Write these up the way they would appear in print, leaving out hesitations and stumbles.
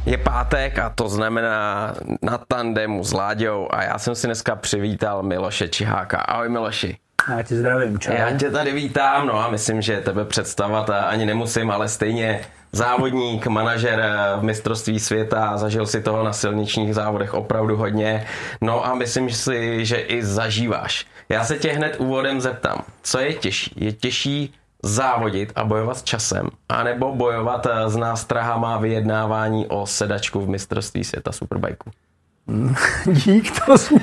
Je pátek a to znamená na tandemu s Láďou a já jsem si dneska přivítal Miloše Čiháka. Ahoj Miloši. Já tě zdravím, čau. Já tě tady vítám, no a myslím, že tebe představovat ani nemusím, ale stejně závodník, manažer v mistrovství světa, zažil si toho na silničních závodech opravdu hodně, no a myslím si, že i zažíváš. Já se tě hned úvodem zeptám, co je těžší? Je těžší závodit a bojovat s časem, anebo bojovat s nástrahama vyjednávání o sedačku v mistrovství světa superbajku? Dík,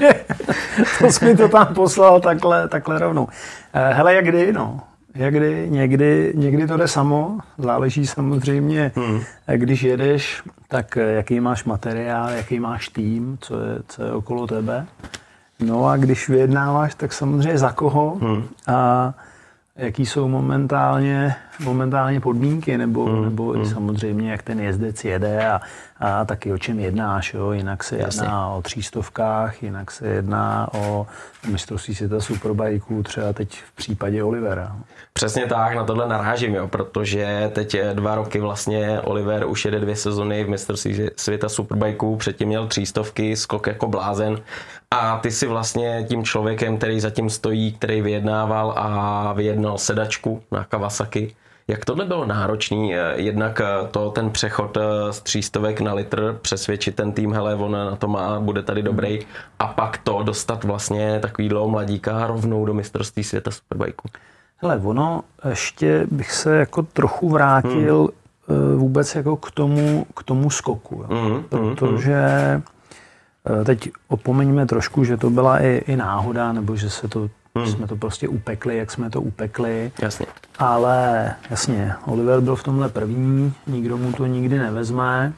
to jsi mi to tam poslal takhle rovnou. Hele, jak kdy, no. Jak kdy, někdy to jde samo, záleží samozřejmě, když jedeš, tak jaký máš materiál, jaký máš tým, co je okolo tebe. No a když vyjednáváš, tak samozřejmě za koho a jaký jsou momentálně podmínky, nebo i samozřejmě, jak ten jezdec jede a taky o čem jednáš. Jo? Jinak se jedná o 300, jinak se jedná o mistrovství světa superbajků, třeba teď v případě Olivera. Přesně tak, na tohle narážím, jo, protože teď 2 roky vlastně Oliver už jede 2 sezony v mistrovství světa superbajků, předtím měl 300, skok jako blázen a ty si vlastně tím člověkem, který zatím stojí, který vyjednával a vyjednal sedačku na Kawasaki. Jak tohle bylo náročný, jednak ten přechod z 300 na litr, přesvědčit ten tým, hele, on na to má, bude tady dobrý, a pak to dostat vlastně takovýhle mladíka rovnou do mistrovství světa superbajku. Hele, ještě bych se jako trochu vrátil vůbec jako k tomu skoku, jo. Protože teď opomeňme trošku, že to byla i náhoda, nebo že jsme to prostě upekli, jak jsme to upekli. Jasně. Ale jasně, Oliver byl v tomhle první, nikdo mu to nikdy nevezme,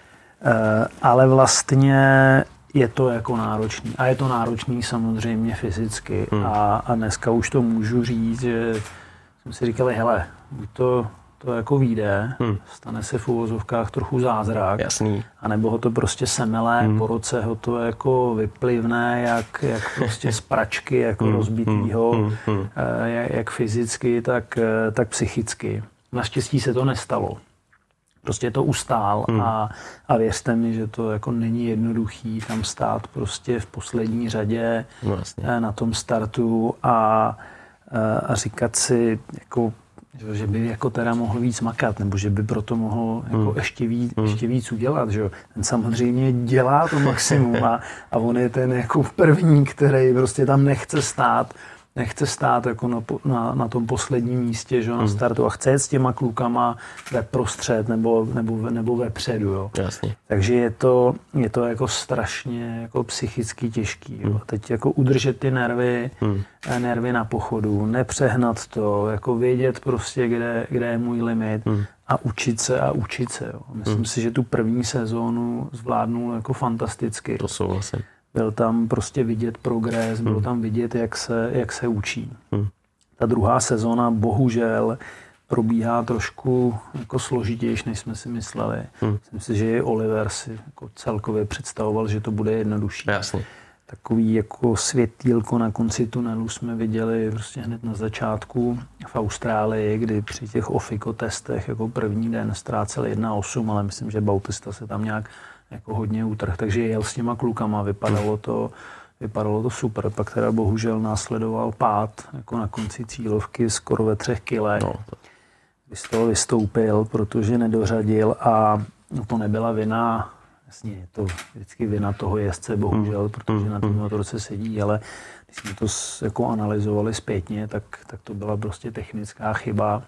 ale vlastně je to jako náročný. A je to náročný samozřejmě fyzicky. A dneska už to můžu říct, že jsme si říkali, hele, buď to jako vyjde, stane se v uvozovkách trochu zázrak. Jasný. A nebo ho to prostě semele, po roce ho to jako vyplivne, jak prostě z pračky, jako rozbitýho, jak fyzicky, tak psychicky. Naštěstí se to nestalo. Prostě to ustál a věřte mi, že to jako není jednoduchý tam stát prostě v poslední řadě na tom startu a říkat si, jako, že by jako teda mohl víc makat, nebo že by proto mohl jako ještě víc udělat. Že? Ten samozřejmě dělá to maximum a on je ten jako první, který prostě tam nechce stát jako na tom posledním místě, že, na startu, a chce jet s těma klukama ve prostřed nebo vepředu. Jo. Jasně. Takže je to jako strašně jako psychicky těžký. Jo. Teď jako udržet ty nervy na pochodu, nepřehnat to, jako vědět prostě, kde je můj limit a učit se. Jo. Myslím si, že tu první sezónu zvládnul jako fantasticky. To souhlasím. Byl tam prostě vidět progres, bylo tam vidět, jak se učí. Ta druhá sezóna bohužel probíhá trošku jako složitější, než jsme si mysleli. Myslím si, že i Oliver si jako celkově představoval, že to bude jednodušší. Jasně. Takový jako světýlko na konci tunelu jsme viděli prostě hned na začátku v Austrálii, kdy při těch ofiko testech jako první den ztrácel 1,8, ale myslím, že Bautista se tam nějak jako hodně utrh, takže jel s těma klukama, vypadalo to super, pak teda bohužel následoval pád jako na konci cílovky skoro ve 3 kilech. Kdy z toho vystoupil, protože nedořadil a to nebyla vina, jasně je to vždycky vina toho jezdce, bohužel, protože na té motorce sedí, ale když jsme to jako analyzovali zpětně, tak to byla prostě technická chyba,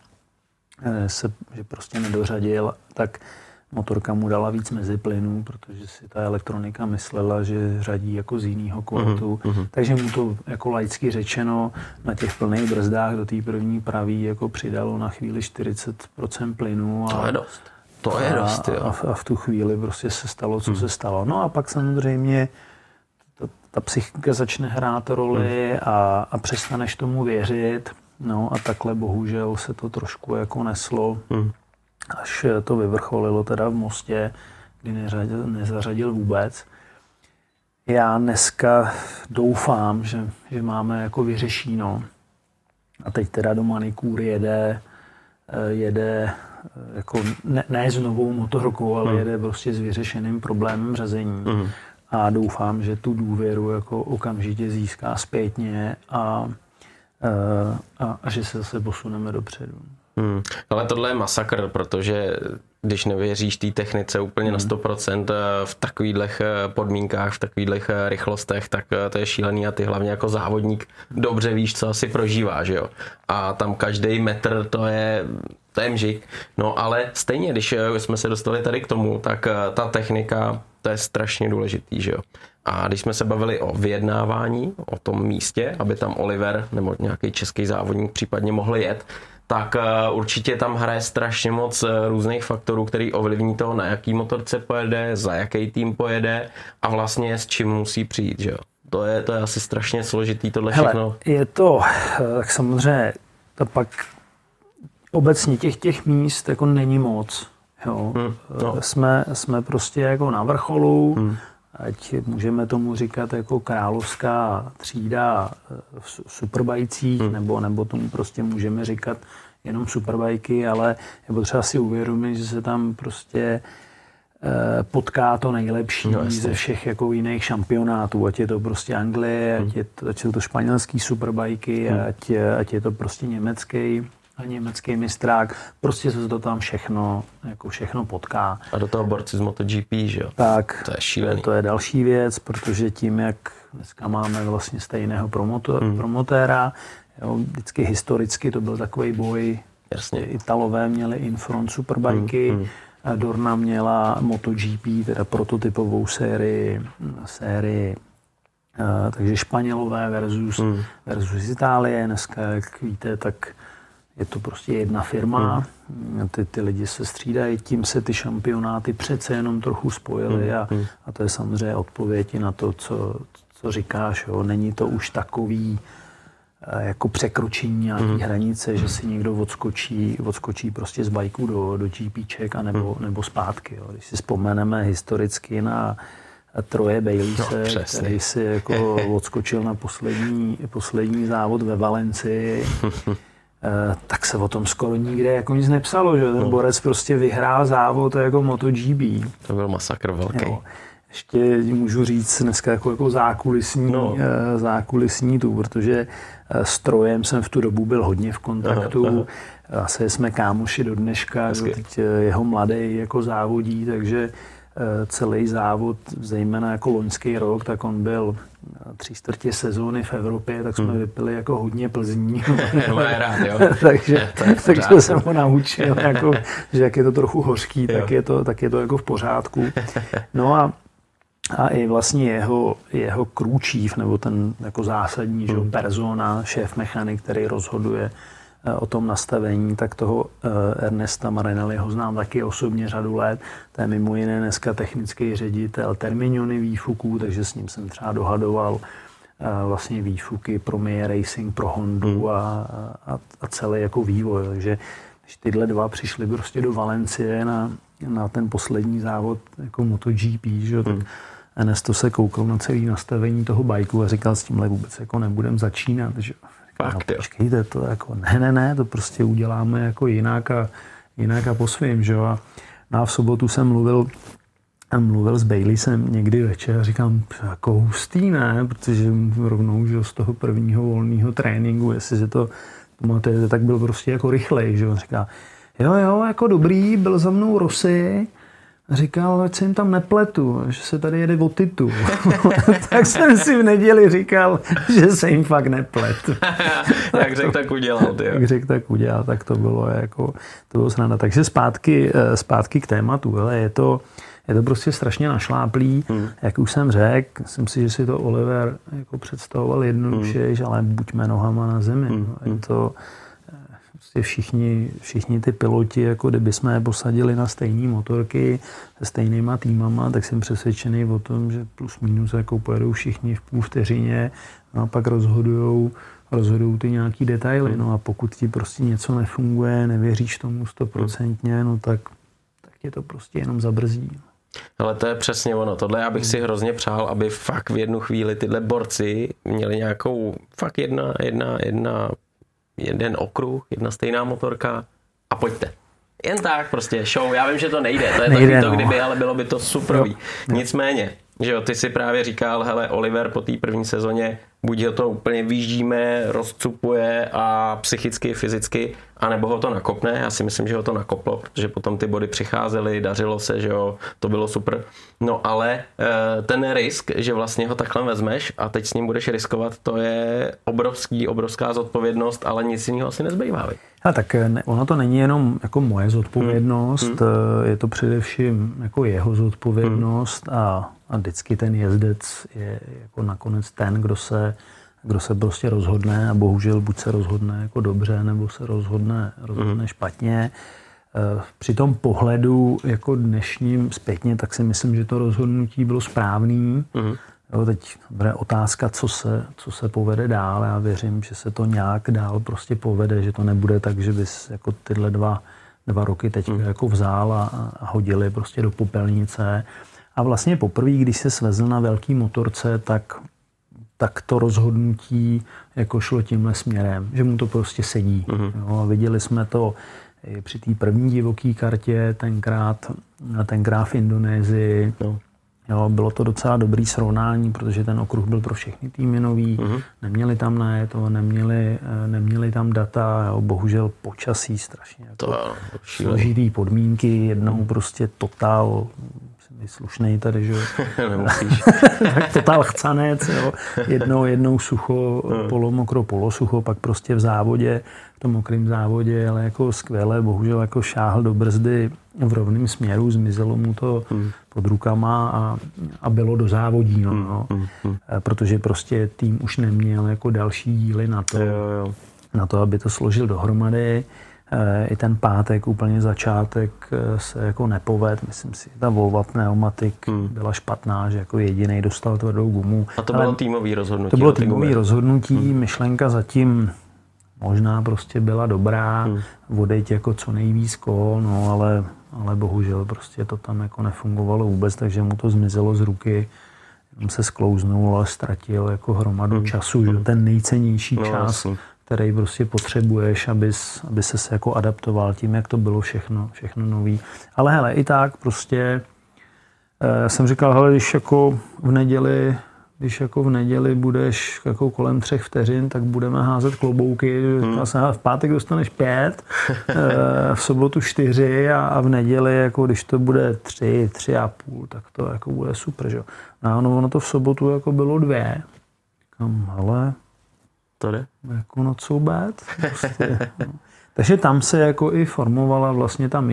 že prostě nedořadil, tak motorka mu dala víc meziplynů, protože si ta elektronika myslela, že řadí jako z jiného kvortu. Takže mu to jako laicky řečeno na těch plných brzdách do té první pravý jako přidalo na chvíli 40% plynu. To je dost. To je dost, jo. A v tu chvíli prostě se stalo, co se stalo. No a pak samozřejmě ta psychika začne hrát roli a přestaneš tomu věřit. No a takhle bohužel se to trošku jako neslo. Až to vyvrcholilo teda v Mostě, kdy nezařadil vůbec. Já dneska doufám, že máme jako vyřešíno. A teď teda do Manicure jede jako ne s novou motorkou, ale jede prostě s vyřešeným problémem řazení. A doufám, že tu důvěru jako okamžitě získá zpětně a že se zase posuneme dopředu. Ale tohle je masakr, protože když nevěříš té technice úplně na 100% v takových podmínkách, v takových rychlostech, tak to je šílený a ty hlavně jako závodník dobře víš, co asi prožíváš, jo. A tam každý metr to je mžik. No ale stejně, když jsme se dostali tady k tomu, tak ta technika, to je strašně důležitý, že jo. A když jsme se bavili o vyjednávání, o tom místě, aby tam Oliver nebo nějaký český závodník případně mohl jet, tak určitě tam hraje strašně moc různých faktorů, který ovlivní to, na jaký motorce pojede, za jaký tým pojede a vlastně s čím musí přijít, že jo. To je asi strašně složitý tohle všechno. Je to, tak samozřejmě, to pak obecně těch míst jako není moc, jo. Jsme prostě jako na vrcholu, ať můžeme tomu říkat jako královská třída v superbajcích, nebo tomu prostě můžeme říkat jenom superbajky, ale je potřeba si uvědomit, že se tam prostě potká to nejlepší ze všech jako jiných šampionátů, ať je to prostě Anglie, ať je to španělský superbajky, ať je to prostě německý mistrák, prostě se to tam všechno potká. A do toho borci z MotoGP, že jo? Tak, to je šílený. To je další věc, protože tím, jak dneska máme vlastně stejného promotéra, jo, vždycky historicky to byl takový boj. Jasně. Italové měli Infront superbajky, Dorna měla MotoGP, teda prototypovou sérii, takže Španělové versus Itálie. Dneska, jak víte, tak je to prostě jedna firma, ty lidi se střídají, tím se ty šampionáty přece jenom trochu spojily a to je samozřejmě odpověď na to, co říkáš. Jo. Není to už takový jako překročení nějaký hranice, že si někdo odskočí prostě z bajku do GPček nebo zpátky. Jo. Když si vzpomeneme historicky na Troje Baileyse, který si jako odskočil na poslední závod ve Valencii, tak se o tom skoro nikde jako nic nepsalo, že ten borec prostě vyhrál závod jako MotoGP. To byl masakr velký. Jo. Ještě můžu říct dneska jako zákulisní tu, protože s Trojem jsem v tu dobu byl hodně v kontaktu. Asi jsme kámoši do dneška, teď jeho mladý jako závodí, takže celý závod, zejména jako loňský rok, tak on byl 3/4 sezóny v Evropě, tak jsme vypili jako hodně Plzní. takže jsem ho naučil, jako, že jak je to trochu hořký, tak je to jako v pořádku. No a i vlastně jeho crew chief, nebo ten jako zásadní persona, šéf mechanik, který rozhoduje o tom nastavení, tak toho Ernesta Marinelliho znám taky osobně řadu let. To je mimo jiné dneska technický ředitel Terminiony výfuků, takže s ním jsem třeba dohadoval vlastně výfuky pro Mie Racing, pro Hondu a celý jako vývoj. Takže když tyhle dva přišli prostě do Valencie na ten poslední závod jako MotoGP, že, tak Ernesto se koukal na celé nastavení toho bajku a říkal, s tímhle vůbec jako nebudem začínat. Že? Počkejte, to jako ne, to prostě uděláme jako jinak a po svým, že jo. A v sobotu jsem mluvil s Baileysem někdy večer a říkám, jako hustý, ne, protože rovnou, že z toho prvního volného tréninku, jestli si to pamatujete, tak byl prostě jako rychlej, že jo. Říká, jo, jako dobrý, byl za mnou Rossi, říkal, ať se jim tam nepletu, že se tady jede o titul. Tak jsem si v neděli říkal, že se jim fakt nepletu. Jak řekl, tak udělal. Tak to bylo jako, to bylo sranda. Takže zpátky k tématu. Hele, je to prostě strašně našláplý. Jak už jsem řekl, myslím si, že si to Oliver jako představoval jednoduše, ale buďme nohama na zemi. Je to prostě všichni ty piloti, jako kdyby jsme je posadili na stejné motorky se stejnýma týmama, tak jsem přesvědčený o tom, že plus minus jako pojedou všichni v půl vteřině a pak rozhodujou ty nějaký detaily. No a pokud ti prostě něco nefunguje, nevěříš tomu 100%, no tak tě to prostě jenom zabrzdí. Ale to je přesně ono. Tohle já bych si hrozně přál, aby fakt v jednu chvíli tyhle borci měli nějakou fakt jeden okruh, jedna stejná motorka a pojďte. jen tak prostě show. Já vím, že to nejde, to je takový to kdyby, ale bylo by to superový. Nicméně, že jo, ty si právě říkal, hele, Oliver po té první sezóně buď ho to úplně vyždíme, rozcupuje a psychicky, fyzicky, anebo ho to nakopne. Já si myslím, že ho to nakoplo, protože potom ty body přicházely, dařilo se, že jo, to bylo super. No ale ten risk, že vlastně ho takhle vezmeš a teď s ním budeš riskovat, to je obrovská zodpovědnost, ale nic jiného asi nezbývá. A tak ono to není jenom jako moje zodpovědnost, je to především jako jeho zodpovědnost a vždycky ten jezdec je jako nakonec ten, kdo se prostě rozhodne a bohužel buď se rozhodne jako dobře, nebo se rozhodne špatně. Při tom pohledu jako dnešním zpětně, tak si myslím, že to rozhodnutí bylo správný. Jo, teď bude otázka, co se povede dál. Já věřím, že se to nějak dál prostě povede, že to nebude tak, že bys jako tyhle dva roky teď jako vzal a hodili prostě do popelnice. A vlastně poprvé, když se svezl na velký motorce, tak to rozhodnutí jako šlo tímhle směrem, že mu to prostě sedí. Jo, viděli jsme to i při té první divoké kartě, tenkrát v Indonésii. Jo, bylo to docela dobrý srovnání, protože ten okruh byl pro všechny týmy nový, neměli tam neměli tam data, jo, bohužel počasí strašně jako složitý podmínky, jednou prostě totál slušnej tady, že jo. Nemusíš. Tak totál chcanec, jo. Jednou sucho, polomokro, polosucho, pak prostě v závodě, v tom mokrém závodě, ale jako skvěle, bohužel jako šáhl do brzdy v rovném směru, zmizelo mu to pod rukama a bylo do závodí, protože prostě tým už neměl jako další díly na to, aby to složil dohromady. I ten pátek, úplně začátek se jako nepoved. Myslím si, ta Volva pneumatik byla špatná, že jako jedinej dostal tvrdou gumu. A to bylo týmový rozhodnutí? To bylo týmový rozhodnutí. Myšlenka zatím možná prostě byla dobrá. Odejít jako co nejvíc kol, no ale bohužel prostě to tam jako nefungovalo vůbec, takže mu to zmizelo z ruky. Jenom se sklouznul, ale ztratil jako hromadu času, že ten nejcennější čas, který prostě potřebuješ, aby ses jako adaptoval tím, jak to bylo všechno nový. Ale hele, i tak prostě jsem říkal, hele, když jako v neděli budeš jako kolem 3 vteřin, tak budeme házet klobouky. V pátek dostaneš 5, v sobotu 4 a v neděli, jako když to bude 3,5, tak to jako bude super, že? No, ono to v sobotu jako bylo 2. Říkám, hele, to jde. Jako not so bad. Prostě, no. Takže tam se jako i formovala vlastně ta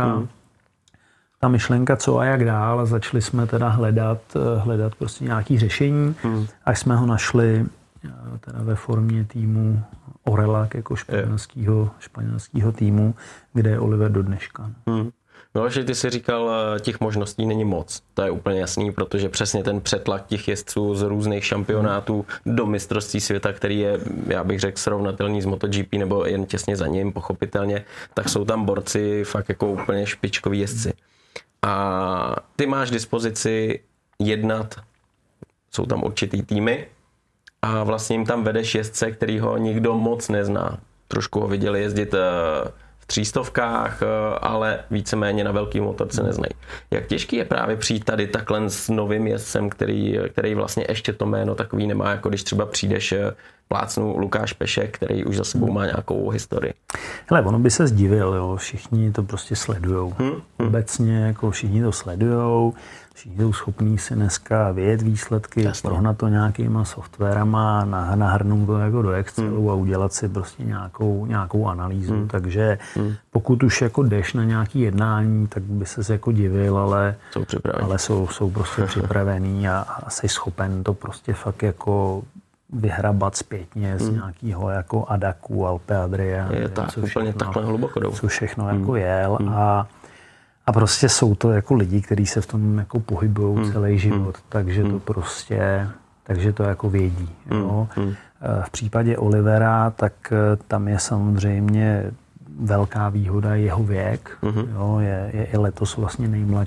myšlenka, co a jak dál, a začali jsme teda hledat prostě nějaký řešení, až jsme ho našli teda ve formě týmu Orelac jako španělského týmu, kde je Oliver do dneška. No, že ty si říkal, těch možností není moc. To je úplně jasný, protože přesně ten přetlak těch jezdců z různých šampionátů do mistrovství světa, který je, já bych řekl, srovnatelný s MotoGP nebo jen těsně za ním, pochopitelně, tak jsou tam borci fakt jako úplně špičkoví jezdci. A ty máš dispozici jednat, jsou tam určitý týmy a vlastně jim tam vedeš jezdce, který ho nikdo moc nezná. Trošku ho viděli jezdit v 300, ale víceméně na velký motorce neznají. Jak těžký je právě přijít tady takhle s novým jezdcem, který vlastně ještě to jméno takový nemá, jako když třeba přijdeš plácnu Lukáš Pešek, který už za sebou má nějakou historii. Hele, ono by se zdivil, jo. Všichni to prostě sledujou. Obecně jako všichni to sledujou, všichni jsou schopní si dneska vědět výsledky, prohnat to nějakýma softwarama, nahrnout to jako do Excelu a udělat si prostě nějakou analýzu. Takže pokud už jako jdeš na nějaký jednání, tak by ses jako divil, ale jsou prostě připravený a jsi schopen to prostě fakt jako vyhrabat zpětně z nějakého jako Adaku, Alpe Adria. Je tak úplně takhle hluboko jdou. Co všechno jako jel a prostě jsou to jako lidi, kteří se v tom jako pohybují celý život, takže to jako vědí. Jo. V případě Olivera, tak tam je samozřejmě velká výhoda jeho věk. Jo, je i letos vlastně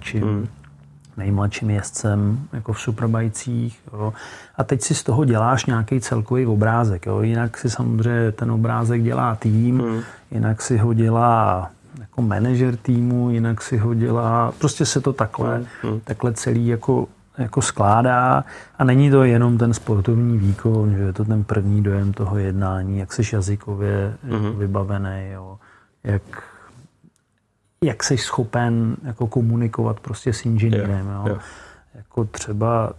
nejmladším jezdcem jako v superbajcích. Jo. A teď si z toho děláš nějaký celkový obrázek. Jo. Jinak si samozřejmě ten obrázek dělá tým, jinak si ho dělá jako manažer týmu, jinak si ho dělá, prostě se to takhle celý jako skládá a není to jenom ten sportovní výkon, že je to ten první dojem toho jednání, jak jsi jazykově vybavený, jo, jak jsi schopen jako komunikovat prostě s inženýrem. Jo. Jako třeba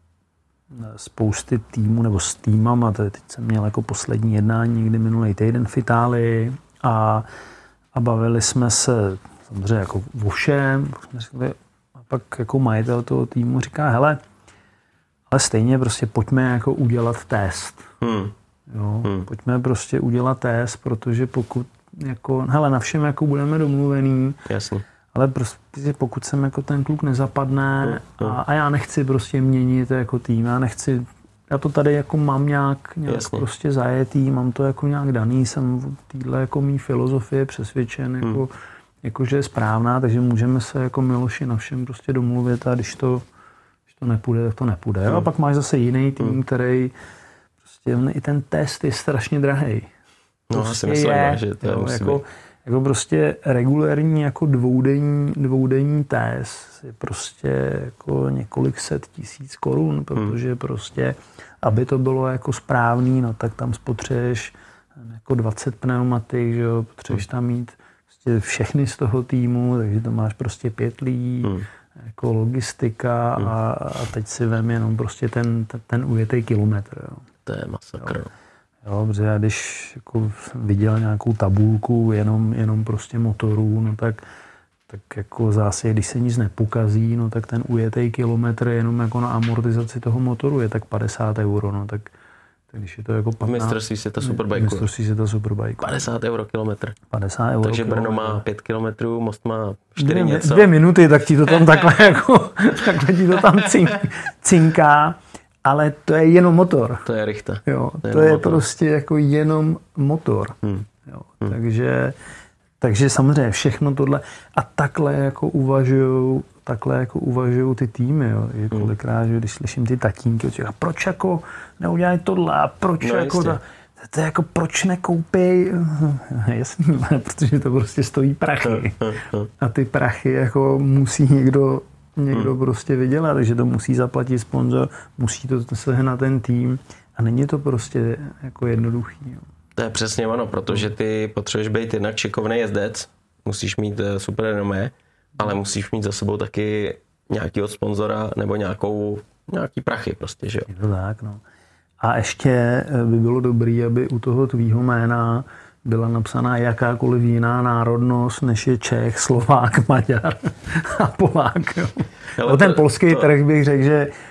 spousty týmů nebo s týmama, teď jsem měl jako poslední jednání někdy minulý týden v Itálii a bavili jsme se samozřejmě jako o všem, a pak jako majitel toho týmu říká, hele, ale stejně prostě pojďme jako udělat test. Jo, pojďme prostě udělat test, protože pokud jako, hele, na všem jako budeme domluvený, jasně. Ale prostě pokud jsem jako ten kluk nezapadne a já nechci prostě měnit jako tým, já to tady jako mám nějak prostě zajetý, mám to jako nějak daný, jsem v téhle jako mý filozofie přesvědčen, jako že je správná, takže můžeme se jako Miloši na všem prostě domluvit a když to nepůjde, tak to nepůjde. A pak máš zase jiný tým, který prostě i ten test je strašně drahej. No, asi myslím, že to musí být. Jako prostě regulérní jako dvoudenní test je prostě jako několik set tisíc korun, protože prostě, aby to bylo jako správný, no tak tam spotřebuješ jako 20 pneumatik, že jo, potřebuješ tam mít prostě všechny z toho týmu, takže to máš prostě 5 lidí, jako logistika a teď si vem jenom prostě ten ujetý kilometr, jo. To je masakr. Jo, protože já když jako viděl nějakou tabulku jenom prostě motorů, no tak jako zase, když se nic nepokazí, no tak ten ujetý kilometr jenom jako na amortizaci toho motoru je tak 50 €, no tak když je to jako 15... Mistrovství světa Superbike. 50 € kilometr. 50 €. Takže Brno má 5 kilometrů, Most má 4 něco. 2 minuty, tak ti to tam takhle ti to tam cinká. Ale to je jenom motor. To je richta. Jo, to je prostě jako jenom motor. Jo, takže samozřejmě všechno tohle a takhle jako uvažujou ty týmy. Jo. Kolikrát, že když slyším ty tatínky, a proč jako neudělají tohle a proč jako to je jako proč nekoupí? Jasný, protože to prostě stojí prachy. A ty prachy jako musí někdo prostě vydělat, takže to musí zaplatit sponzor, musí to sehnat ten tým a není to prostě jako jednoduchý. Jo. To je přesně ono, protože ty potřebuješ být jednak šikovný jezdec, musíš mít super renomé, ale musíš mít za sebou taky nějakého sponzora nebo nějaký prachy prostě, že jo. Je to tak, no. A ještě by bylo dobré, aby u toho tvýho jména byla napsaná jakákoliv jiná národnost, než je Čech, Slovák, Maďar a Polák. O ten polský trh bych řekl,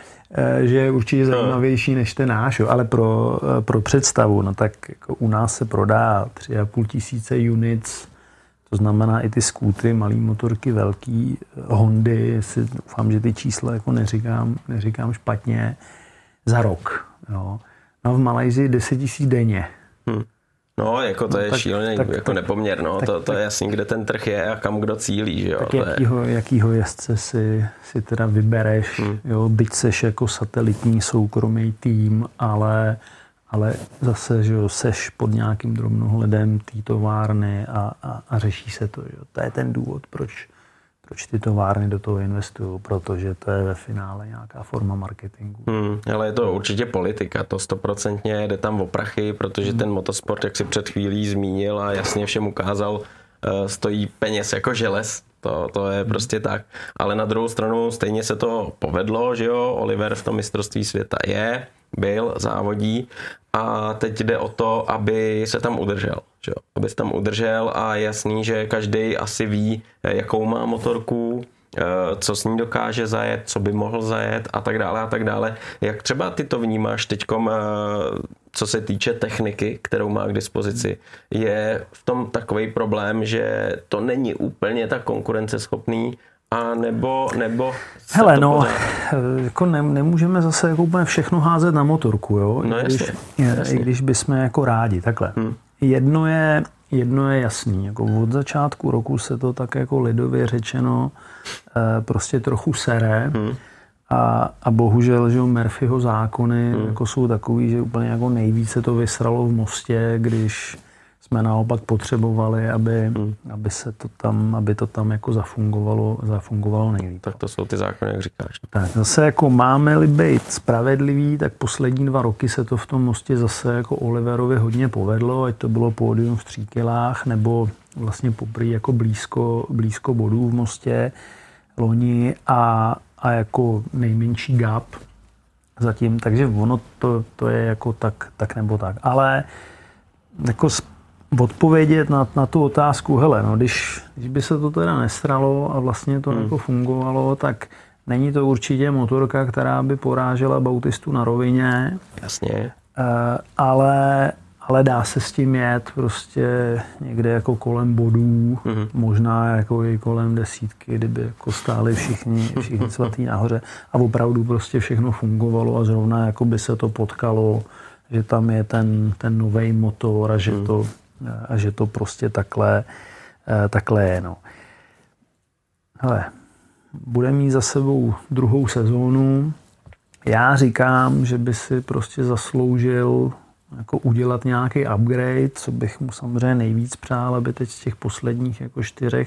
že je určitě zajímavější než ten náš, ale pro představu, no tak jako u nás se prodá 3,5 tisíce units, to znamená i ty skútry, malý motorky, velký Hondy, doufám, že ty čísla jako neříkám špatně, za rok. Jo. No v Malajsii 10 000 denně. No, jako to je šílený, jako nepoměr, no. To je jasný, kde ten trh je a kam kdo cílí, že jo. Tak jakýho jezdce si teda vybereš, jo, byť seš jako satelitní soukromý tým, ale zase, že jo, seš pod nějakým drobnohledem té továrny a řeší se to, jo. To je ten důvod, proč ty továrny do toho investují, protože to je ve finále nějaká forma marketingu. Ale je to určitě politika, to 100% jde tam o prachy, protože ten motosport, jak si před chvílí zmínil a jasně všem ukázal, stojí peněz jako želez. To je prostě tak. Ale na druhou stranu stejně se to povedlo, že jo, Oliver v tom mistrovství světa byl, závodí a teď jde o to, aby se tam udržel. Že jo? Aby se tam udržel a je jasný, že každý asi ví, jakou má motorku, co s ní dokáže zajet, co by mohl zajet a tak dále a tak dále. Jak třeba ty to vnímáš teďkom, co se týče techniky, kterou má k dispozici? Je v tom takový problém, že to není úplně tak konkurenceschopný, a nebo hele, no, jako nemůžeme zase jako úplně všechno házet na motorku, jo? No, I když bychom jako rádi, takhle. Jedno je jasný, jako od začátku roku se to tak jako lidově řečeno prostě trochu sere a bohužel, že Murphyho zákony jako jsou takový, že úplně jako nejvíce to vysralo v Mostě, když jsme naopak potřebovali, aby to tam jako zafungovalo nejlíp. Tak to jsou ty zákony, jak říkáš. Tak zase jako máme-li být spravedlivý, tak poslední 2 roky se to v tom Mostě zase jako Oliverovi hodně povedlo, ať to bylo pódium v Stříkelách, nebo vlastně poprvé jako blízko bodů v Mostě loni a jako nejmenší gap zatím, takže ono to je jako tak nebo tak. Ale jako odpovědět na tu otázku, hele, no, když by se to teda nestralo a vlastně to jako fungovalo, tak není to určitě motorka, která by porážela Bautistu na rovině. Jasně. Ale dá se s tím jet prostě někde jako kolem bodů, možná jako i kolem 10, kdyby jako stáli všichni svatý nahoře a opravdu prostě všechno fungovalo a zrovna jako by se to potkalo, že tam je ten nový motor a že to prostě takhle je. No. Hele, bude mít za sebou 2. sezónu. Já říkám, že by si prostě zasloužil jako udělat nějaký upgrade, co bych mu samozřejmě nejvíc přál, aby teď z těch posledních jako 4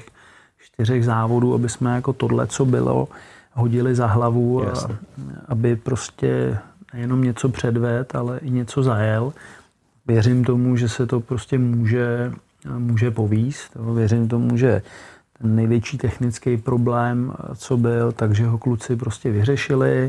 závodů, aby jsme jako tohle, co bylo, hodili za hlavu a aby prostě nejenom něco předvedl, ale i něco zajel. Věřím tomu, že se to prostě může povíst. Věřím tomu, že ten největší technický problém, co byl, takže ho kluci prostě vyřešili.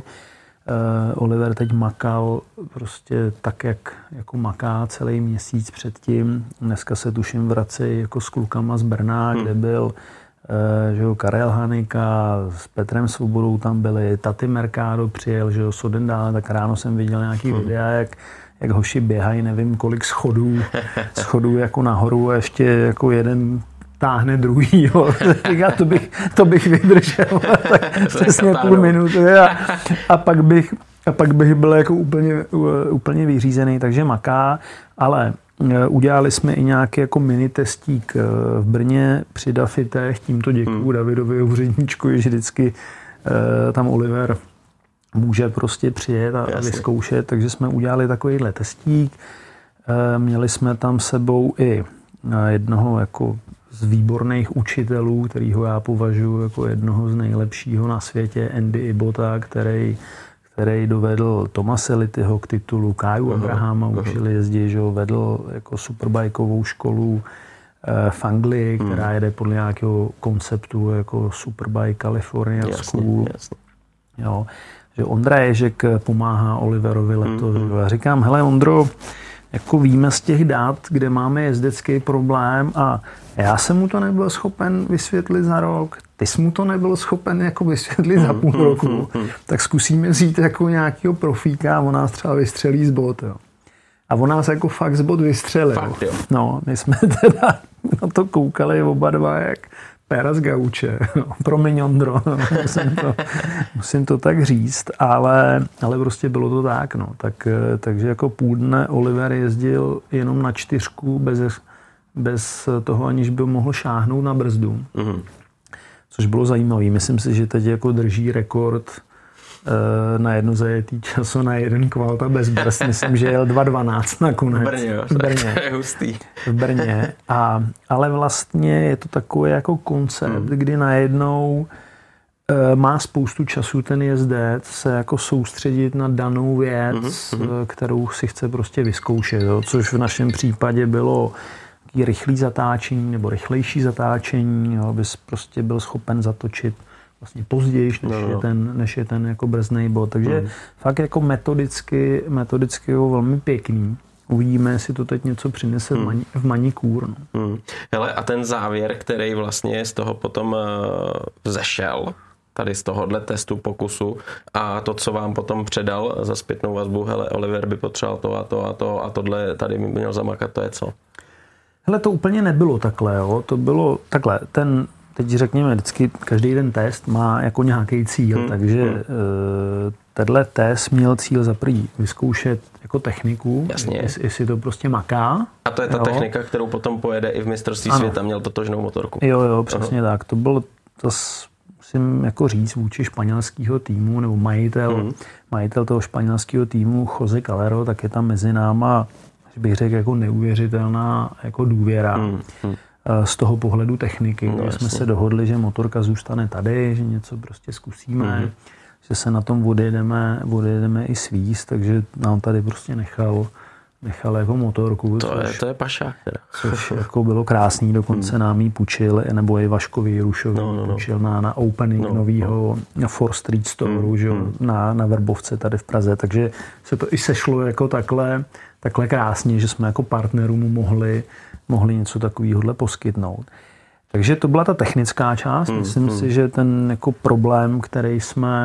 Oliver teď makal prostě tak, jak jako maká celý měsíc předtím. Dneska se tuším vrací jako s klukama z Brna, kde byl že jo, Karel Hanika, s Petrem Svobodou tam byli, Taty Mercado přijel, že jo, Sodendále, tak ráno jsem viděl nějaký videa, jak hoši běhají, nevím kolik schodů jako nahoru a ještě jako jeden táhne druhýho. Říká, to bych vydržel. Tak přesně půl minuty a pak bych byl jako úplně vyřízený, takže maká, ale udělali jsme i nějaký jako mini testík v Brně při Dafitech, tímto děkuju Davidovi úředníčku, že vždycky tam Oliver může prostě přijet a vyzkoušet, takže jsme udělali takovýhle testík. Měli jsme tam sebou i jednoho jako z výborných učitelů, kterýho já považuji jako jednoho z nejlepšího na světě, Andy Ibota, který dovedl Tomase Lityho k titulu, Káju Abrahama učil jezdit, že ho vedl jako superbajkovou školu v Anglii, která jede podle nějakého konceptu jako Superbike California School. Jasně. Jo, že Ondra Ježek pomáhá Oliverovi letos. Já říkám, hele Ondro, jako víme z těch dat, kde máme jezdecký problém a já jsem mu to nebyl schopen vysvětlit za rok, ty jsi mu to nebyl schopen jako vysvětlit za půl roku, tak zkusíme vzít jako nějakého profíka a on nás třeba vystřelí z bod. Jo. A on nás jako fakt z bod vystřelil. Fakt, no, my jsme teda na to koukali oba dva jak péra z gauče. Promiň Ondro, musím to tak říct, ale prostě bylo to tak. No. Takže jako půl dne Oliver jezdil jenom na 4 bez toho, aniž by mohl šáhnout na brzdu. Což bylo zajímavé. Myslím si, že teď jako drží rekord na jedno zajetý času na jeden kvalta bez brzd. Myslím, že jel 2:12 nakonec. V Brně. Hustý. V Brně. Ale vlastně je to takový jako koncept, kdy najednou má spoustu času ten jezdec se jako soustředit na danou věc, kterou si chce prostě vyzkoušet. Jo? Což v našem případě bylo rychlý zatáčení nebo rychlejší zatáčení, jo? Abys prostě byl schopen zatočit vlastně později, než je ten jako brzdnej bod. Takže fakt jako metodicky je velmi pěkný. Uvidíme, jestli to teď něco přinese v manikúr. No. Hele, a ten závěr, který vlastně z toho potom vzešel, tady z tohohle testu pokusu a to, co vám potom předal za zpětnou vazbu, hele, Oliver by potřeboval to a tohle tady mi měl zamakat, to je co? Hele, to úplně nebylo takhle, jo. To bylo takhle, teď řekněme, vždycky každý ten test má jako nějaký cíl, takže tenhle test měl cíl za první vyzkoušet jako techniku, jestli to prostě maká. A to je ta technika, kterou potom pojede i v mistrovství světa, měl totožnou motorku. Jo, přesně tak. To bylo, musím jako říct, vůči španělského týmu, nebo majitel toho španělského týmu Jose Calero, tak je tam mezi náma bych řekl, jako neuvěřitelná jako důvěra z toho pohledu techniky, kde jsme se dohodli, že motorka zůstane tady, že něco prostě zkusíme, že se na tom odjedeme i svíz, takže nám tady prostě nechal jako motorku. To je pašák teda. Což jako bylo krásný, dokonce nám ji půjčil, nebo i Vaškovi Jirušovi půjčil na opening novýho Four Street Store, že, na Vrbovce tady v Praze, takže se to i sešlo jako takhle krásně, že jsme jako partnerům mohli něco takového poskytnout. Takže to byla ta technická část. Myslím si, že ten jako problém, který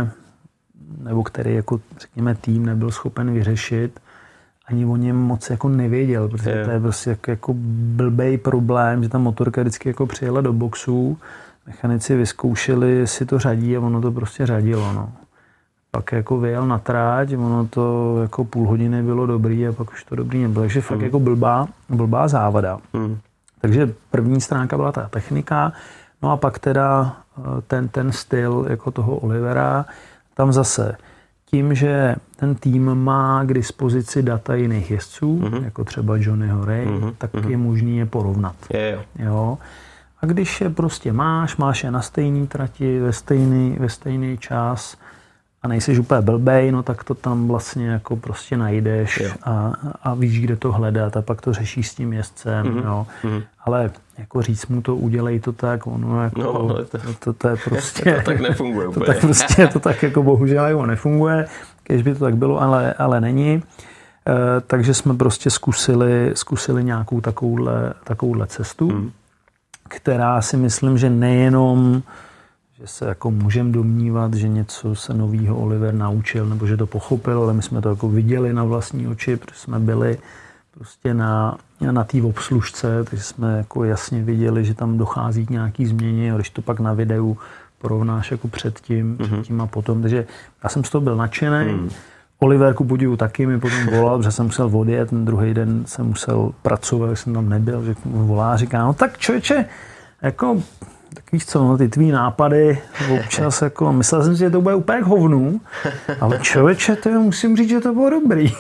jako řekněme tým nebyl schopen vyřešit, ani o něm moc jako nevěděl, protože to je prostě jako blbej problém, že ta motorka vždycky jako přijela do boxu, mechanici vyzkoušeli, jestli to řadí a ono to prostě řadilo. No. Pak jako vyjel na tráť, ono to jako půl hodiny bylo dobrý a pak už to dobrý nebylo. Takže fakt jako blbá závada. Takže první stránka byla ta technika, no a pak teda ten styl jako toho Olivera, tam zase tím, že ten tým má k dispozici data jiných jezdců, jako třeba Johnnyho Ray, tak je možný je porovnat. Jo. A když je prostě máš je na stejný trati, ve stejný čas a nejsiš úplně blbej, no tak to tam vlastně jako prostě najdeš a víš, kde to hledat a pak to řešíš s tím jezdcem. Jo. Ale jako říct mu to, udělej to tak, ono jako, to je prostě... to tak nefunguje úplně. To tak jako bohužel jako nefunguje, když by to tak bylo, ale není. Takže jsme prostě zkusili nějakou takovouhle cestu, která si myslím, že nejenom, že se jako můžeme domnívat, že něco se novýho Oliver naučil, nebo že to pochopil, ale my jsme to jako viděli na vlastní oči, protože jsme byli prostě na té obslužce, takže jsme jako jasně viděli, že tam dochází k nějaký změně, a když to pak na videu porovnáš jako předtím a potom, takže já jsem z toho byl nadšený. Oliver ku podivu taky mi potom volal, protože jsem musel odjet, ten druhý den jsem musel pracovat, jsem tam nebyl, že volá a říká, no tak člověče, jako tak víš co, no, ty tvý nápady občas jako, myslel jsem si, že to bude úplně k hovnu, ale člověče, to musím říct, že to bylo dobrý.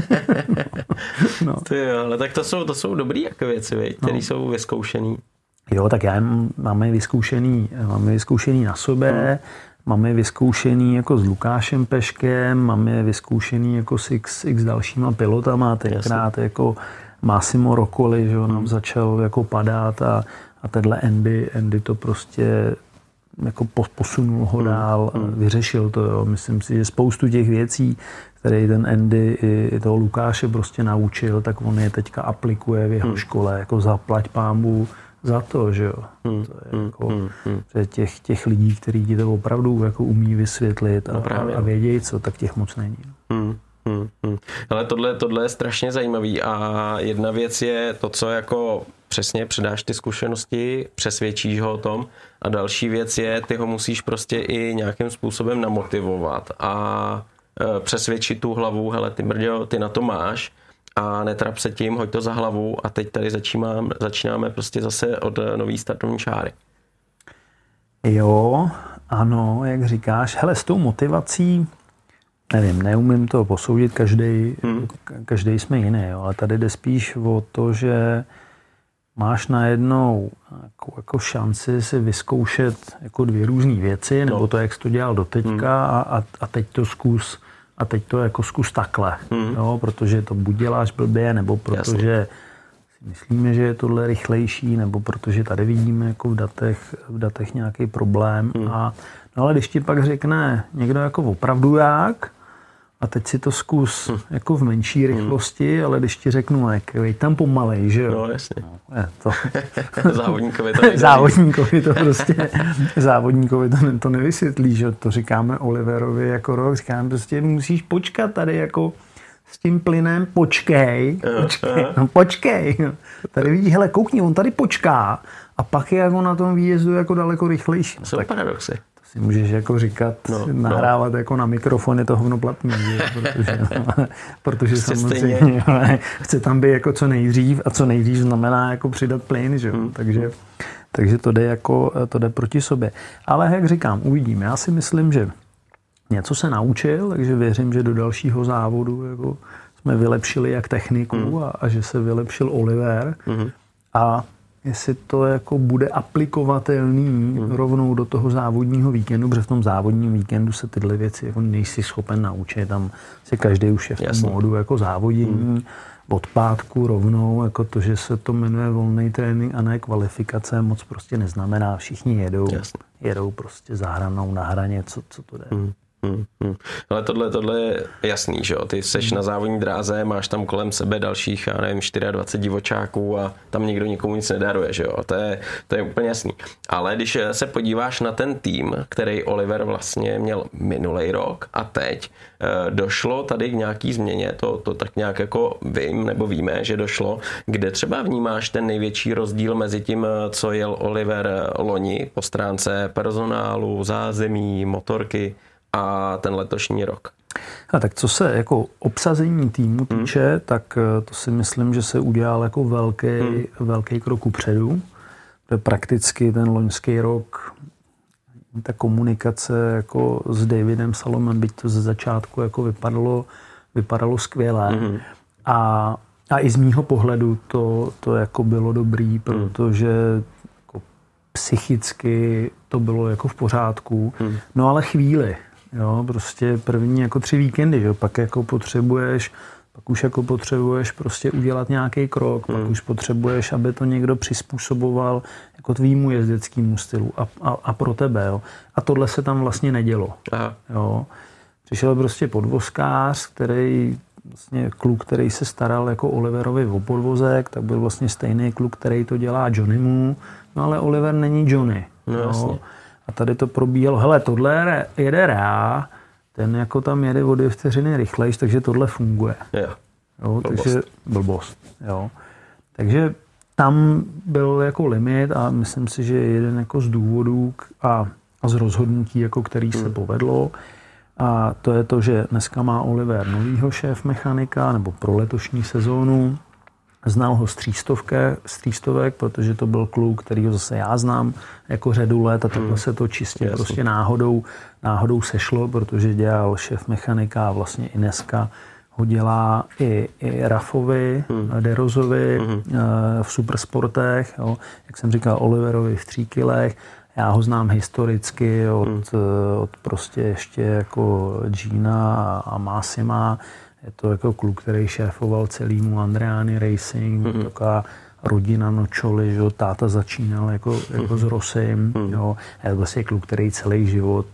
No. Ale tak to jsou dobrý jako věci, které jsou vyzkoušený. Jo, tak máme vyzkoušený na sobě, máme vyzkoušený jako s Lukášem Peškem, máme vyzkoušený jako s x dalšíma pilotama, tenkrát jako Massimo Roccoli, že nám začal jako padat a tenhle Andy to prostě jako posunul ho dál, vyřešil to. Jo. Myslím si, že spoustu těch věcí, které ten Andy i toho Lukáše prostě naučil, tak on je teďka aplikuje v jeho škole, jako zaplať pánbůh za to, že jo. To je jako, že těch lidí, kteří ti to opravdu jako umí vysvětlit a vědějí co, tak těch moc není. Ale tohle je strašně zajímavý a jedna věc je to, co jako přesně předáš ty zkušenosti, přesvědčíš ho o tom a další věc je, ty ho musíš prostě i nějakým způsobem namotivovat a přesvědčit tu hlavu, hele ty brďo, ty na to máš a netrap se tím, hoď to za hlavu a teď tady začínáme prostě zase od nový startovní čáry. Jo, ano, jak říkáš, hele, s tou motivací nevím, neumím to posoudit, každý jsme jiný, jo, ale tady jde spíš o to, že máš najednou jako šanci si vyzkoušet jako dvě různé věci, nebo to, jak jsi to dělal doteďka a teď to zkus a teď to jako zkus takhle, jo, protože to buď děláš blbě, nebo protože si myslíme, že je tohle rychlejší, nebo protože tady vidíme jako v datech nějaký problém. No ale když ti pak řekne někdo jako opravdu jak, a teď si to zkus jako v menší rychlosti, ale když ti řeknu, jeď tam pomalej, že jo? No, jasně. No, je to. Závodníkovi to nevysvětlí, že to říkáme Oliverovi jako rok, říkáme prostě musíš počkat tady jako s tím plynem, počkej. Tady vidíš, hele, koukni, on tady počká a pak je jako na tom výjezdu jako daleko rychlejší. To jsou paradoxy. Si můžeš jako říkat, nahrávat jako na mikrofon, je to hovnoplatný, protože samozřejmě chce tam být jako co nejdřív a co nejdřív znamená jako přidat plyn, že? Takže to jde proti sobě. Ale jak říkám, uvidíme. Já si myslím, že něco se naučil, takže věřím, že do dalšího závodu jako jsme vylepšili jak techniku a že se vylepšil Oliver. A jestli to jako bude aplikovatelný rovnou do toho závodního víkendu, protože v tom závodním víkendu se tyhle věci jako nejsi schopen naučit. Tam si každý už je v tom módu jako závodění. Od pátku rovnou, jako to, že se to jmenuje volný trénink a ne kvalifikace, moc prostě neznamená. Všichni jedou prostě za hranou na hraně, co to jde. Ale tohle je jasný, že jo? Ty seš na závodní dráze, máš tam kolem sebe dalších, já nevím, 24 divočáků a tam nikdo nikomu nic nedaruje, že jo? To je úplně jasný. Ale když se podíváš na ten tým, který Oliver vlastně měl minulej rok a teď, došlo tady k nějaký změně, to tak nějak jako víme, že došlo, kde třeba vnímáš ten největší rozdíl mezi tím, co jel Oliver loni po stránce personálu, zázemí, motorky a ten letošní rok? A tak co se jako obsazení týmu týče, tak to si myslím, že se udělal jako velký krok upředu. Prakticky ten loňský rok, ta komunikace jako s Davidem Salomem, byť to ze začátku jako vypadalo skvěle. A i z mýho pohledu to jako bylo dobrý, protože jako psychicky to bylo jako v pořádku. No ale chvíli. Jo, prostě první jako 3 víkendy, jo, pak už potřebuješ prostě udělat nějaký krok, pak už potřebuješ, aby to někdo přizpůsoboval jako tvýmu jezdeckému stylu a pro tebe, jo. A tohle se tam vlastně nedělo. Jo. Přišel prostě podvozkář, kluk, který se staral jako Oliverovi o podvozek, tak byl vlastně stejný kluk, který to dělá Johnnymu, no ale Oliver není Johnny. No, jasně. A tady to probíhalo, hele, tohle jede Rea, ten jako tam jede o 2 vteřiny rychlejš, takže tohle funguje. Jo, takže blbost. Jo. Takže tam byl jako limit a myslím si, že jeden jako z důvodů a z rozhodnutí, jako který se povedlo. A to je to, že dneska má Oliver novýho šéf mechanika, nebo pro letošní sezónu. Znal ho z třístovek, protože to byl kluk, kterýho zase já znám jako řadu let a takhle se to čistě prostě náhodou sešlo, protože dělal šéf mechanika a vlastně i dneska ho dělá i Rafovi, Derozovi v supersportech, jo. Jak jsem říkal, Oliverovi v 3 kilech. Já ho znám historicky od prostě ještě jako Gina a Massima. Je to jako kluk, který šéfoval celýmu Andreani Racing, taková rodina Nočoli, že táta začínal jako s Rossim, jo. Je vlastně kluk, který celý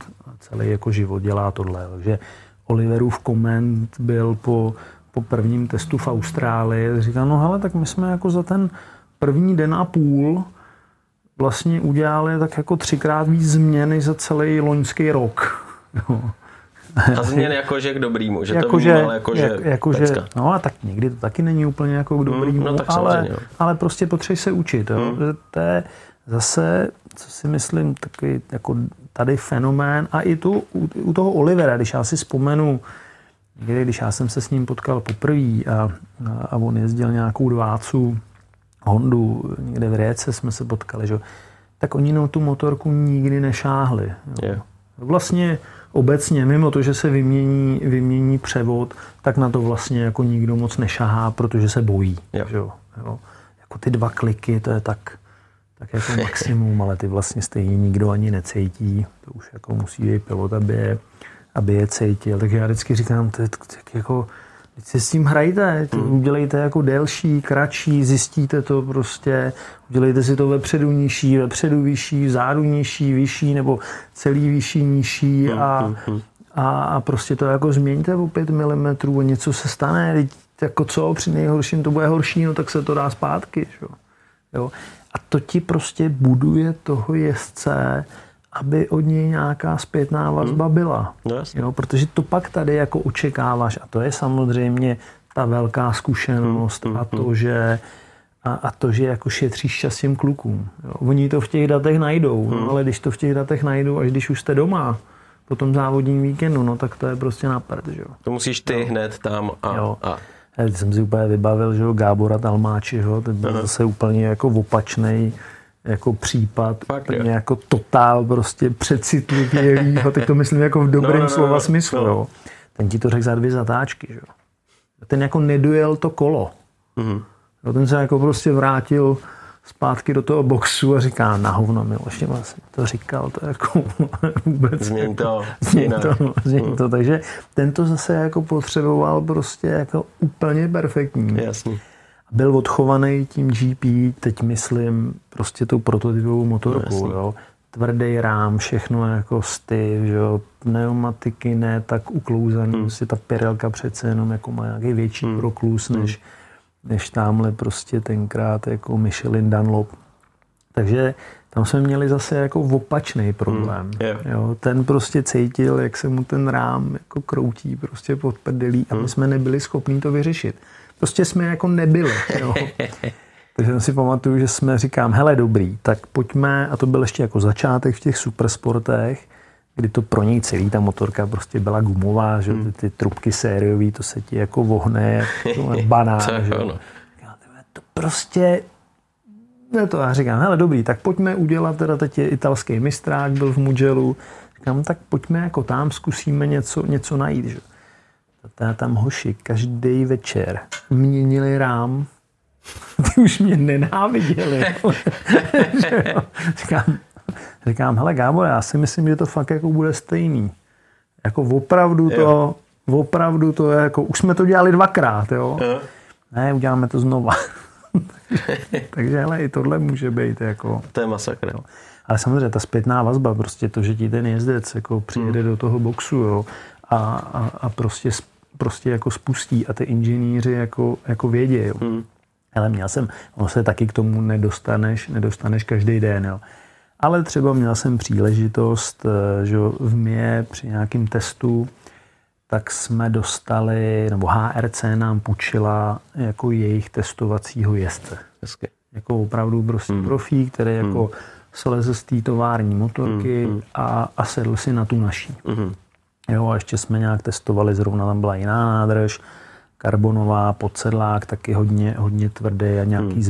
život dělá tohle. Takže Oliverův koment byl po prvním testu v Austrálii, říkal, no hele, tak my jsme jako za ten první den a půl vlastně udělali tak jako 3krát víc změn než za celý loňský rok. Jo. A změn jakože k dobrýmu, že to vnímal jakože no a tak někdy to taky není úplně jako k dobrýmu, ale prostě potřebuješ se učit. Jo. To je zase, co si myslím, takový jako tady fenomén a i u toho Olivera, když já si vzpomenu, někdy, když já jsem se s ním potkal poprvé a on jezdil nějakou dvácu Hondu, někde v Rijece jsme se potkali, že? Tak oni na tu motorku nikdy nešáhli. Vlastně obecně, mimo to, že se vymění převod, tak na to vlastně jako nikdo moc nešahá, protože se bojí. Jo. Jako ty 2 kliky, to je tak jako maximum, ale ty vlastně stejně nikdo ani necítí. To už jako musí být pilot, aby je cítil. Takže já vždycky říkám, tak jako si s tím hrajte, udělejte jako delší, kratší, zjistíte to prostě, udělejte si to vepředu nižší, vepředu vyšší, vzadu nižší, vyšší nebo celý vyšší, nižší a prostě to jako změňte o 5 mm a něco se stane, jako co, při nejhorším to bude horší, no tak se to dá zpátky. Jo? A to ti prostě buduje toho jezdce, aby od něj nějaká zpětná vazba byla. Jo, protože to pak tady jako očekáváš a to je samozřejmě ta velká zkušenost a to, že jako šetříš čas těm klukům. Jo. Oni to v těch datech najdou, no, ale když to v těch datech najdou, až když už jste doma po tom závodním víkendu, no tak to je prostě na prd. Jo. To musíš ty hned tam a. Já jsem si úplně vybavil, že Gábora Talmáčiho, to byl zase úplně jako opačnej jako případ, úplně jako totál prostě přecitlivělýho, teď to myslím jako v dobrém slova smyslu. Jo. Ten ti to řekl za 2 zatáčky. Že? Ten jako nedojel to kolo. No, ten se jako prostě vrátil zpátky do toho boxu a říká, na hovno Miloš, vlastně to říkal, to jako vůbec. Změň to. Takže ten to zase jako potřeboval prostě jako úplně perfektní. Jasný. Byl odchovaný tím GP, teď myslím prostě tou prototypovou motorkou, jo. Tvrdý rám, všechno jako styv, jo. Pneumatiky ne tak uklouzaný, prostě ta Pirelka přece jenom jako má nějaký větší prokluz, než tamhle prostě tenkrát jako Michelin Dunlop. Takže tam jsme měli zase jako opačný problém. Jo, ten prostě cítil, jak se mu ten rám jako kroutí prostě pod prdelí a my jsme nebyli schopní to vyřešit. Prostě jsme jako nebyli. Jo. Takže si pamatuju, že jsme říkám, hele dobrý, tak pojďme, a to byl ještě jako začátek v těch supersportech, kdy to pro něj celý, ta motorka prostě byla gumová, že ty trubky sériový, to se ti jako vohne, jako banán, že to prostě, to já říkám, hele dobrý, tak pojďme udělat, teda teď je italský mistrák, byl v Mugellu, říkám, tak pojďme jako tam, zkusíme něco najít, že. Tam hoši každý večer měnili rám, ty už mě nenáviděli. Říkám, hele Gábor, já si myslím, že to fakt jako bude stejný. Jako opravdu to je jako, už jsme to dělali 2krát, jo. Ne, uděláme to znova. Takže hele, i tohle může být jako... To je masakr. Jo. Ale samozřejmě ta zpětná vazba, prostě to, že ti ten jezdec jako přijede do toho boxu, jo, a prostě jako spustí a ty inženýři jako vědí, jo. Ale ono se taky k tomu nedostaneš každý den, jo. Ale třeba měl jsem příležitost, že v mě při nějakém testu, tak jsme dostali, nebo HRC nám půjčila jako jejich testovacího jezdce. Hezky. Jako opravdu prostě profík, který jako slezl z té tovární motorky a sedl si na tu naší. Jo, a ještě jsme nějak testovali, zrovna tam byla jiná nádrž, karbonová, podsedlák, taky hodně tvrdý a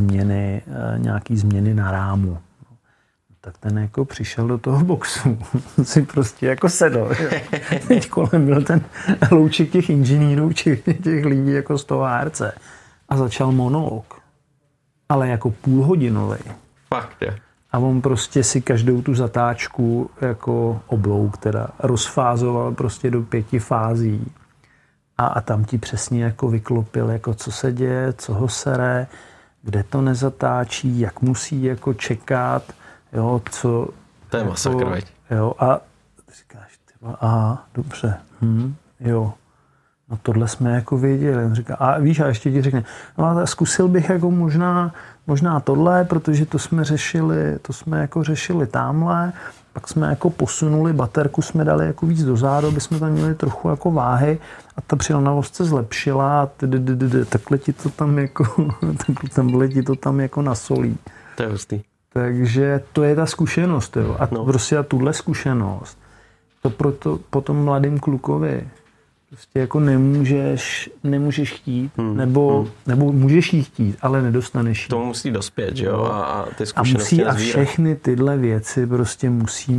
nějaký změny na rámu. Tak ten jako přišel do toho boxu, si prostě jako sedl. Teď kolem byl ten louček těch inženýrů, těch lidí jako z toho HRC. A začal monolog. Ale jako půlhodinový. Fakt, je. A on prostě si každou tu zatáčku jako oblouk teda rozfázoval prostě do 5 fází. A tam ti přesně jako vyklopil, jako co se děje, co ho sere, kde to nezatáčí, jak musí jako čekat, jo, co... To je jako, masakr, veď. Jo, a říkáš, aha, dobře, jo. No tohle jsme jako věděli. On říká, a víš, a ještě ti řekne, no a zkusil bych jako možná tohle, protože to jsme řešili tamhle, pak jsme jako posunuli baterku, jsme dali jako víc dozadu, aby jsme tam měli trochu jako váhy a ta přilnavost se zlepšila a takhle ti to tam jako, takhle ti to tam jako nasolí. To je hustý. Takže to je ta zkušenost, jo. A prostě tuhle zkušenost, to proto potom mladým klukovi prostě jako nemůžeš chtít, nebo můžeš jí chtít, ale nedostaneš jí. To musí dospět, že jo? A ty zkušenosti a všechny tyhle věci prostě musí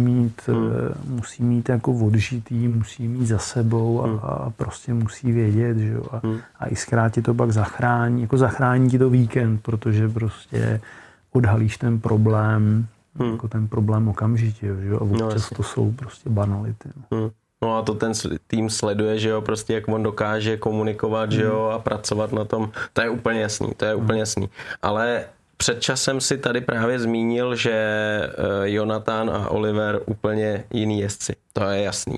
mít jako odžitý, musí mít za sebou a prostě musí vědět, že jo? A i zkrátí to pak zachrání ti to víkend, protože prostě odhalíš ten problém, jako ten problém okamžitě, že jo? A občas to jsou prostě banality. No a to ten tým sleduje, že jo, prostě jak on dokáže komunikovat, že jo, a pracovat na tom, to je úplně jasný, Ale před časem si tady právě zmínil, že Jonathan a Oliver úplně jiný jezdci, to je jasný.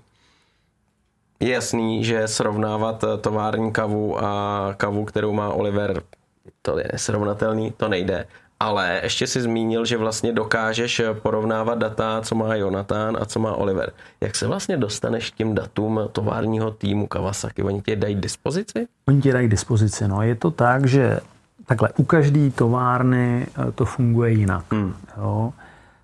Je jasný, že srovnávat tovární kavu a kavu, kterou má Oliver, to je nesrovnatelný, to nejde. Ale ještě si zmínil, že vlastně dokážeš porovnávat data, co má Jonathan a co má Oliver. Jak se vlastně dostaneš k těm datům továrního týmu Kawasaki? Oni ti dají dispozici? Oni ti dají dispozici, no. Je to tak, že takhle u každé továrny to funguje jinak. Jo.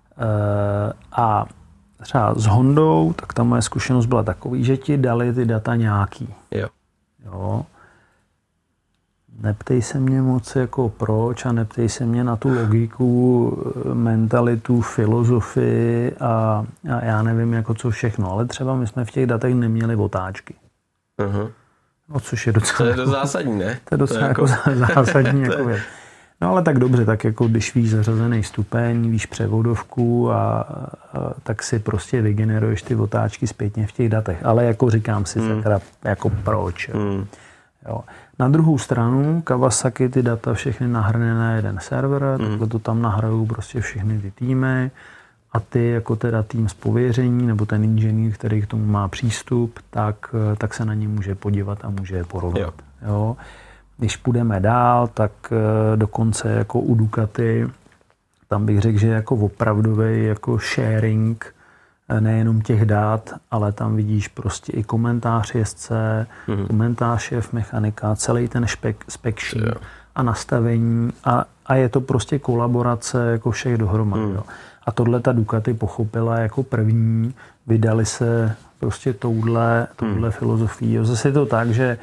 A třeba s Hondou, tak ta moje zkušenost byla takový, že ti dali ty data nějaký. Jo. Neptej se mě moc jako proč a neptej se mě na tu logiku, mentalitu, filozofii a já nevím jako co všechno, ale třeba my jsme v těch datech neměli otáčky. No, což je docela... To je zásadní, ne? To je docela jako zásadní jako věc. No ale tak dobře, tak jako když víš zařazený stupeň, víš převodovku a tak si prostě vygeneruješ ty otáčky zpětně v těch datech. Ale jako říkám si teda jako proč. Jo. Na druhou stranu Kawasaki ty data všechny nahrne na jeden server, takhle to tam nahrajou prostě všechny ty týmy a ty jako teda tým z pověření nebo ten inženýr, který k tomu má přístup, tak se na ně může podívat a může je porovnat. Jo. Když půjdeme dál, tak dokonce jako u Ducati, tam bych řekl, že jako opravdový jako sharing nejenom těch dat, ale tam vidíš prostě i komentář jezdce, komentář šéf mechanika, celý ten spec sheet a nastavení a je to prostě kolaborace jako všech dohromady. Jo. A tohle ta Ducati pochopila jako první, vydali se prostě touhle filozofií. Zase je to tak, že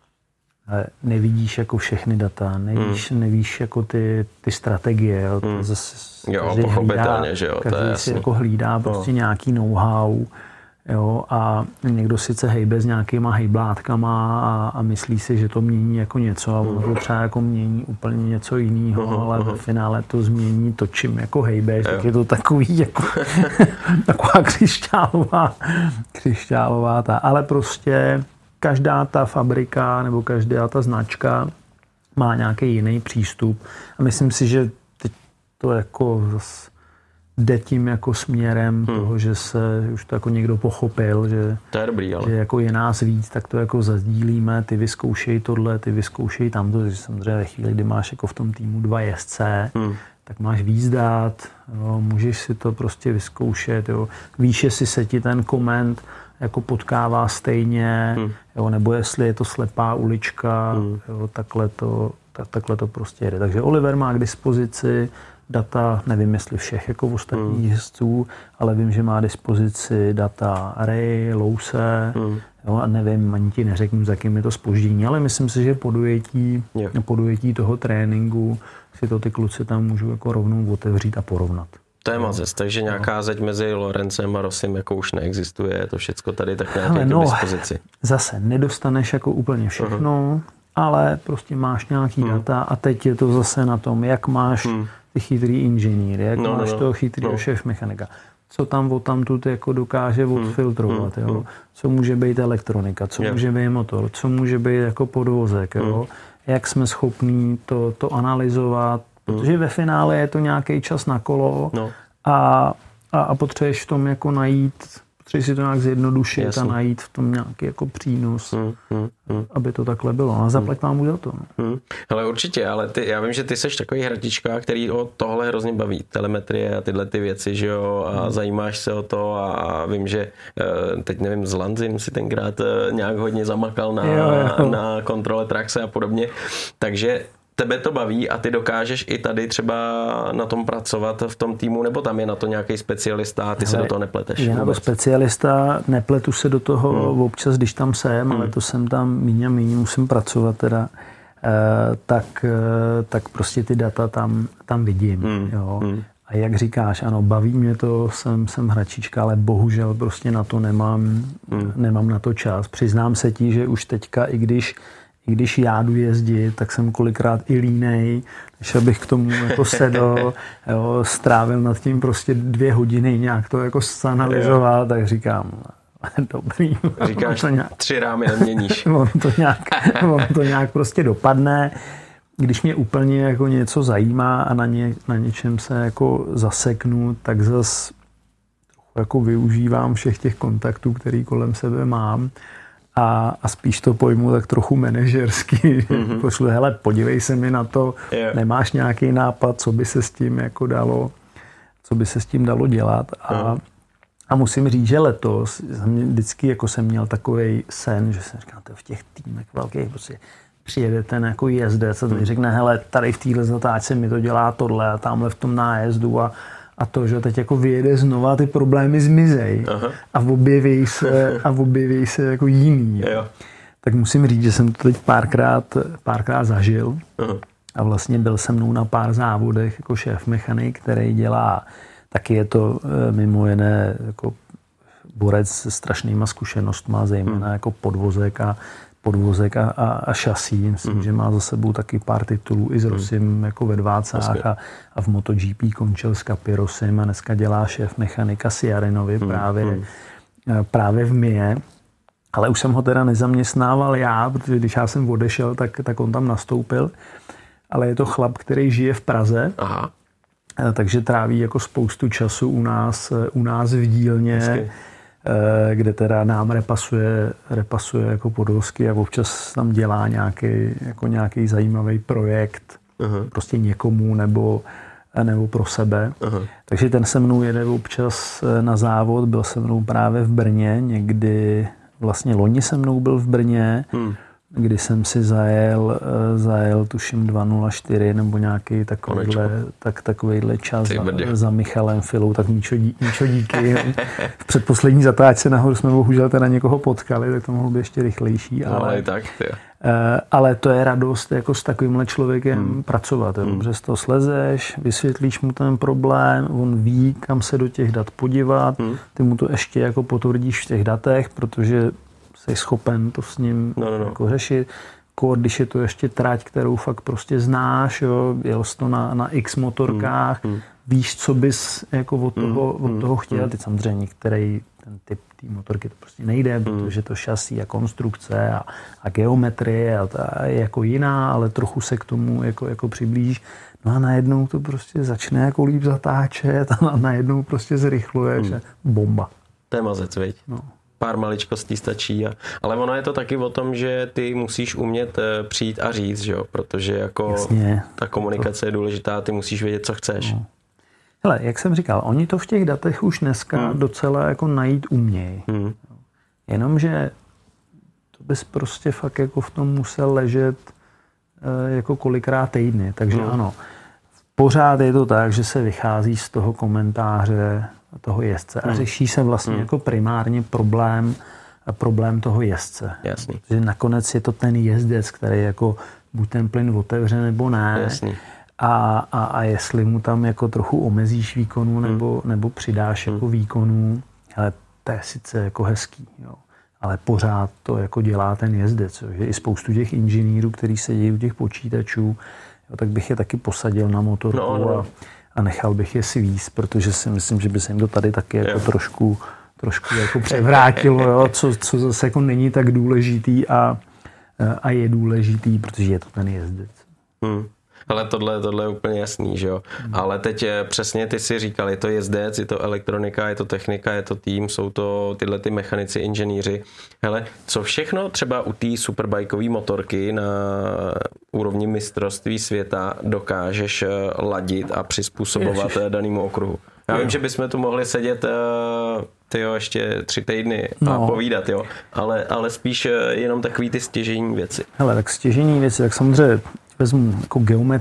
nevidíš jako všechny data, nevíš jako ty strategie. Jo, pochopitelně, že jo, to je si jako hlídá prostě nějaký know-how, jo, a někdo sice hejbe s nějakýma hejblátkama a myslí si, že to mění jako něco a ono to třeba jako mění úplně něco jiného, ale ve finále to změní to, čím jako hejbeš, tak je to takový jako taková křišťálová ta, ale prostě každá ta fabrika nebo každá ta značka má nějaký jiný přístup a myslím si, že teď to jako jde tím jako směrem toho, že už to jako někdo pochopil, že, to je dobrý, ale. Že jako je nás víc, tak to jako zazdílíme, ty vyzkoušej tohle, ty vyzkoušej tamto, takže samozřejmě ve chvíli, kdy máš jako v tom týmu 2 jezdce, tak máš víc dát, jo, můžeš si to prostě vyzkoušet, jo. Víš, jestli se ti ten koment jako potkává stejně, jo, nebo jestli je to slepá ulička, jo, takhle to prostě jede. Takže Oliver má k dispozici data, nevím jestli všech jako v ostatních jezdců, ale vím, že má k dispozici data Ray, Louse, jo, a nevím, ani ti neřeknu, za jakým je to zpoždění, ale myslím si, že po dojetí toho tréninku si to ty kluci tam můžou jako rovnou otevřít a porovnat. To je mazec, takže nějaká zeď mezi Lorencem a Rossim jako už neexistuje, to všecko tady tak nějaké k dispozici. Zase nedostaneš jako úplně všechno, ale prostě máš nějaký data a teď je to zase na tom, jak máš ty chytrý inženýry, jak máš toho chytrýho šéf mechanika. Co tam odtamtud jako dokáže odfiltrovat, jo? Co může být elektronika, co může být motor, co může být jako podvozek, jo? Jak jsme schopní to analyzovat, protože ve finále je to nějaký čas na kolo a potřebuješ v tom jako najít, potřebuješ si to nějak zjednodušit a najít v tom nějaký jako přínos, aby to takhle bylo. A zaplať vám za to. Hele, určitě, ale já vím, že ty seš takový hratička, který o tohle hrozně baví. Telemetrie a tyhle ty věci, že jo, a zajímáš se o to a vím, že teď nevím, s Lanzim si tenkrát nějak hodně zamakal na kontrole traxe a podobně. Takže tebe to baví a ty dokážeš i tady třeba na tom pracovat v tom týmu, nebo tam je na to nějaký specialista a ty se do toho nepleteš? Je na to specialista, nepletu se do toho občas, když tam jsem, ale to jsem tam míň a míň musím pracovat teda, tak prostě ty data tam vidím. Jo. A jak říkáš, ano, baví mě to, jsem hračička, ale bohužel prostě na to nemám na to čas. Přiznám se ti, že už teďka, i když já jdu jezdit, tak jsem kolikrát i línej, než abych k tomu jako sedl, jo, strávil nad tím prostě 2 hodiny nějak to jako zanalyzovat, tak říkám, dobrý. Říkáš, 3 rámy neměníš. ono to nějak prostě dopadne. Když mě úplně jako něco zajímá a na něčem se jako zaseknu, tak zas jako využívám všech těch kontaktů, který kolem sebe mám. A spíš to pojmu tak trochu manažersky. Pošlu, hele, podívej se mi na to, nemáš nějaký nápad, co by se s tím jako dalo dělat. A musím říct, že letos vždycky jako jsem měl takovej sen, že jsem říkal, v těch týmech velkých prostě přijede ten jako jezdec a tady řekne, hele, tady v téhle zatáčce mi to dělá tohle a tamhle v tom nájezdu a to, že teď jako vyjede znova, ty problémy zmizej a objeví se jako jiný. Jo. Tak musím říct, že jsem to teď párkrát zažil a vlastně byl se mnou na pár závodech jako šéf mechanik, který dělá, taky je to mimo jiné jako borec se strašnýma zkušenostma, zejména jako podvozek a podvozek a šasí. Myslím, že má za sebou taky pár titulů i s Rosim jako ve dvácách a v MotoGP končil s Capirosem a dneska dělá šéf mechanika Ciarinovi právě v MIE. Ale už jsem ho teda nezaměstnával já, protože když já jsem odešel, tak on tam nastoupil. Ale je to chlap, který žije v Praze. Aha. Takže tráví jako spoustu času u nás v dílně, kde nám repasuje jako podvozky a občas tam dělá nějaký zajímavý projekt prostě někomu nebo pro sebe. Takže ten se mnou jede občas na závod, byl se mnou právě v Brně, někdy vlastně loni se mnou byl v Brně, kdy jsem si zajel tuším 2:04 nebo nějaký takovejhle čas za Michalem Filou, tak Míčo díky. V předposlední zatáčce nahoru jsme bohužel teda někoho potkali, tak to mohlo být ještě rychlejší. Ale to je radost jako s takovýmhle člověkem pracovat. Dobře z toho slezeš, vysvětlíš mu ten problém, on ví, kam se do těch dat podívat, ty mu to ještě jako potvrdíš v těch datech, protože jsi schopen to s ním jako řešit. Když je to ještě trať, kterou fakt prostě znáš, jo, jel jsi to na X motorkách, víš, co bys jako od toho chtěl. Teď samozřejmě některý ten typ té motorky to prostě nejde, protože to šasí a konstrukce a geometrie je jako jiná, ale trochu se k tomu jako přiblížíš. No a najednou to prostě začne jako líp zatáčet a najednou prostě zrychluješ. Bomba. To je mazec, viď? No. Pár maličkostí stačí. Ale ono je to taky o tom, že ty musíš umět přijít a říct, že jo? Protože jako ta komunikace je důležitá, ty musíš vědět, co chceš. No. Hele, jak jsem říkal, oni to v těch datech už dneska docela jako najít umějí. Jenomže to bys prostě fakt jako v tom musel ležet jako kolikrát týdny. Takže ano, pořád je to tak, že se vychází z toho komentáře toho jezdce a řeší se vlastně jako primárně problém toho jezdce. Jasný. Protože nakonec je to ten jezdec, který jako buď ten plyn otevře nebo ne. Jasný. A jestli mu tam jako trochu omezíš výkonu nebo přidáš jako výkonu, ale to je sice jako hezký, jo. Ale pořád to jako dělá ten jezdec. Jo. Že i spoustu těch inženýrů, kteří sedí u těch počítačů, jo, tak bych je taky posadil na motorku a nechal bych je svízt, protože si myslím, že by se jim to tady taky jako trošku jako převrátilo, jo, co zase jako není tak důležitý a je důležitý, protože je to ten jezdec. Ale tohle je úplně jasný, že jo. Ale teď přesně ty si říkal, je to jezdec, je to elektronika, je to technika, je to tým, jsou to tyhle ty mechanici, inženýři. Hele, co všechno třeba u té superbajkové motorky na úrovni mistrovství světa dokážeš ladit a přizpůsobovat danému okruhu? Já vím, že bychom tu mohli sedět ještě 3 týdny a povídat, jo. Ale spíš jenom takový ty stěžejní věci. Hele, tak stěžejní věci, tak samozřejmě vezmu jako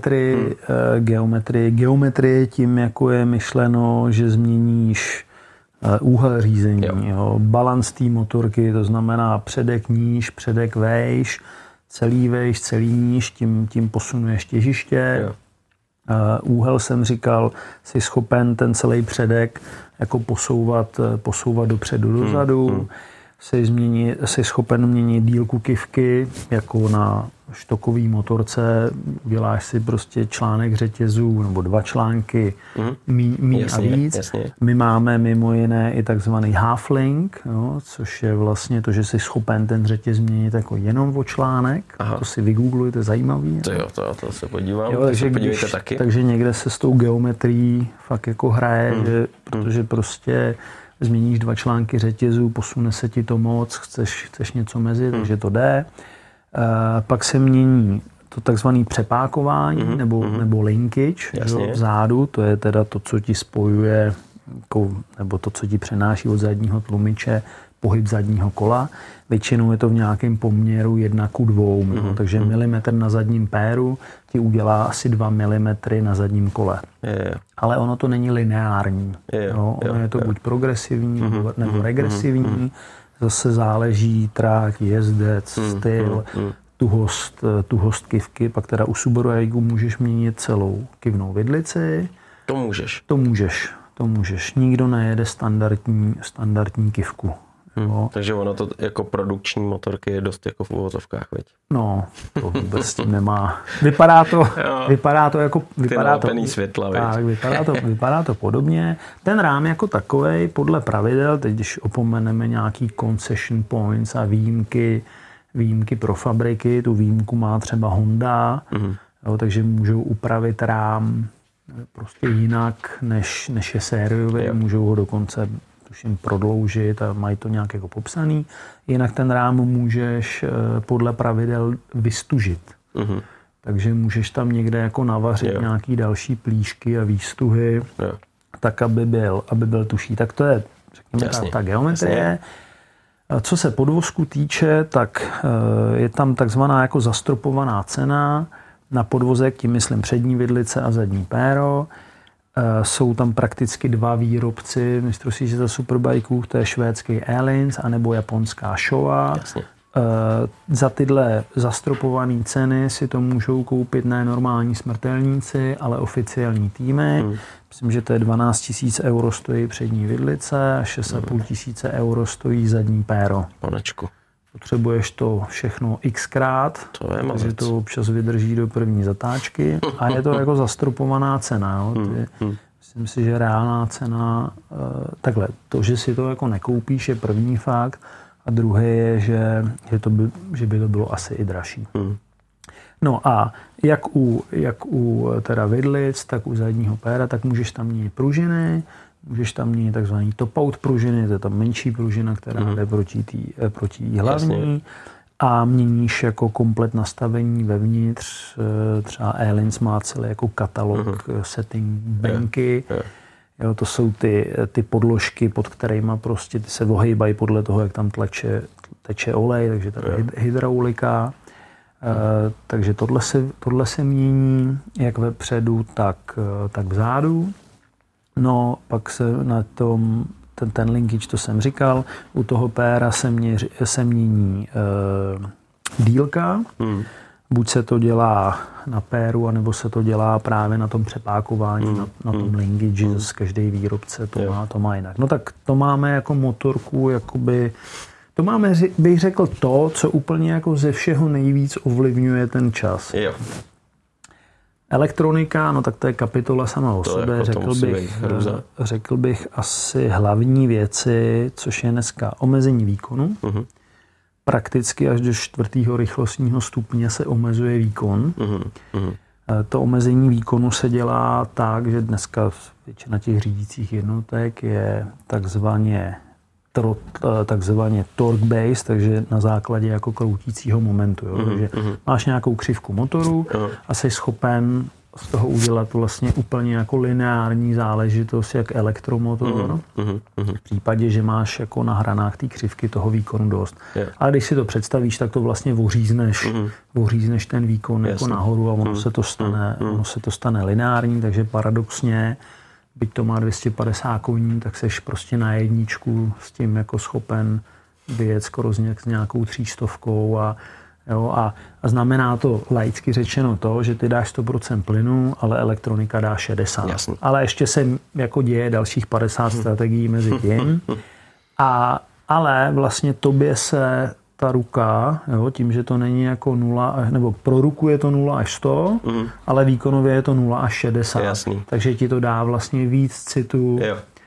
geometrie tím, jako je myšleno, že změníš úhel řízení, jo. Balans té motorky, to znamená předek níž, předek vejš, celý vejš, celý níž, tím posunuješ těžiště. Úhel jsem říkal, jsi schopen ten celý předek jako posouvat dopředu, dozadu. Jsi schopen měnit dílku kivky, jako na štokový motorce, uděláš si prostě článek řetězů nebo 2 články míň a víc. Jasně. My máme mimo jiné i takzvaný half-link, jo, což je vlastně to, že jsi schopen ten řetěz změnit jako jenom o článek. Aha. To si vygooglujte, zajímavý. To se podívám, jo, takže podívejte taky. Takže někde se s tou geometrií fakt jako hraje, protože prostě změníš 2 články řetězů, posune se ti to moc, chceš něco mezi, takže to jde. Pak se mění to takzvané přepákování nebo linkage vzadu, to je teda to, co ti spojuje, nebo to, co ti přenáší od zadního tlumiče pohyb zadního kola. Většinou je to v nějakém poměru 1:2, takže milimetr na zadním péru ti udělá asi 2 mm na zadním kole. Ale ono to není lineární. Ono je to buď progresivní nebo regresivní. Zase záleží trať, jezdec, styl, tuhost kivky. Pak teda u Subaru Aigu můžeš měnit celou kivnou vidlici. To můžeš. Nikdo nejede standardní kivku. Takže ono to jako produkční motorky je dost jako v uvozovkách, veď? No, to vůbec s tím nemá. Vypadá to jako... Světla, tak, vypadá to podobně. Ten rám jako takovej, podle pravidel, teď když opomeneme nějaký concession points a výjimky pro fabriky, tu výjimku má třeba Honda, jo, takže můžou upravit rám prostě jinak, než je sériový, můžou ho dokonce tuším prodloužit a mají to nějak jako popsaný. Jinak ten rám můžeš podle pravidel vystužit. Takže můžeš tam někde jako navařit nějaký další plíšky a výstuhy, tak, aby byl tuší. Tak to je, řekněme, ta geometrie. Co se podvozku týče, tak je tam takzvaná jako zastropovaná cena na podvozek, tím myslím přední vidlice a zadní péro. Jsou tam prakticky dva výrobci mistrovství světa superbikeů, to je švédský Öhlins anebo japonská Showa. Jasně. Za tyhle zastropované ceny si to můžou koupit ne normální smrtelníci, ale oficiální týmy. Myslím, že to je 12 000 euro stojí přední vidlice a 6 500 euro stojí zadní péro. Panečku. Potřebuješ to všechno xkrát, takže to občas vydrží do první zatáčky a je to jako zastropovaná cena. Jo. Myslím si, že reálná cena, takhle, to, že si to jako nekoupíš, je první fakt a druhý je, že by to bylo asi i dražší. No a jak u teda vidlic, tak u zadního péra, tak můžeš tam měnit pružiny, můžeš tam měnit takzvaný top-out pružiny, to je tam menší pružina, která jde proti hlavní. Jasně. A měníš jako komplet nastavení vevnitř. Třeba Öhlins má celý jako katalog setting banky. Jo, to jsou ty podložky, pod kterýma prostě ty se ohejbají podle toho, jak tam teče olej, takže tady hydraulika. Takže tohle se mění jak vepředu, tak vzadu. No, pak se na tom, ten linkage, to jsem říkal, u toho péra se mění dílka. Buď se to dělá na péru, anebo se to dělá právě na tom přepákování, na tom linkage, z každý výrobce to má jinak. No tak to máme jako motorku, jakoby, to máme, bych řekl, to, co úplně jako ze všeho nejvíc ovlivňuje ten čas. Jo. Elektronika, no tak to je kapitola sama o sobě. Jako řekl bych asi hlavní věci, což je dneska omezení výkonu. Prakticky až do 4. rychlostního stupně se omezuje výkon. To omezení výkonu se dělá tak, že dneska většina těch řídících jednotek je takzvaně torque based, takže na základě jako kroutícího momentu. Jo? Takže máš nějakou křivku motoru a jsi schopen z toho udělat vlastně úplně jako lineární záležitost, jak elektromotor. V případě, že máš jako na hranách té křivky toho výkonu dost. Ale když si to představíš, tak to vlastně ořízneš ten výkon jako nahoru a ono se to stane lineární, takže paradoxně byť to má 250 koní, tak seš prostě na jedničku s tím jako schopen vyjet skoro s nějakou 300 a znamená to laicky řečeno to, že ty dáš 100% plynu, ale elektronika dá 60. Jasný. Ale ještě se jako děje dalších 50 strategií mezi tím. Ale vlastně tobě se ta ruka, jo, tím, že to není jako 0, nebo pro ruku je to 0 až 100, ale výkonově je to 0 až 60. Jasný. Takže ti to dá vlastně víc citu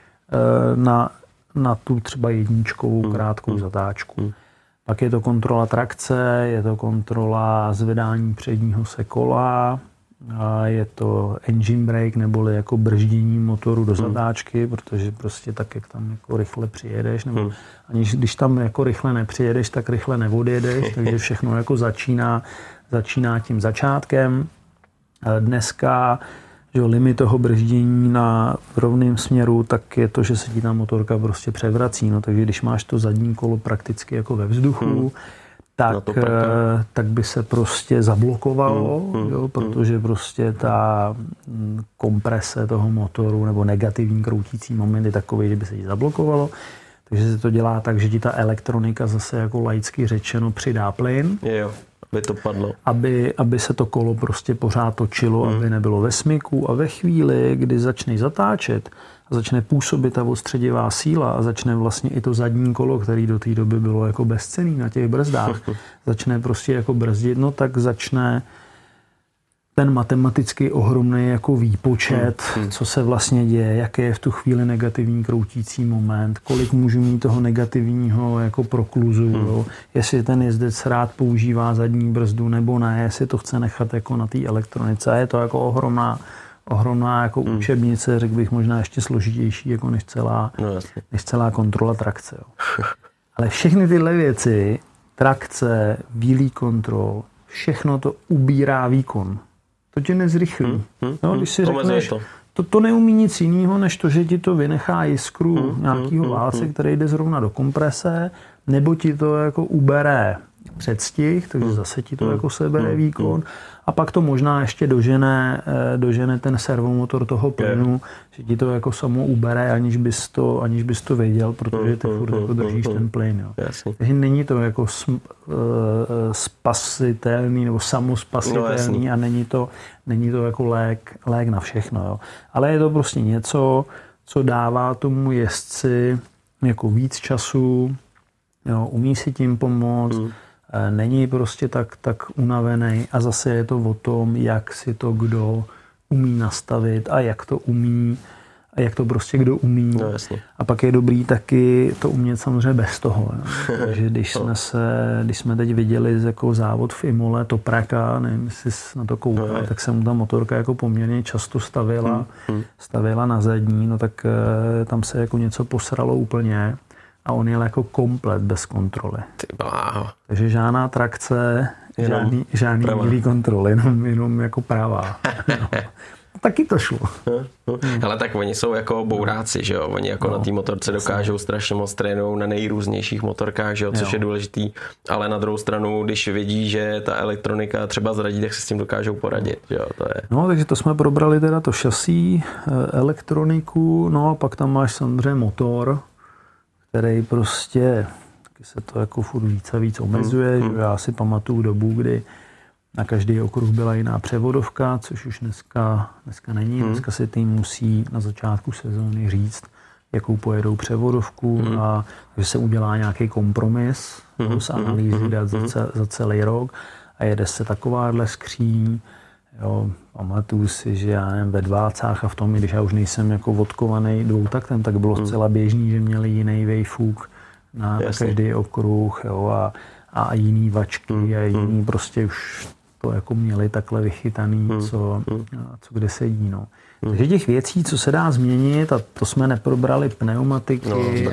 na tu třeba jedničkovou krátkou zatáčku. Pak je to kontrola trakce, je to kontrola zvedání předního se kola, a je to engine brake, neboli jako brždění motoru do zatáčky, protože prostě tak, jak tam jako rychle přijedeš, nebo ani když tam jako rychle nepřijedeš, tak rychle neodjedeš, takže všechno jako začíná tím začátkem. Dneska, že limit toho brždění v rovném směru, tak je to, že se ti ta motorka prostě převrací. No, takže když máš to zadní kolo prakticky jako ve vzduchu, tak by se prostě zablokovalo, jo, protože prostě ta komprese toho motoru nebo negativní kroutící moment je takový, že by se ti zablokovalo. Takže se to dělá tak, že ti ta elektronika zase jako laicky řečeno přidá plyn. by to padlo. Aby se to kolo prostě pořád točilo, aby nebylo ve smyku a ve chvíli, kdy začne zatáčet a začne působit ta odstředivá síla a začne vlastně i to zadní kolo, který do té doby bylo jako bezcenný na těch brzdách, začne prostě jako brzdit, no tak začne ten matematicky ohromný jako výpočet, co se vlastně děje, jaký je v tu chvíli negativní kroutící moment, kolik můžu mít toho negativního jako prokluzu, jo? Jestli ten jezdec rád používá zadní brzdu nebo ne, jestli to chce nechat jako na té elektronice. Je to jako ohromná jako učebnice, řekl bych možná ještě složitější jako než celá kontrola trakce. Jo? Ale všechny tyhle věci, trakce, wheelie control, všechno to ubírá výkon. To tě nezrychlí. No, když si řekneš, to neumí nic jiného, než to, že ti to vynechá jiskru nějakého válce, který jde zrovna do komprese, nebo ti to jako ubere předstih, takže zase ti to jako sebere výkon. A pak to možná ještě dožene ten servomotor toho plynu, že ti to jako samo ubere, aniž bys to věděl, protože ty furt jako držíš ten plyn. Jo. Takže není to jako spasitelný nebo samospasitelný a není to jako lék na všechno. Jo. Ale je to prostě něco, co dává tomu jezdci jako víc času, jo, umí si tím pomoct, není prostě tak unavený a zase je to o tom, jak si to kdo umí nastavit a jak to umí a jak to prostě kdo umí. No, jasně. A pak je dobrý taky to umět samozřejmě bez toho. Takže když jsme teď viděli jako závod v Imole Topraka, nevím, jestli jsi na to koukal, tak se mu ta motorka jako poměrně často stavila na zadní, no tak tam se jako něco posralo úplně. A on jel jako komplet bez kontroly. Takže žádná trakce, žádný wheelie kontroly, jenom jako pravá. No. Taky to šlo. Ale tak oni jsou jako bouráci, že jo? Oni jako na té motorce dokážou strašně moc trénovat na nejrůznějších motorkách, že jo? Což je důležitý. Ale na druhou stranu, když vidí, že ta elektronika třeba zradí, tak se s tím dokážou poradit, že jo? To je. No, takže to jsme probrali teda to šasí, elektroniku, no a pak tam máš samozřejmě motor, který prostě taky se to jako furt víc a víc omezuje. Já si pamatuju dobu, kdy na každý okruh byla jiná převodovka, což už dneska není. Dneska si tým musí na začátku sezóny říct, jakou pojedou převodovku a že se udělá nějaký kompromis z analýzy dat za celý rok a jede se takováhle skříň. Jo, pamatuju si, že já nevím, ve dvácách a v tom, když já už nejsem jako vodkovaný dvoutaktem, tak bylo zcela běžný, že měli jiný vejfuk na každý okruh, jo, a jiný vačky a jiný prostě už to jako měli takhle vychytaný, co kde sedí. No. Takže těch věcí, co se dá změnit, a to jsme neprobrali pneumatiky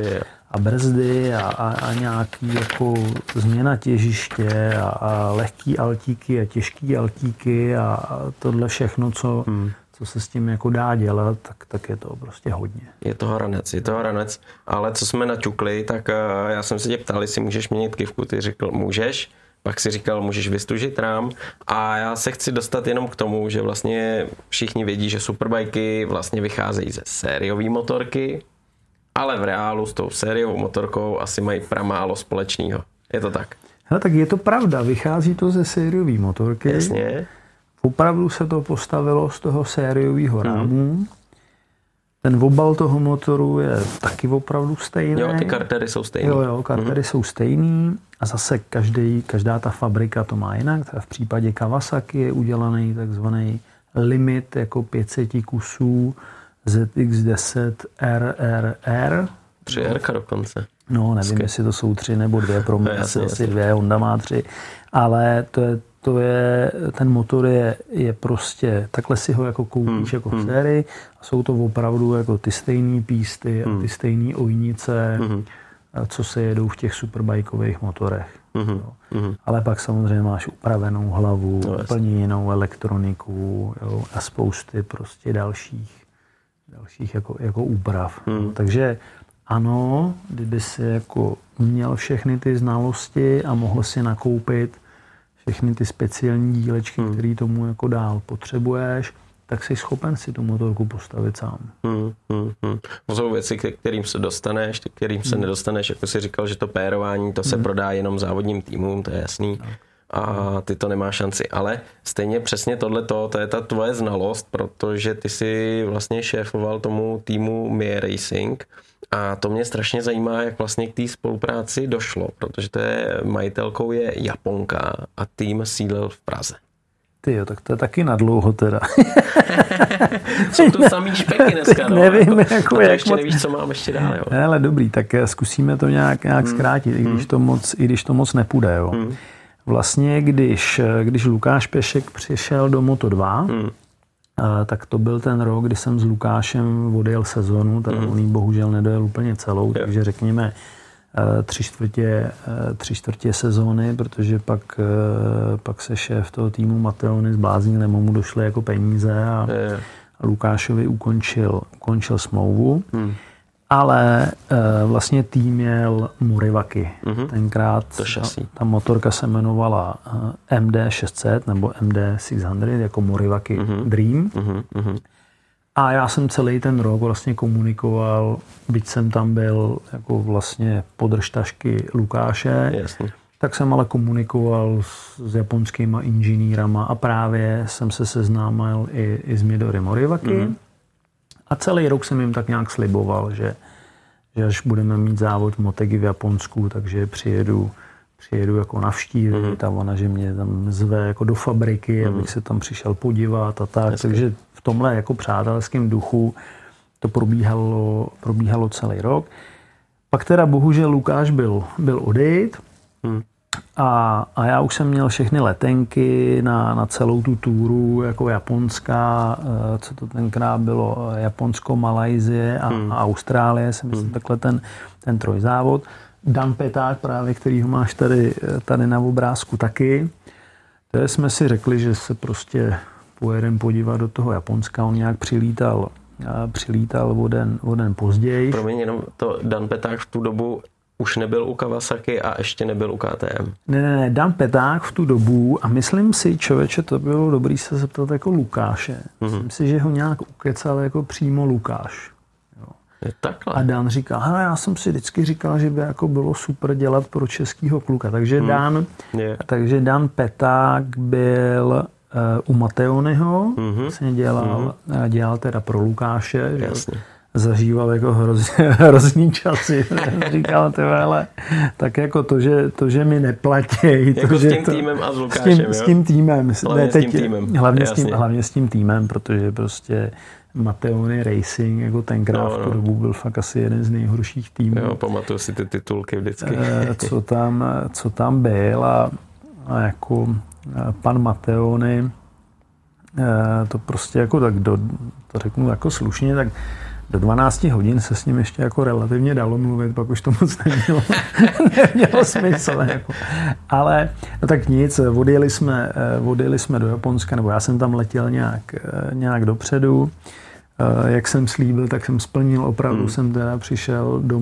a brzdy a nějaký jako změna těžiště a lehký altíky a těžký altíky a tohle všechno, co se s tím jako dá dělat, tak je to prostě hodně. Je to hranec. Ale co jsme naťukli, tak já jsem se tě ptal, jestli můžeš měnit kivku, ty řekl můžeš, pak si říkal, můžeš vystužit rám a já se chci dostat jenom k tomu, že vlastně všichni vědí, že superbajky vlastně vycházejí ze sériové motorky, ale v reálu s tou sériovou motorkou asi mají pramálo společného. Je to tak? Hele, tak je to pravda, vychází to ze sériové motorky. Jasně. Opravdu se to postavilo z toho sériového rámu. Ten obal toho motoru je taky opravdu stejný. Jo, ty kartery jsou stejný. Jo, kartery jsou stejný a zase každá ta fabrika to má jinak. V případě Kawasaki je udělaný takzvaný limit jako 500 kusů ZX10 RRR. 3R dokonce. No, nevím, jestli to jsou 3 nebo 2, pro mě asi 2, Honda má 3, ale ten motor je prostě, takhle si ho jako koupíš jako v sérii a jsou to opravdu jako ty stejné písty a ty stejné ojnice, co se jedou v těch superbajkových motorech. Ale pak samozřejmě máš upravenou hlavu, úplně jinou elektroniku, jo, a spousty prostě dalších jako úprav. Takže ano, kdyby si jako měl všechny ty znalosti a mohl si nakoupit všechny ty speciální dílečky, které tomu jako dál potřebuješ, tak jsi schopen si tu motorku postavit sám. To jsou věci, k kterým se dostaneš, k kterým se nedostaneš, jako jsi říkal, že to pérování, to se prodá jenom závodním týmům, to je jasný. a ty to nemá šanci. Ale stejně přesně tohleto, to je ta tvoje znalost, protože ty si vlastně šéfoval tomu týmu Mie Racing a to mě strašně zajímá, jak vlastně k té spolupráci došlo, protože majitelkou je Japonka a tým sídlil v Praze. Tyjo, tak to je taky nadlouho teda. Jsou to samý špeky dneska, no. Nevím, jako ještě moc... nevíš, co mám ještě dál, jo. Ale dobrý, tak zkusíme to nějak zkrátit, i když to moc nepůjde, jo. Vlastně, když Lukáš Pešek přišel do Moto2, tak to byl ten rok, kdy jsem s Lukášem odjel sezonu, tak on ji bohužel nedojel úplně celou, takže řekněme 3/4 sezóny, protože pak se šéf toho týmu Mateony zbláznil, nebo mu došly jako peníze a Lukášovi ukončil smlouvu. Ale vlastně tým měl Moriwaki. Tenkrát ta motorka se jmenovala MD600 nebo MD600 jako Moriwaki Dream. A já jsem celý ten rok vlastně komunikoval, byť jsem tam byl jako vlastně podržtašky Lukáše, tak jsem ale komunikoval s japonskýma inženýrama a právě jsem se seznámil i s Midori Moriwaki. A celý rok jsem jim tak nějak sliboval, že až budeme mít závod Motegi v Japonsku, takže přijedu jako navštívit a ona, že mě tam zve jako do fabriky, abych se tam přišel podívat a tak. Takže v tomhle jako přátelském duchu to probíhalo celý rok. Pak teda bohužel Lukáš byl odejít a já už jsem měl všechny letenky na celou tu túru jako japonská, co to tenkrát bylo, Japonsko, Malajsie a Austrálie, si myslím takhle ten trojzávod. Dan Peták právě, kterýho máš tady na obrázku taky. To jsme si řekli, že se prostě pojedeme podívat do toho Japonska. On nějak přilítal o den později. Promiň, jenom to Dan Peták v tu dobu už nebyl u Kawasaki a ještě nebyl u KTM. Ne, Dan Peták v tu dobu a myslím si, člověče, to bylo dobrý se zeptat jako Lukáše. Myslím si, že ho nějak ukecal jako přímo Lukáš. Takhle. A Dan říká, hele, já jsem si vždycky říkal, že by jako bylo super dělat pro českýho kluka. Takže Dan Peták byl u Mateonyho, vlastně dělal teda pro Lukáše, že zažíval jako hrozný časy. Říkal, hele, tak jako to, že mi neplatí. Jako s tím týmem a s Lukášem, s tím týmem. Hlavně s tím týmem, protože prostě Mateony Racing jako tenkrát v tu dobu byl fakt asi jeden z nejhorších týmů. Jo, pamatuju si ty titulky vždycky. Co tam byl a jako pan Mateony to prostě jako tak to řeknu jako slušně, tak do 12 hodin se s ním ještě jako relativně dalo mluvit, pak už to moc nemělo smysl. Jako. Ale no tak nic, odjeli jsme do Japonska, nebo já jsem tam letěl nějak dopředu. Jak jsem slíbil, tak jsem splnil. Opravdu jsem teda přišel do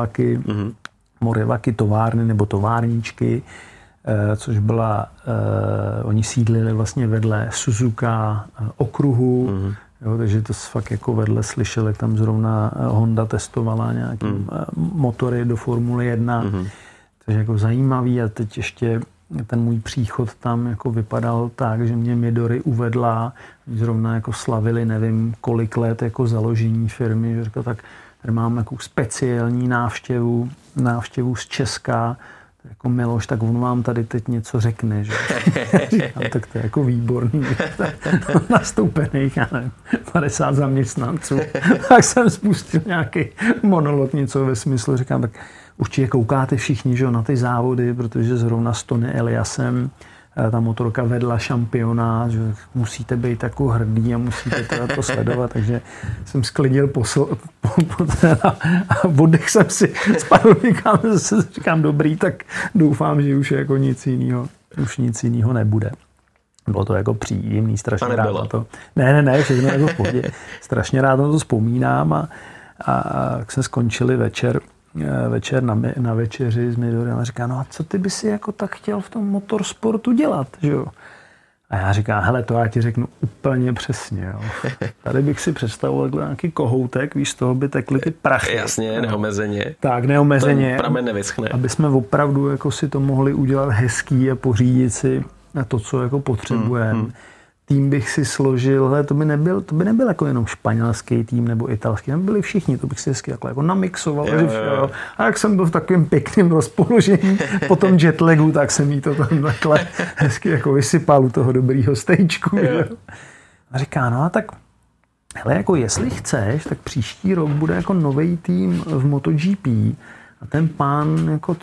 Moriwaki továrny nebo továrníčky, což byla, oni sídlili vlastně vedle Suzuka okruhu, jo, takže to fakt jako vedle slyšel, jak tam zrovna Honda testovala nějaký motory do Formuly 1. Takže jako zajímavý a teď ještě ten můj příchod tam jako vypadal tak, že mě Midori uvedla, zrovna jako slavili nevím kolik let jako založení firmy, že řekl, tak tady mám jako speciální návštěvu z Česka, jako Miloš, tak on vám tady teď něco řekne, že? Říkám, tak to je jako výborný. Nastoupených, já nevím, 50 zaměstnanců. Tak jsem spustil nějaký monolog, něco ve smyslu, říkám, tak určitě koukáte všichni, že, na ty závody, protože zrovna s Tony Eliasem ta motorka vedla šampionát, že musíte být jako hrdý a musíte to sledovat, takže jsem sklidil a oddech jsem si spadl, říkám dobrý, tak doufám, že už jako nic jiného nebude. Bylo to jako příjemný, strašně rád na to. Ne, všechno jako v pohodě. Strašně rád na to vzpomínám a jak jsme skončili večer na večeři s Midorem a říká, no a co ty by si jako tak chtěl v tom motorsportu dělat, že jo? A A já říkám, hele, to já ti řeknu úplně přesně. Jo. Tady bych si představoval nějaký kohoutek, víš, z toho by tekly ty prachy. Jasně, neomezeně. Tak, neomezeně. Ten pramen nevyschne. Aby jsme opravdu jako si to mohli udělat hezký a pořídit si to, co jako potřebujeme. Tým bych si složil, hele, to by nebyl jako jenom španělský tým nebo italský, tam byli všichni, to bych si hezky takhle jako namixoval. Jo. A jak jsem byl v takovém pěkném rozpoložení po tom jetlagu, tak jsem jí to tam takhle hezky jako vysypal u toho dobrýho stejčku. A říká, no a tak, hele, jako jestli chceš, tak příští rok bude jako nový tým v MotoGP a ten pán, jako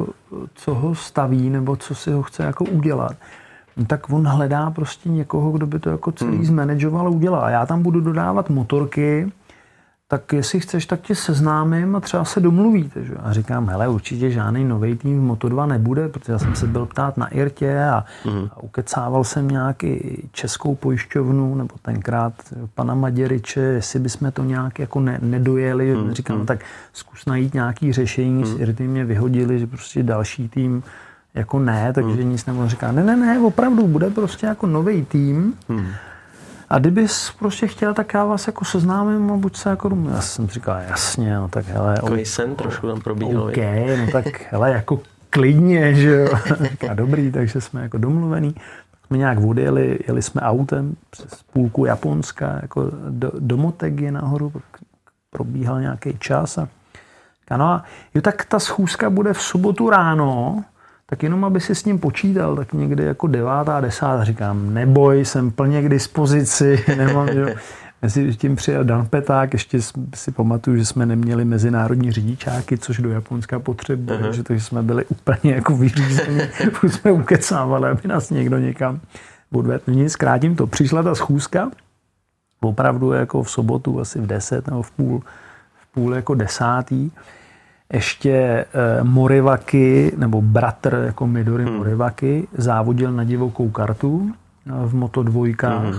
co ho staví nebo co si ho chce jako udělat, tak on hledá prostě někoho, kdo by to jako celý zmanageoval a udělal. A já tam budu dodávat motorky, tak jestli chceš, tak tě seznámím a třeba se domluvíte. Že? A říkám, hele, určitě žádný nový tým v Moto2 nebude, protože já jsem se byl ptát na Irtě a ukecával jsem nějaký českou pojišťovnu, nebo tenkrát pana Maděriče, jestli bychom to nějak jako nedojeli. Říkám, no, tak zkus najít nějaký řešení. S Irty mě vyhodili, že prostě další tým jako ne, takže nic nemohl. Říká, ne, opravdu, bude prostě jako nový tým. A kdybys prostě chtěl, tak já vás jako seznámím a buď se jako domů. Já jsem říkal, jasně, no tak hele. Takový sen trošku tam probíhal. OK, no tak hele, jako klidně, že jo. Říká, dobrý, takže jsme jako domluvený. Jsme nějak odjeli, jeli jsme autem přes půlku Japonska, jako do Motegi nahoru, probíhal nějaký čas a říká, no a jo, tak ta schůzka bude v sobotu ráno, tak jenom, aby si s ním počítal, tak někdy jako 9. 10. Říkám, neboj, jsem plně k dispozici, nemám, že mezi tím přijel Dan Peták, ještě si pamatuju, že jsme neměli mezinárodní řidičáky, což do Japonska potřebuje, takže jsme byli úplně jako vyřízení, jsme ukecávali, aby nás někdo někam odvedl. Nic, zkrátím to, přišla ta schůzka, opravdu jako v sobotu asi v 10 nebo v půl jako 10. Ještě Moriwaki, nebo bratr jako Midori Moriwaki, závodil na divokou kartu v Moto2.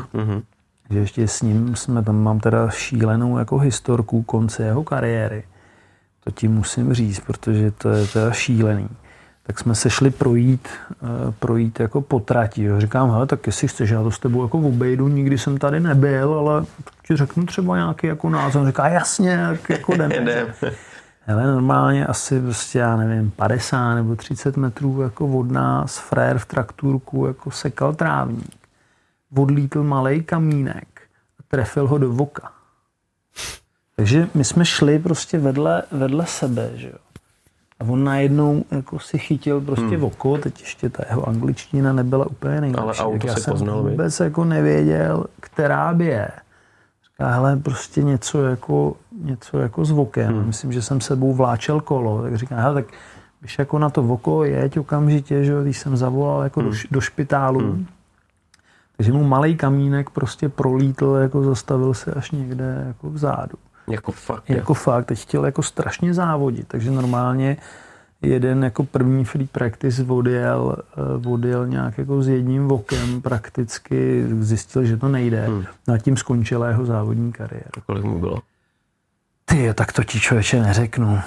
Že ještě s ním jsme tam, mám teda šílenou jako historku konce jeho kariéry. To ti musím říct, protože to je teda šílený. Tak jsme se šli projít jako po trati. Jo. Říkám, hele, tak jestli chceš, já to s tebou jako obejdu, nikdy jsem tady nebyl, ale ti řeknu třeba nějaký jako názor. Říká, jasně, jako jdeme. Hele, normálně asi prostě, já nevím, 50 nebo 30 metrů jako od nás frér v traktůrku jako sekal trávník. Odlítl malej kamínek a trefil ho do voka. Takže my jsme šli prostě vedle sebe, že jo. A on najednou jako si chytil prostě oko, teď ještě ta jeho angličtina nebyla úplně nejlepší. Ale auto já si jsem poznal, vůbec jako nevěděl, která by je. Říká, hele, prostě něco jako s vokem. Myslím, že jsem sebou vláčel kolo. Tak říká, hele, tak když jako na to oko jeď okamžitě, že jo, když jsem zavolal jako do špitálu. Takže mu malej kamínek prostě prolítl, jako zastavil se až někde jako vzadu. Jako fakt. Teď chtěl jako strašně závodit, takže normálně jeden jako první free practice odjel nějak jako s jedním vokem, prakticky zjistil, že to nejde. A tím skončila jeho závodní kariéra. Kolik mu bylo? Ty, tak to ti člověče neřeknu.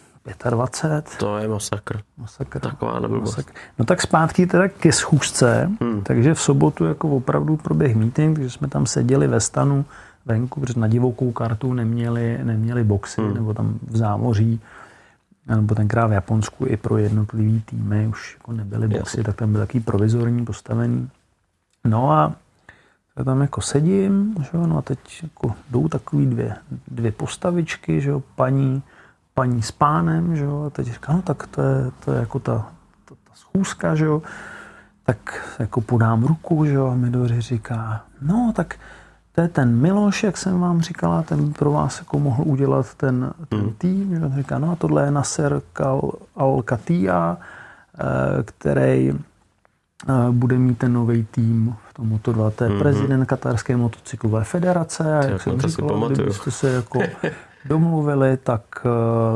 25. To je masakr. Taková neblbost. No tak zpátky teda ke schůzce, takže v sobotu jako opravdu proběh meeting, takže jsme tam seděli ve stanu venku, protože na divokou kartu neměli boxy, nebo tam v zámoří, nebo tenkrát v Japonsku i pro jednotlivý týmy už jako nebyly boxy, tak tam byl takový provizorní postavený. No a já tam jako sedím, že jo, no a teď jako jdou takový dvě postavičky, že jo, paní s pánem, že jo, a teď říká, no tak to je jako ta schůzka, že jo, tak jako podám ruku, že jo, a Midori říká, no tak to je ten Miloš, jak jsem vám říkala, ten pro vás jako mohl udělat ten tým, že říká, no a tohle je Nasser Al-Khattija, který bude mít ten nový tým v tom Moto2, to je prezident Katarské motocyklové federace, a jak jsem říkala, kdybyste se jako domluvili, tak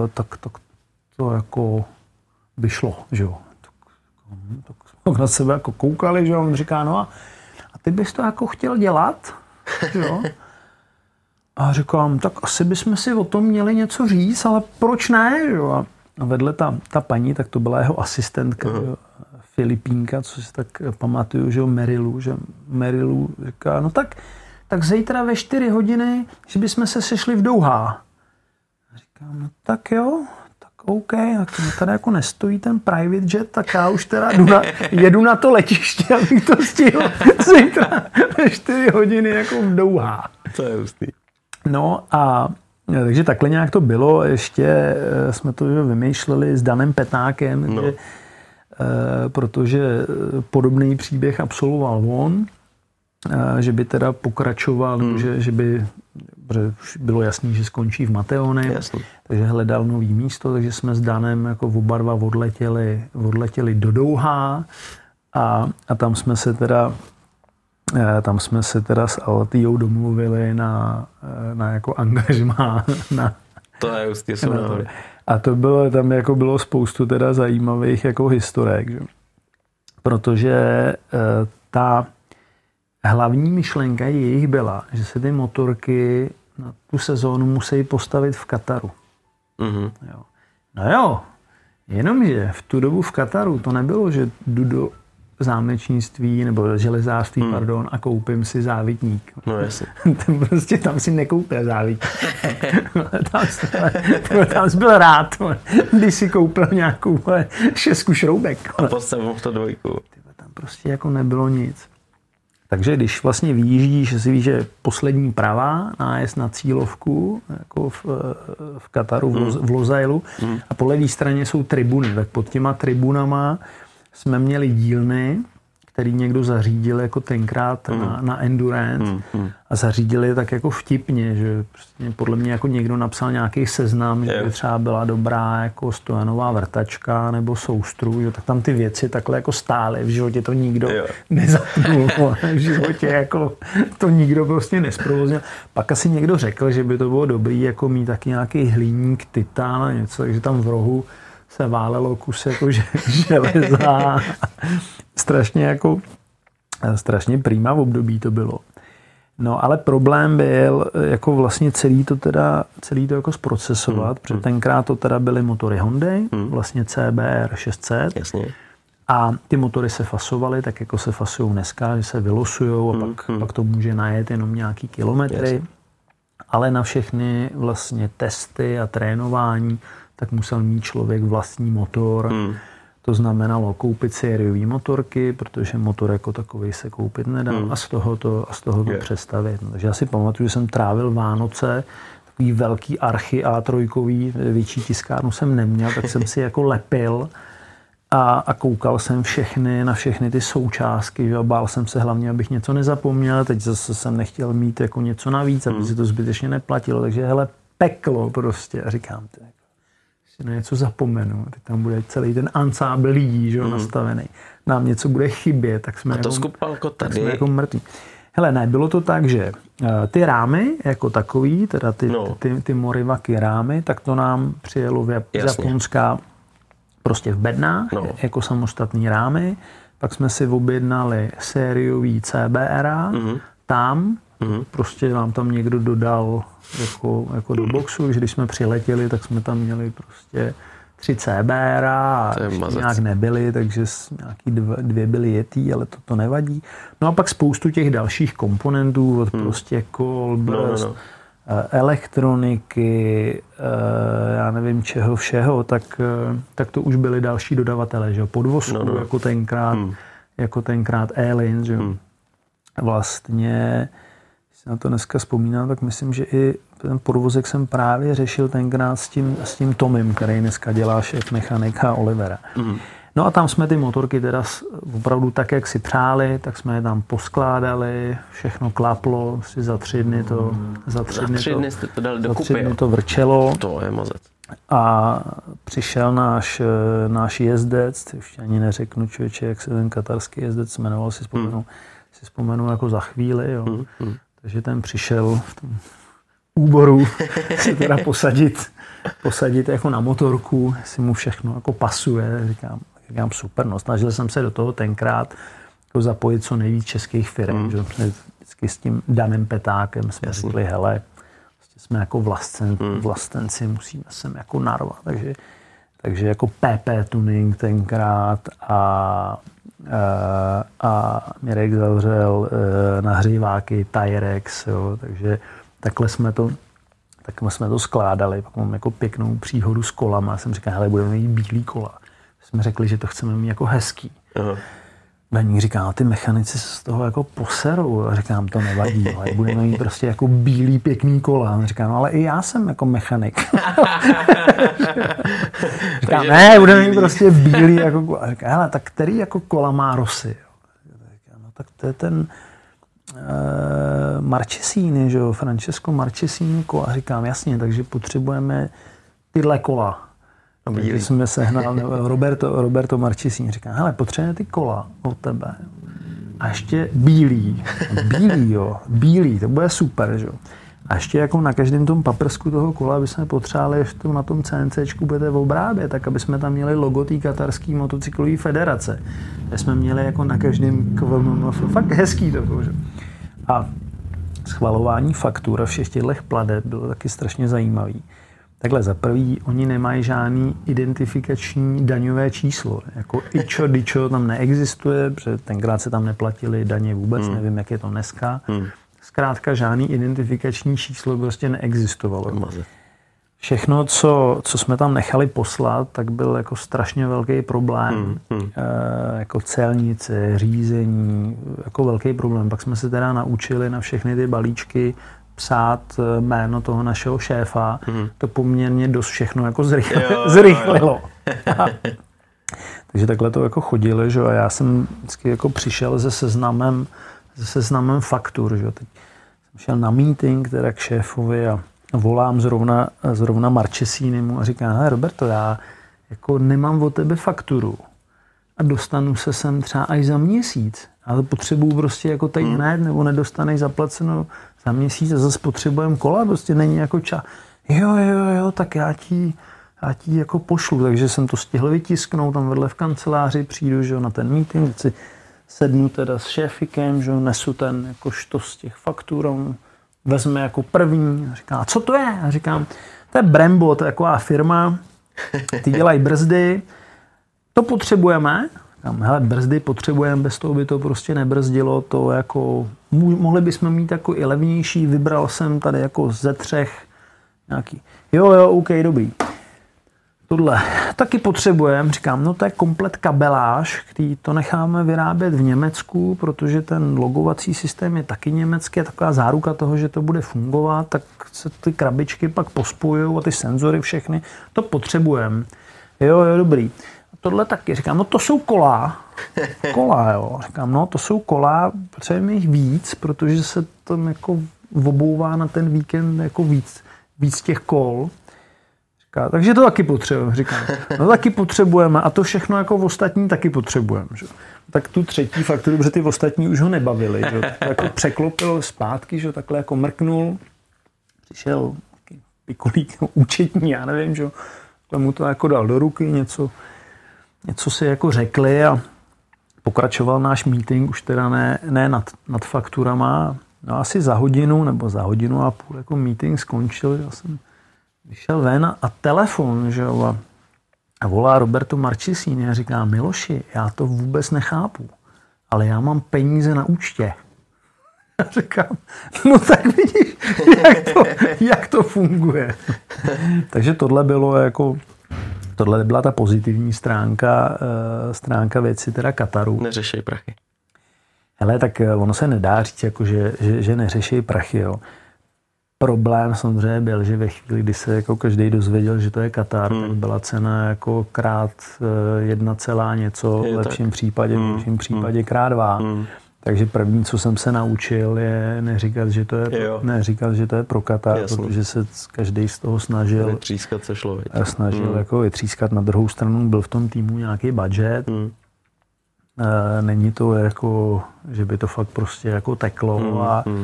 to jako by šlo, že jo. Tak jsme na sebe jako koukali, že jo, on říká, no a ty bys to jako chtěl dělat, že jo. A říkám, tak asi bychom si o tom měli něco říct, ale proč ne, že jo. A vedle ta paní, tak to byla jeho asistentka, Filipínka, co si tak pamatuju, že Merilu říká, no tak zítra ve 4 hodiny, že bychom se sešli v Dauhá. Říkám, no tak jo, tak OK, tak tady jako nestojí ten private jet, tak já už teda jedu na to letiště, abych to stihl zítra ve 4 hodiny jako v Dauhá. To je hustý. No a takže takhle nějak to bylo, ještě jsme to vymýšleli s Danem Petákem, no. Protože podobný příběh absolvoval on, že by teda pokračoval, že by bylo jasný, že skončí v Mateony, takže hledal nový místo, takže jsme s Danem jako oba dva odletěli do Dauhá a tam jsme se teda s Alatiou domluvili na jako angažmá na to je hustý, a to bylo, tam jako bylo spoustu teda zajímavých jako historek, že? Protože ta hlavní myšlenka jejich byla, že se ty motorky na tu sezónu musí postavit v Kataru. Mm-hmm. Jo. No jo, jenomže v tu dobu v Kataru to nebylo, že jdu do zámečnictví nebo železářství, a koupím si závitník. No jasně. Prostě tam si nekoupil závitník. tam jsi byl rád, když si koupil nějakou 6 šroubek. A postavil to 2. Tam prostě jako nebylo nic. Takže když vlastně vyjíždíš, že si víš, že poslední pravá nájezd na cílovku jako v Kataru, v Lozailu a po levé straně jsou tribuny. Tak pod těma tribunama jsme měli dílny, který někdo zařídil jako tenkrát na Endurance a zařídili tak jako vtipně, že prostě podle mě jako někdo napsal nějaký seznam, že by třeba byla dobrá jako stojanová vrtačka nebo soustru, že tak tam ty věci takhle jako stály, v životě to nikdo nezapnul, v životě jako to nikdo prostě nesprovoznil. Pak asi někdo řekl, že by to bylo dobrý jako mít taky nějaký hliník, titán a něco, takže tam v rohu se válelo kus jako železa. Strašně prýma v období to bylo. No ale problém byl jako vlastně celý to jako zprocesovat, protože tenkrát to teda byly motory Hondy, vlastně CBR 600. Jasně. A ty motory se fasovaly, tak jako se fasujou dneska, že se vylosujou a pak to může najet jenom nějaký kilometry. Jasně. Ale na všechny vlastně testy a trénování tak musel mít člověk vlastní motor. To znamenalo koupit sériové motorky, protože motor jako takový se koupit nedal a z toho to přestavit. No, takže já si pamatuju, že jsem trávil Vánoce, takový velký archy A3, větší tiskárnu jsem neměl, tak jsem si jako lepil a koukal jsem na všechny ty součástky, že? A bál jsem se hlavně, abych něco nezapomněl, teď zase jsem nechtěl mít jako něco navíc, aby si to zbytečně neplatilo, takže hele, peklo prostě a říkám to. Na něco zapomenu, teď tam bude celý ten ansábl lidí, že, nastavený. Nám něco bude chybět, tak jsme, jako mrtví. Hele, ne, bylo to tak, že ty rámy jako takový, teda ty Morivaky rámy, tak to nám přijelo z Japonska prostě v bednách, jako samostatný rámy. Pak jsme si objednali sériový CBR, tam prostě nám tam někdo dodal jako do boxu, když jsme přiletěli, tak jsme tam měli prostě 3 CBR a nějak nebyly, takže nějaký 2 byly jetý, ale to nevadí. No a pak spoustu těch dalších komponentů od prostě kol, brzd, elektroniky, já nevím čeho všeho, tak to už byly další dodavatelé, že podvozku, jako tenkrát Airlines, že vlastně na to dneska vzpomínám, tak myslím, že i ten podvozek jsem právě řešil tenkrát s tím Tomem, který dneska dělá šéf mechanika Olivera. No a tam jsme ty motorky teda opravdu tak, jak si přáli, tak jsme je tam poskládali, všechno klaplo, za 3 dny to vrčelo. To je mazec. A přišel náš jezdec, ještě ani neřeknu člověče, jak se ten katarský jezdec jmenoval, si vzpomenu jako za chvíli, jo. Takže ten přišel v tom úboru se teda posadit jako na motorku, si mu všechno jako pasuje. Říkám super, no snažil jsem se do toho tenkrát jako zapojit co nejvíc českých firm, že vždycky s tím Danem Petákem jsme řekli, hele, jsme jako vlastenci, musíme sem jako narvat. Takže jako PP tuning tenkrát a Mirek zavřel nahříváky Tyrex, jo, takže takhle jsme to skládali. Pak mám jako pěknou příhodu s kolama. Jsem říkal, hele, budeme mít bílý kola. Jsme řekli, že to chceme mít jako hezký. Aha. Beník říká, no, ty mechanici se z toho jako poserou. A říkám, to nevadí, ale budeme mít prostě jako bílý pěkný kola. A říkám, no, ale i já jsem jako mechanik. Říkám, ne, budeme mít prostě bílý jako kola. A říkám, hele, tak který jako kola má Rossi? Říkám, no tak to je ten Marchesini, že jo, Francesco Marchesini kola. A říkám, jasně, takže potřebujeme tyhle kola. Takže jsme sehnali Roberto Marchesini. Říká, hele, potřebujeme ty kola od tebe. A ještě bílý, to bude super, že jo. A ještě jako na každém tom paprsku toho kola bychom potřebovali, že to na tom CNCčku budete obrábět, tak aby jsme tam měli logo té katarské motocyklové federace. Kde jsme měli jako na každém fakt hezký to bylo, že? A schvalování faktur a všech těchto plateb bylo taky strašně zajímavý. Takhle za prvý, oni nemají žádný identifikační daňové číslo. Jako ičo, dičo tam neexistuje, protože tenkrát se tam neplatily daně vůbec, nevím, jak je to dneska. Zkrátka žádný identifikační číslo prostě neexistovalo. Všechno, co jsme tam nechali poslat, tak byl jako strašně velký problém. Jako celnice, řízení, jako velký problém. Pak jsme se teda naučili na všechny ty balíčky psát jméno toho našeho šéfa, to poměrně dost všechno jako zrychlilo. Takže takhle to jako chodilo, že? A já jsem vždycky jako přišel se seznamem faktur, že? Teď jsem šel na meeting teda k šéfovi a volám zrovna Marchesinimu a říkám, hele Roberto, já jako nemám od tebe fakturu a dostanu se sem třeba až za měsíc, ale potřebuju prostě jako tady hned, nebo nedostaneš zaplaceno za měsíc a zase potřebujeme kola, prostě není jako čas. Jo, tak já ti jako pošlu, takže jsem to stihl vytisknout, tam vedle v kanceláři přijdu, že na ten meeting, si sednu teda s šéfikem, že nesu ten jako štos těch faktur, on vezme jako první a říká, a co to je? A říkám, to je Brembo, to je taková firma, ty dělají brzdy, to potřebujeme. Říkám, hele, brzdy potřebujeme, bez toho by to prostě nebrzdilo, to jako, mohli bychom mít jako i levnější, vybral jsem tady jako ze 3 nějaký, jo, OK, dobrý. Tohle taky potřebujeme, říkám, no to je komplet kabeláž, který to necháme vyrábět v Německu, protože ten logovací systém je taky německý, je taková záruka toho, že to bude fungovat, tak se ty krabičky pak pospojujou a ty senzory všechny, to potřebujeme. Jo, dobrý. A tohle taky, říkám, no to jsou kola, jo. Říkám, no to jsou kola, potřebujeme jich víc, protože se tam jako obouvá na ten víkend jako víc těch kol. Říká, takže to taky potřebujeme, říkám. No taky potřebujeme a to všechno jako v ostatní taky potřebujeme. Že? Tak tu třetí fakturu, protože ty ostatní už ho nebavili. Že? Jako překlopil zpátky, že takhle jako mrknul. Přišel pikolík, účetní, já nevím, že mu to jako dal do ruky, něco si jako řekli a pokračoval náš meeting, už teda ne nad fakturama. No asi za hodinu a půl jako meeting skončil, já jsem vyšel ven a telefon, že jo, a volá Roberto Marchesini a říká, Miloši, já to vůbec nechápu, ale já mám peníze na účtě. A říkám, no tak vidíš, jak to funguje. Takže tohle byla ta pozitivní stránka věci teda Kataru. Neřešej prachy. Hele, tak ono se nedá říct, jako, že neřešej prachy, jo. Problém samozřejmě byl, že ve chvíli, kdy se jako každý dozvěděl, že to je Katar, tak byla cena jako krát 1, něco, v lepším případě krát 2. Takže první, co jsem se naučil, je neříkat, že to je pro Katar, protože se každý z toho snažil vytřískat se člověk. Snažil jako vytřískat. Na druhou stranu byl v tom týmu nějaký budget. Není to jako, že by to fakt prostě jako teklo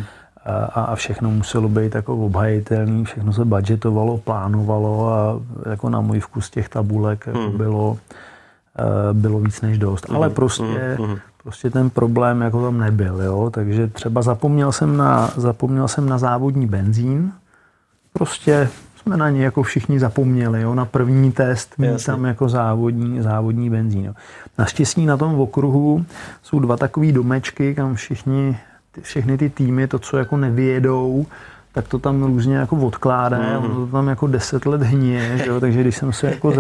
a všechno muselo být jako obhajitelný, všechno se budgetovalo, plánovalo a jako na můj vkus těch tabulek jako bylo víc než dost. Ale prostě ten problém jako tam nebyl, jo? Takže třeba zapomněl jsem na závodní benzín, prostě jsme na ně jako všichni zapomněli, jo? Na první test mít tam jako závodní benzín. Jo? Naštěstí na tom okruhu jsou 2 takový domečky, kam všechny ty týmy, to, co jako nevyjedou, tak to tam různě jako odkládá, ono to tam jako 10 let hníje, že jo? Takže když jsem se jako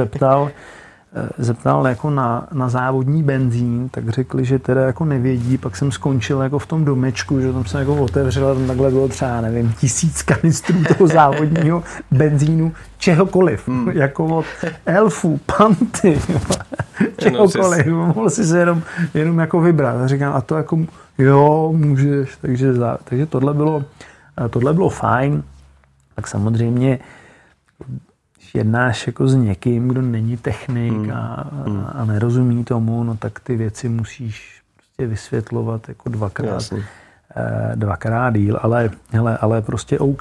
zeptal jako na závodní benzín, tak řekli, že teda jako nevědí, pak jsem skončil jako v tom domečku, že tam jsem jako otevřel a tam takhle bylo třeba, nevím, 1000 kanistrů toho závodního benzínu, čehokoliv, jako od Elfu, Panty, čehokoliv, mohl si se jenom jako vybrat. A říkám, a to jako, jo, můžeš, takže tohle bylo fajn, tak samozřejmě jednáš jako s někým, kdo není technik a nerozumí tomu, no tak ty věci musíš prostě vysvětlovat jako dvakrát díl, ale prostě OK.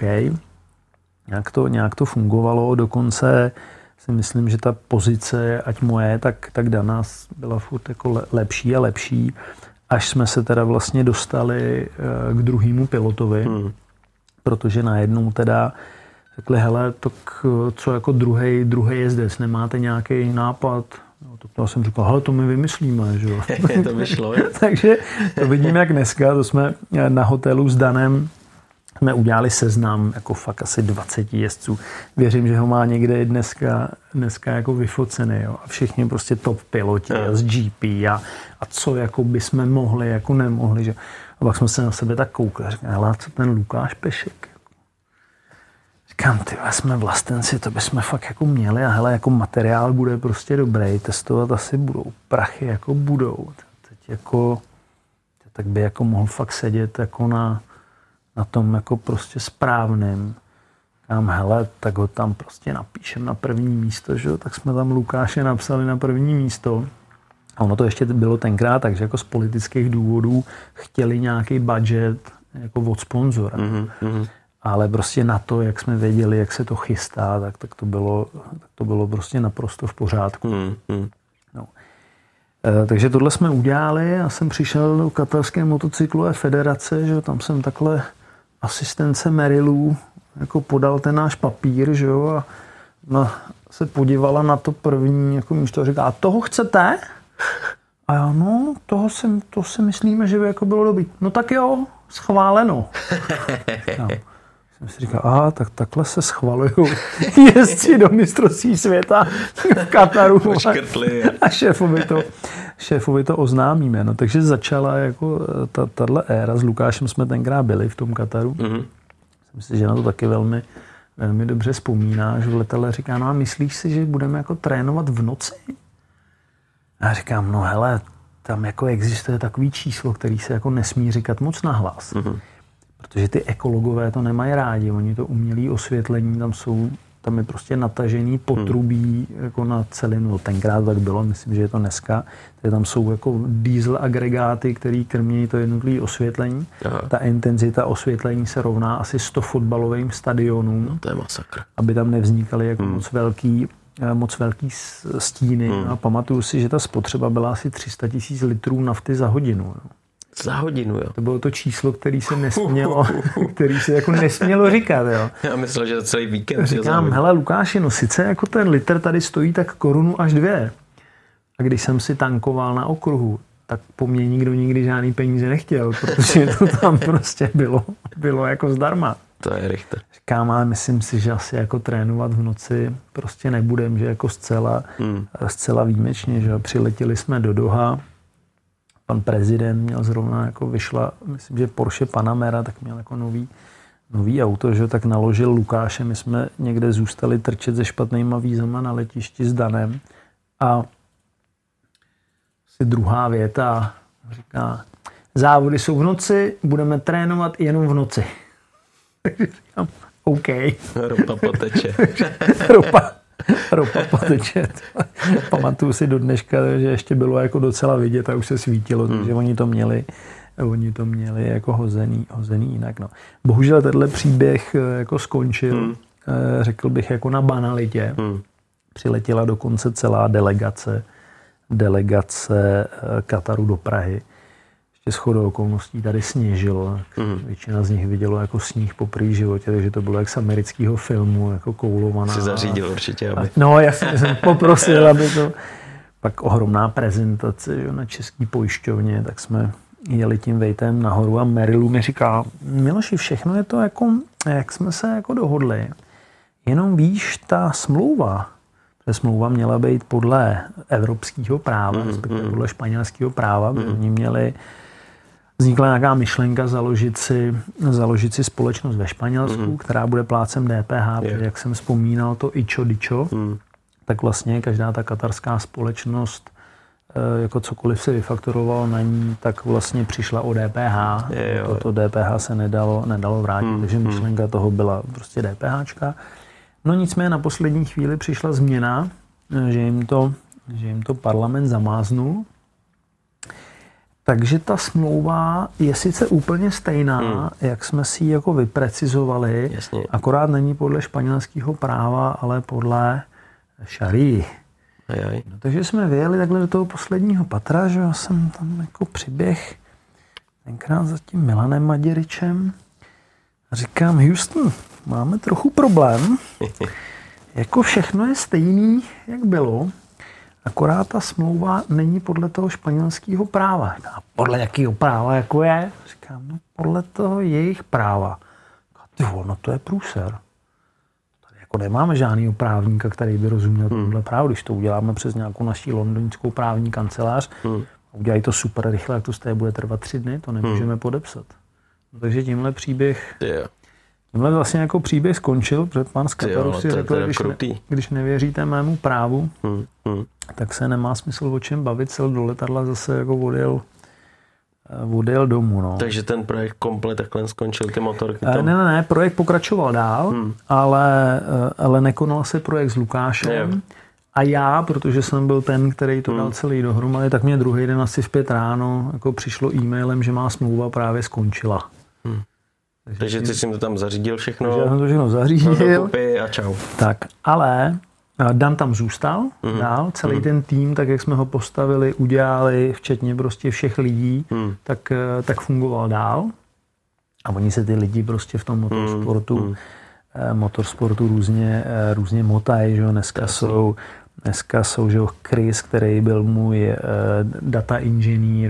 Nějak to fungovalo, dokonce si myslím, že ta pozice, ať moje, tak Dana byla furt jako lepší a lepší, až jsme se teda vlastně dostali k druhému pilotovi, protože najednou teda řekli, hele, tak co jako druhý jezdec, nemáte nějaký nápad? No, tak to jsem říkal, hele, to my vymyslíme, že jo. To vyšlo. Takže to vidíme jak dneska, to jsme na hotelu s Danem, jsme udělali seznam jako fakt asi 20 jezdců. Věřím, že ho má někde dneska jako vyfocený, jo. A všichni prostě top piloti z GP a co jako bychom mohli, jako nemohli, že. A pak jsme se na sebe tak koukli a říkali, hele, co ten Lukáš Pešek? Říkám, jsme vlastenci, to bychom fakt jako měli a hele, jako materiál bude prostě dobrý, testovat asi budou, prachy jako budou. Teď jako, tak by jako mohl fakt sedět jako na tom jako prostě správným. Říkám, hele, tak ho tam prostě napíšem na první místo, že jo, tak jsme tam Lukáše napsali na první místo. A ono to ještě bylo tenkrát, takže jako z politických důvodů chtěli nějaký budget jako od sponzora. Ale prostě na to, jak jsme věděli, jak se to chystá, tak to bylo prostě naprosto v pořádku. No. Takže tohle jsme udělali a jsem přišel do Katarské motocyklové federace, že tam jsem takhle asistence Merilů jako podal ten náš papír, že jo, a ona se podívala na to první jako místo a říká, a toho chcete? A já, no, to si myslíme, že by jako bylo dobrý. No tak jo, schváleno. No. Jsem si říkal, tak takhle se schvalujou jezdci do mistrovství světa v Kataru a šéfovi to oznámíme. No, takže začala jako tato éra, s Lukášem jsme tenkrát byli v tom Kataru. Myslím si, že na to taky velmi, velmi dobře vzpomíná, že v letadle říká, no a myslíš si, že budeme jako trénovat v noci? A já říkám, no hele, tam jako existuje takový číslo, který se jako nesmí říkat moc nahlas. Protože ty ekologové to nemají rádi, oni to umělé osvětlení, tam je prostě natažený potrubí jako na celinu. Tenkrát tak bylo, myslím, že je to dneska. Tam jsou jako diesel agregáty, který krmí to jednotlivé osvětlení. Aha. Ta intenzita osvětlení se rovná asi 100 fotbalovým stadionům. No to je masakr. Aby tam nevznikaly jako moc velký stíny. A pamatuju si, že ta spotřeba byla asi 300 000 litrů nafty za hodinu. Jo. Za hodinu, jo. To bylo to číslo, který se jako nesmělo říkat, jo. Já myslel, že celý víkend. Říkám, hele Lukáši, no sice jako ten litr tady stojí tak 1 korunu až 2. A když jsem si tankoval na okruhu, tak po mně nikdo nikdy žádný peníze nechtěl, protože to tam prostě bylo jako zdarma. To je Richter. Říkám, ale myslím si, že asi jako trénovat v noci prostě nebudem, že jako zcela výjimečně, že přiletěli jsme do Doha. Pan prezident měl zrovna, jako vyšla, myslím, že Porsche Panamera, tak měl jako nový auto, že tak naložil Lukáše. My jsme někde zůstali trčet se špatnýma vízama na letišti s Danem. A si druhá věta říká, závody jsou v noci, budeme trénovat jenom v noci. Takže říkám, OK. Ropa poteče. Ropa poteče. Pamatuju si do dneška, že ještě bylo jako docela vidět a už se svítilo, takže oni to měli jako hozený jinak. No. Bohužel tenhle příběh jako skončil, řekl bych, jako na banalitě. Přiletěla dokonce celá delegace Kataru do Prahy. ještě shodou okolností tady sněžilo. Většina z nich vidělo jako sníh po prý životě, takže to bylo jak z amerického filmu, jako koulovaná. Jsi zařídil určitě, aby... No jasně, jsem poprosil, aby to... Pak ohromná prezentace, že, na České pojišťovně, tak jsme jeli tím vejtem nahoru a Merilu mi říká, Miloši, všechno je to jako, jak jsme se jako dohodli. Jenom víš, ta smlouva, smlouva měla být podle evropského práva, respektive podle španělského práva, protože oni měli, vznikla nějaká myšlenka založit si společnost ve Španělsku, která bude plátcem DPH, protože jak jsem vzpomínal to ičo dičo, tak vlastně každá ta katarská společnost, jako cokoliv se vyfakturovalo na ní, tak vlastně přišla o DPH. Toto DPH se nedalo vrátit, takže myšlenka toho byla prostě DPHčka. No nicméně na poslední chvíli přišla změna, že jim to parlament zamáznul. Takže ta smlouva je sice úplně stejná, jak jsme si ji jako vyprecizovali, akorát není podle španělského práva, ale podle šarii. No, takže jsme vyjeli takhle do toho posledního patra, že jsem tam jako přiběh tenkrát za tím Milanem Maděričem a říkám, Houston, máme trochu problém, jako všechno je stejný, jak bylo, akorát ta smlouva není podle toho španělského práva. A podle jakého práva jako je? Říkám, no podle toho jejich práva. No to je průser. Nemáme žádného právníka, který by rozuměl tohle právo. Když to uděláme přes nějakou naší londýnskou právní kancelář a udělají to super rychle, jak to z bude trvat 3 dny, to nemůžeme podepsat. No, takže tímhle vlastně jako příběh skončil, protože pan z Kataru si řekl, když nevěříte mému právu, tak se nemá smysl o čem bavit, cel do letadla zase jako odjel domů. No. Takže ten projekt komplet takhle skončil, ty motorky tam? Ne, projekt pokračoval dál, ale nekonal se projekt s Lukášem. A já, protože jsem byl ten, který to dal celý dohromady, tak mě druhý den asi v 5 ráno jako přišlo e-mailem, že má smlouva právě skončila. Takže ty jsi to tam zařídil všechno? Takže já jsem to všechno zařídil. A čau. Tak, ale Dan tam zůstal dál, celý ten tým, tak jak jsme ho postavili, udělali, včetně prostě všech lidí, tak fungoval dál. A oni se ty lidi prostě v tom motorsportu různě motají, že jo, dneska jsou, že jo, Chris, který byl můj data inženýr,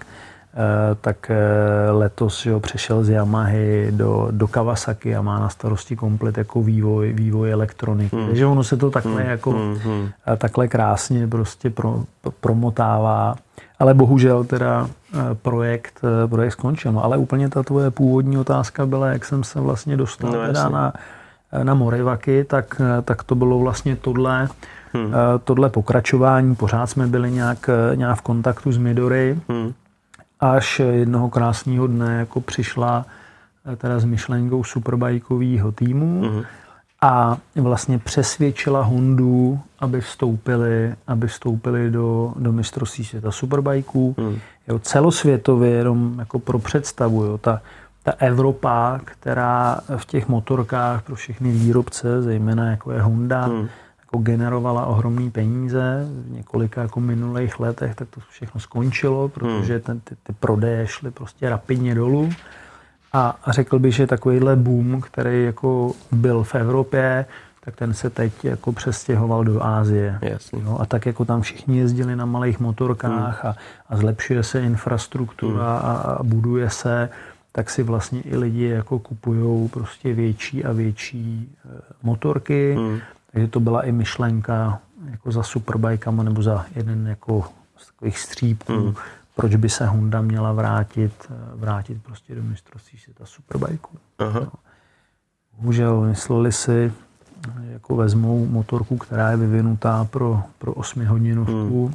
tak letos, že jo, přešel z Yamahy do Kawasaki a má na starosti komplet jako vývoj elektroniky. Takže ono se to takhle takhle krásně prostě promotává. Ale bohužel teda projekt skončil. No, ale úplně ta tvoje původní otázka byla, jak jsem se vlastně dostal teda na Morivaky, tak to bylo vlastně tohle pokračování. Pořád jsme byli nějak v kontaktu s Midori. Až jednoho krásného dne jako přišla teda s myšlenkou superbajkového týmu a vlastně přesvědčila Hondu, aby vstoupili do mistrovství světa superbajků. Celosvětově, jenom jako pro představu, jo, ta Evropa, která v těch motorkách pro všechny výrobce, zejména jako je Honda, jako generovala ohromné peníze v několika jako minulých letech, tak to všechno skončilo, protože ty prodeje šly prostě rapidně dolů. A řekl bych, že takovýhle boom, který jako byl v Evropě, tak ten se teď jako přestěhoval do Asie. No, a tak jako tam všichni jezdili na malých motorkách a zlepšuje se infrastruktura a buduje se, tak si vlastně i lidi jako kupujou prostě větší a větší motorky. Takže to byla i myšlenka jako za superbajkama nebo za jeden jako z takových střípků, proč by se Honda měla vrátit prostě do mistrovství světa superbajků. No. Bohužel mysleli si, jako vezmou motorku, která je vyvinutá pro 8hodinovku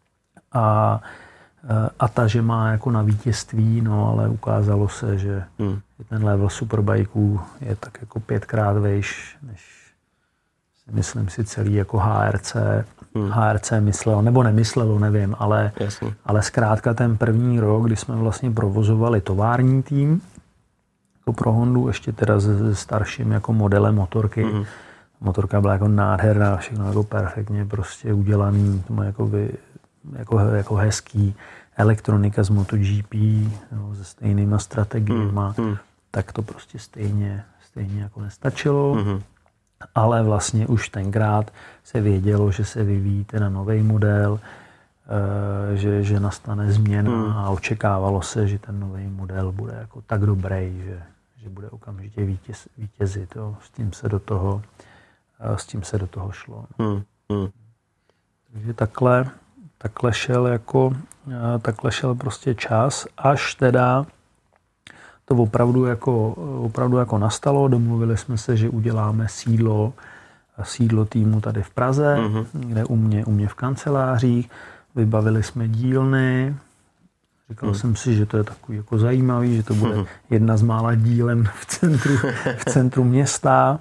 a ta, že má jako na vítězství, no ale ukázalo se, že ten level superbajků je tak jako 5krát vejš, než myslím si celý jako HRC myslelo, nebo nemyslelo, nevím, ale zkrátka ten první rok, kdy jsme vlastně provozovali tovární tým jako pro Hondu, ještě teda se starším jako modelem motorky. Motorka byla jako nádherná, všechno jako perfektně prostě udělaný, jako hezký. elektronika z MotoGP, jo, se stejnýma strategiemi, tak to prostě stejně jako nestačilo. Ale vlastně už tenkrát se vědělo, že se vyvíjí teda nový model, že nastane změna a očekávalo se, že ten nový model bude jako tak dobrý, že bude okamžitě vítězit. Jo. S tím se do toho šlo. Takže takhle šel prostě čas, až teda to opravdu jako nastalo. Domluvili jsme se, že uděláme sídlo týmu tady v Praze, kde u mě v kancelářích. Vybavili jsme dílny. Říkal jsem si, že to je takový jako zajímavý, že to bude jedna z mála dílen v centru města.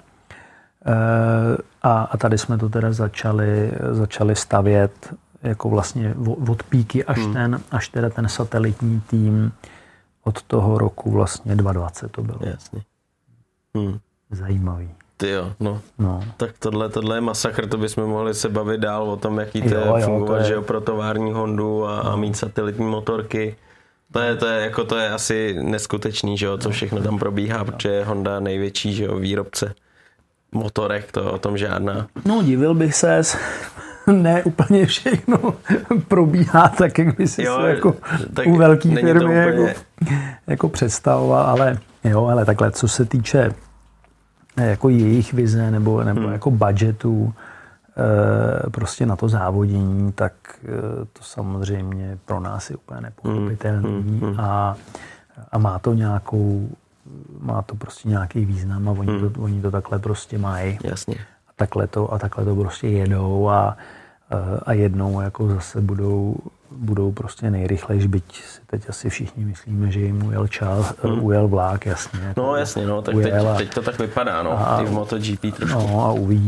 A tady jsme to teda začali stavět jako vlastně od píky až teda ten satelitní tým od toho roku vlastně 2020 to bylo. Jasně. Zajímavý. Ty jo, no. Tak tohle je masakr, to bychom mohli se bavit dál o tom, jaký to je fungovat, že jo, pro tovární Hondu a mít satelitní motorky. To je asi neskutečný, že jo, co všechno tam probíhá, protože je Honda největší, že jo, výrobce motorek, to o tom žádná. No, divil bych ses, ne úplně všechno probíhá tak, jak by si jako u velké firmy úplně jako představoval, ale takhle, co se týče jako jejich vize nebo jako budgetu prostě na to závodění, tak to samozřejmě pro nás je úplně nepochopitelný a má to prostě nějaký význam a oni to takhle prostě mají. Jasně. A takhle to prostě jedou a jednou jako zase budou prostě nejrychlejší, byť si teď asi všichni myslíme, že jim ujel vlák, jasně. Jako no jasně, no, tak teď to tak vypadá, no, i v MotoGP trošku. No a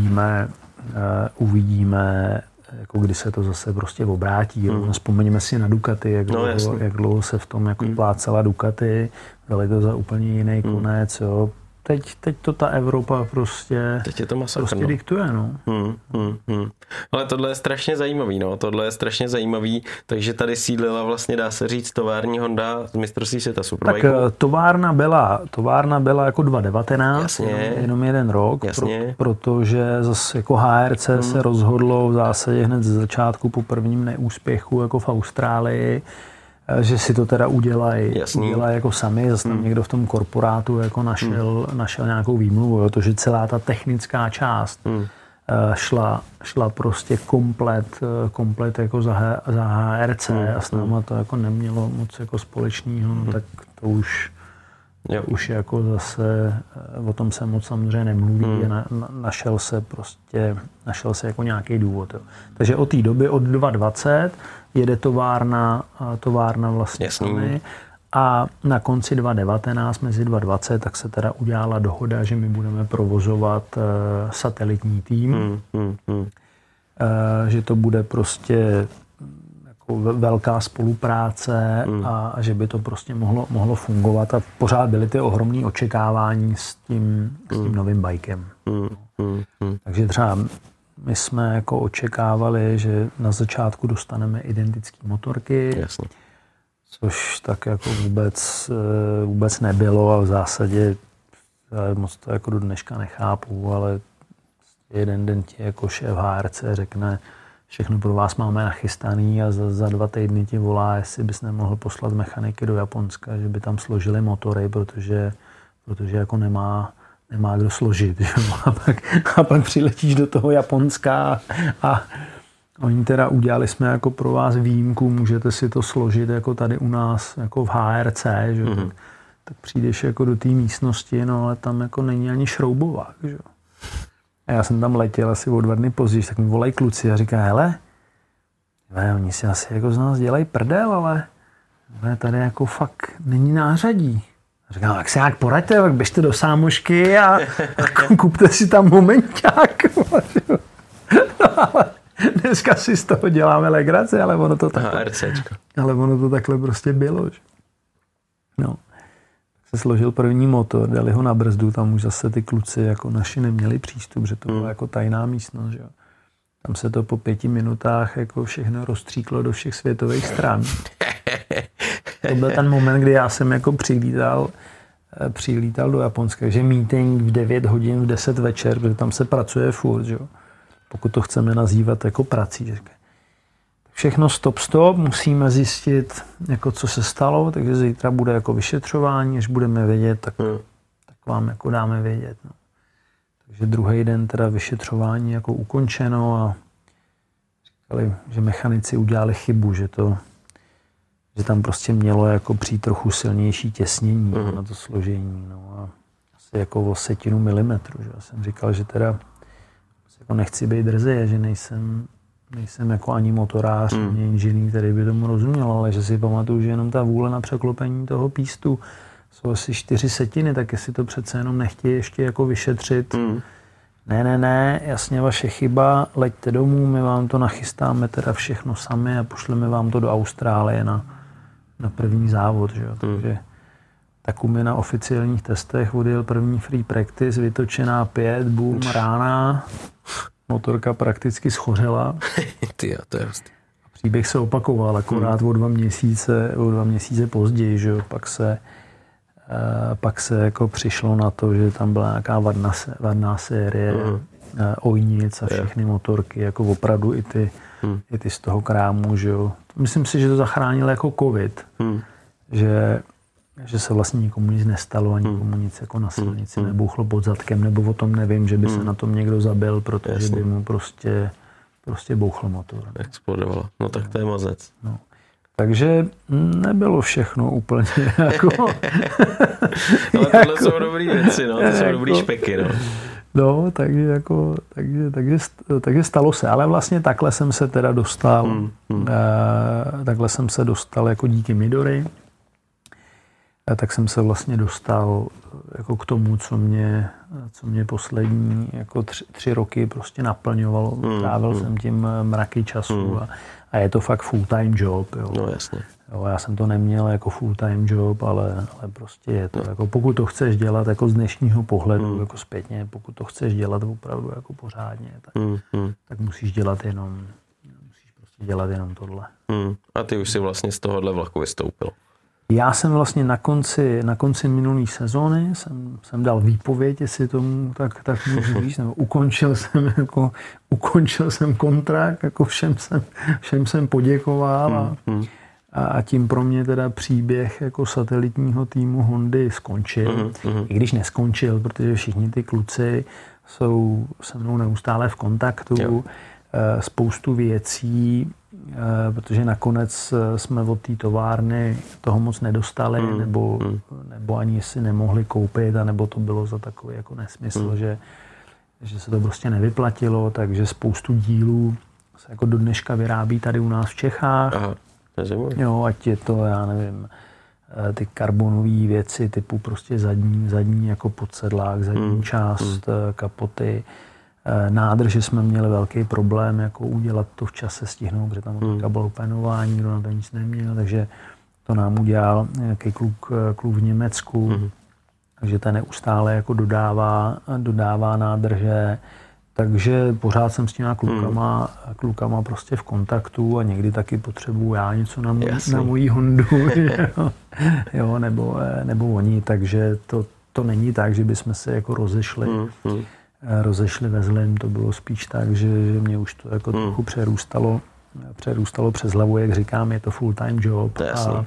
uvidíme, jako kdy se to zase prostě obrátí. Vzpomeňme si na Ducati, jak dlouho se v tom jako plácala Ducati, dali to za úplně jiný konec, jo. Teď to ta Evropa prostě diktuje, no. Ale tohle je strašně zajímavý, no. Takže tady sídlila vlastně, dá se říct, tovární Honda z mistrovství světa Superbike. Tak továrna byla jako 2019, jenom jeden rok, protože zase jako HRC se rozhodlo v zásadě hned ze začátku po prvním neúspěchu jako v Austrálii, že si to teda udělají jako sami, zase tam někdo v tom korporátu jako našel nějakou výmluvu, jo, to, že celá ta technická část šla prostě komplet jako za HRC a s náma to jako nemělo moc jako společného, no, tak to už jako zase o tom se moc samozřejmě nemluví a našel se jako nějaký důvod. Jo. Takže od té doby, od 2020, jede továrna vlastně sami a na konci 2019, mezi 2020, tak se teda udělala dohoda, že my budeme provozovat satelitní tým, že to bude prostě jako velká spolupráce a že by to prostě mohlo fungovat a pořád byly ty ohromné očekávání s tím novým bajkem. Takže třeba my jsme jako očekávali, že na začátku dostaneme identické motorky, což tak jako vůbec nebylo a v zásadě moc to jako do dneška nechápu, ale jeden den ti jako šéf HRC řekne, všechno pro vás máme nachystaný a za 2 týdny ti volá, jestli bys nemohl poslat mechaniky do Japonska, že by tam složili motory, protože jako nemá kdo složit. A pak přiletíš do toho Japonska a oni teda udělali jsme jako pro vás výjimku, můžete si to složit jako tady u nás jako v HRC, že? Tak přijdeš jako do té místnosti, no ale tam jako není ani šroubovák. Že? A já jsem tam letěl asi o 2 dny později, tak mi volají kluci a říká, hele, oni si asi jako z nás dělají prdel, ale tady jako fakt není nářadí. A říkám, tak se nějak poraďte, tak běžte do sámošky a kupte si tam momenťák. No ale dneska si z toho děláme legraci, ale ono to takhle prostě bylo. Že? No. Se složil první motor, dali ho na brzdu, tam už zase ty kluci jako naši neměli přístup, že to byla jako tajná místnost. Že? Tam se to po 5 minutách jako všechno rozstříklo do všech světových stran. To byl ten moment, kdy já jsem jako přilítal do Japonska, že meeting v 9 hodin, v 10 večer, protože tam se pracuje furt, že? Pokud to chceme nazývat jako prací. Všechno stop, musíme zjistit, jako co se stalo, takže zítra bude jako vyšetřování, až budeme vědět, tak vám jako dáme vědět. No. Takže druhý den teda vyšetřování jako ukončeno a říkali, že mechanici udělali chybu, že tam prostě mělo jako přijít trochu silnější těsnění na to složení. No a asi jako o 1/10 milimetru. Že? Já jsem říkal, že teda jako nechci být drzý, že nejsem jako ani motorář, ani inženýr, který by tomu rozuměl, ale že si pamatuju, že jenom ta vůle na překlopení toho pístu jsou asi 4/10, tak jestli to přece jenom nechtějí ještě jako vyšetřit. Ne, jasně vaše chyba, leďte domů, my vám to nachystáme teda všechno sami a pošleme vám to do Austrálie na první závod. Že? Takže Takumi na oficiálních testech odjel první free practice, vytočená 5, boom, rána, motorka prakticky schořela. To je hustý. Příběh se opakoval, akorát o 2 měsíce později, že jo, pak se jako přišlo na to, že tam byla nějaká vadná série ojnic a všechny motorky, jako opravdu i ty z toho krámu, že jo. Myslím si, že to zachránil jako covid, že se vlastně nikomu nic nestalo a nikomu nic jako na silnici nebouchlo pod zadkem, nebo o tom nevím, že by se na tom někdo zabil, protože by mu prostě bouchl motor. Explodovalo. No tak to je mazec. No. Takže nebylo všechno úplně jako... Ale tohle jsou dobrý věci, no. To jsou dobrý špeky, no. No, takže stalo se. Ale vlastně takhle jsem se teda dostal, jako díky Midori. Tak jsem se vlastně dostal jako k tomu, co mě poslední jako 3 roky prostě naplňovalo. Trávil jsem tím mraky času a je to fakt full-time job. Jo. No jasně. Jo, já jsem to neměl jako full-time job, ale prostě je to. Jako, pokud to chceš dělat jako z dnešního pohledu, jako zpětně, pokud to chceš dělat opravdu jako pořádně, tak musíš prostě dělat jenom tohle. A ty už si vlastně z tohohle vlaku vystoupil. Já jsem vlastně na konci minulé sezóny jsem dal výpověď, jestli tomu tak můžu říct, nebo ukončil jsem kontrakt, jako všem jsem poděkoval a tím pro mě teda příběh jako satelitního týmu Hondy skončil. I když neskončil, protože všichni ty kluci jsou se mnou neustále v kontaktu, spoustu věcí, protože nakonec jsme od té továrny toho moc nedostali, nebo ani si nemohli koupit, anebo to bylo za takový jako nesmysl, že se to prostě nevyplatilo, takže spoustu dílů se jako do dneška vyrábí tady u nás v Čechách. Aha, jo, ať je to, já nevím, ty karbonové věci typu prostě zadní jako podsedlák, zadní část kapoty. Nádrže jsme měli velký problém, jako udělat to v čase, stihnout, protože tam byla úplně nová, nikdo na to nic neměl, takže to nám udělal nějaký kluk v Německu, takže ten neustále jako dodává nádrže, takže pořád jsem s těma klukama prostě v kontaktu a někdy taky potřebuju já něco na mojí Hondu, jo, nebo oni, takže to není tak, že bychom se jako rozešli ve zlém, to bylo spíš tak, že mě už to jako trochu přerůstalo přes hlavu, jak říkám, je to full-time job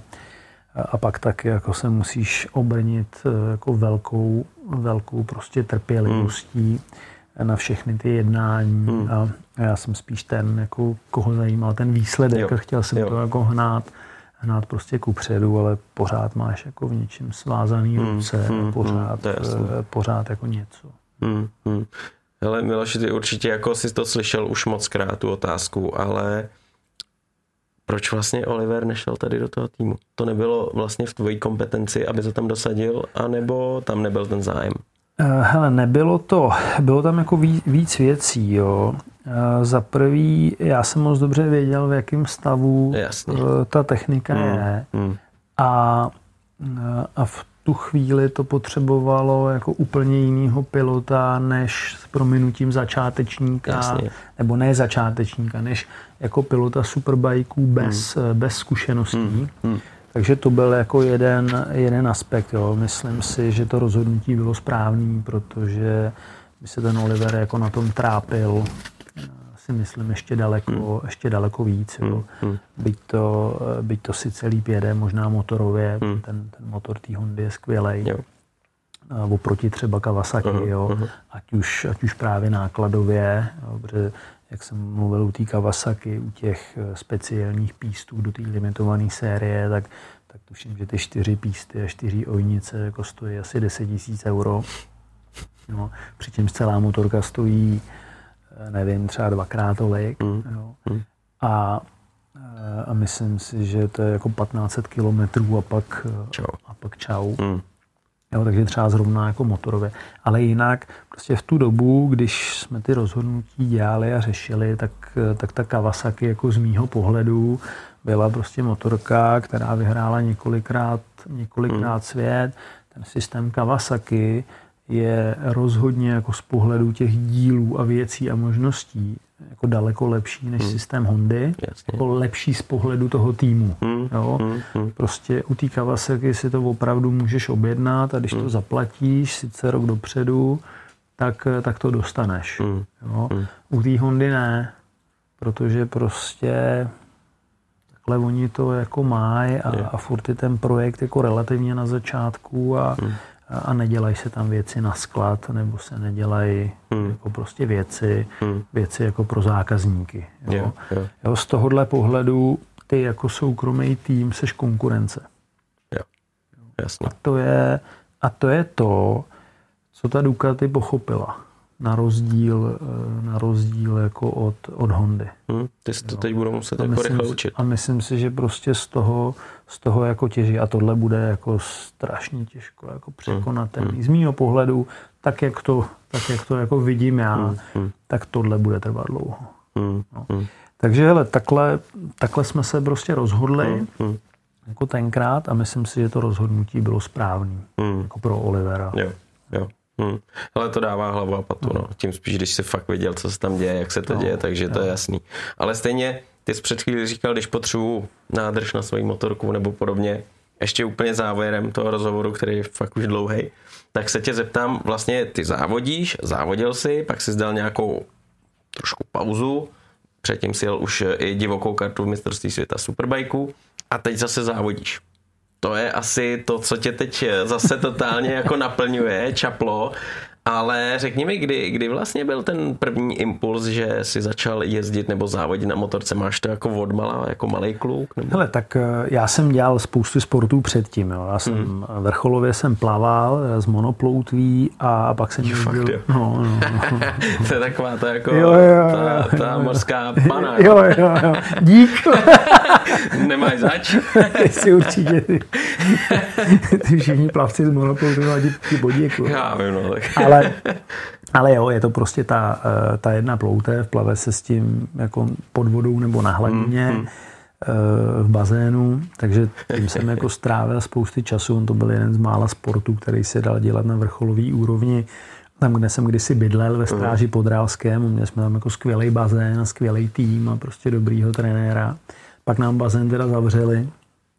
a pak taky jako se musíš obrnit jako velkou prostě trpělivostí na všechny ty jednání a já jsem spíš ten, jako koho zajímal ten výsledek a chtěl jsem to jako hnát prostě kupředu, ale pořád máš jako v něčem svázaný ruce, pořád jako něco. Hele, Miloši, ty určitě jako jsi to slyšel už mockrát, tu otázku, ale proč vlastně Oliver nešel tady do toho týmu? To nebylo vlastně v tvojí kompetenci, aby to tam dosadil, anebo tam nebyl ten zájem? Hele, nebylo to. Bylo tam jako víc věcí, jo. Za prvý, já jsem moc dobře věděl, v jakém stavu ta technika je. A v tu chvíli to potřebovalo jako úplně jinýho pilota, než s prominutím začátečníka, Jasně. nebo ne začátečníka, než jako pilota superbajků bez zkušeností. Takže to byl jako jeden aspekt. Jo. Myslím si, že to rozhodnutí bylo správný, protože by se ten Oliver jako na tom trápil, si myslím, ještě daleko víc. Jo. Byť to sice líp jede, možná motorově, ten motor té Hondy je skvělej. Oproti třeba Kawasaki, jo. Ať už právě nákladově, jo, protože jak jsem mluvil u té Kawasaki, u těch speciálních pístů do té limitované série, tak tuším, že ty 4 písty a 4 ojnice jako stojí asi 10 000 euro. No, přičemž celá motorka stojí, nevím, třeba 2x tolik. Jo. A myslím si, že to je jako 1500 kilometrů a pak čau. Jo, takže třeba zrovna jako motorově. Ale jinak prostě v tu dobu, když jsme ty rozhodnutí dělali a řešili, tak ta Kawasaki jako z mýho pohledu byla prostě motorka, která vyhrála několikrát svět. Ten systém Kawasaki je rozhodně jako z pohledu těch dílů a věcí a možností jako daleko lepší než systém Hondy. Jako lepší z pohledu toho týmu. Jo? Prostě u té Kawasaki si to opravdu můžeš objednat a když to zaplatíš sice rok dopředu, tak to dostaneš. Jo? U té Hondy ne, protože prostě takhle oni to jako mají a furt je ten projekt jako relativně na začátku a nedělají se tam věci na sklad, nebo se nedělají jako prostě věci jako pro zákazníky. Jo? Jo, z tohohle pohledu ty jako soukromý tým seš konkurence. Jo. Jasně. A to je to, co ta Ducati pochopila. Na rozdíl jako od Hondy. Ty si to teď budou muset jako rychle učit. A myslím si, že prostě z toho jako těží. A tohle bude jako strašně těžko jako překonatelný. Z mýho pohledu, tak jak to jako vidím já, tak tohle bude trvat dlouho. No. Takže hele, takhle jsme se prostě rozhodli jako tenkrát a myslím si, že to rozhodnutí bylo správný jako pro Olivera. Jo. Ale to dává hlavu a patu, no. Tím spíš, když jsi fakt viděl, co se tam děje, jak se to děje, takže to je jasný. Ale stejně, ty jsi před chvíli říkal, když potřebuji nádrž na svoji motorku nebo podobně, ještě úplně závěrem toho rozhovoru, který je fakt už dlouhej, tak se tě zeptám, vlastně ty závodil jsi, pak jsi dal nějakou trošku pauzu, předtím si jel už i divokou kartu v mistrovství světa superbajku a teď zase závodíš. To je asi to, co tě teď zase totálně jako naplňuje, čaplo, ale řekni mi, kdy vlastně byl ten první impuls, že si začal jezdit nebo závodit na motorce? Máš to jako odmala, jako malej kluk? Nebo? Hele, tak já jsem dělal spoustu sportů předtím. Jo. Já jsem vrcholově jsem plaval z monoploutví a pak jsem jezdil... No. To je taková ta jako ta morská pana. Jo. Dík. Nemáš zač? Ty určitě ty všichni plavci z monoploutví mají ty bodíku. Já vím, no tak. Ale jo, je to prostě ta jedna ploutev, plave se s tím jako pod vodou nebo na hladině v bazénu, takže tím jsem jako strávil spousty času. On to byl jeden z mála sportů, který se dal dělat na vrcholový úrovni. Tam, kde jsem kdysi bydlel ve Stráži pod Rálském, měli jsme tam jako skvělý bazén a skvělý tým a prostě dobrýho trenéra. Pak nám bazén teda zavřeli,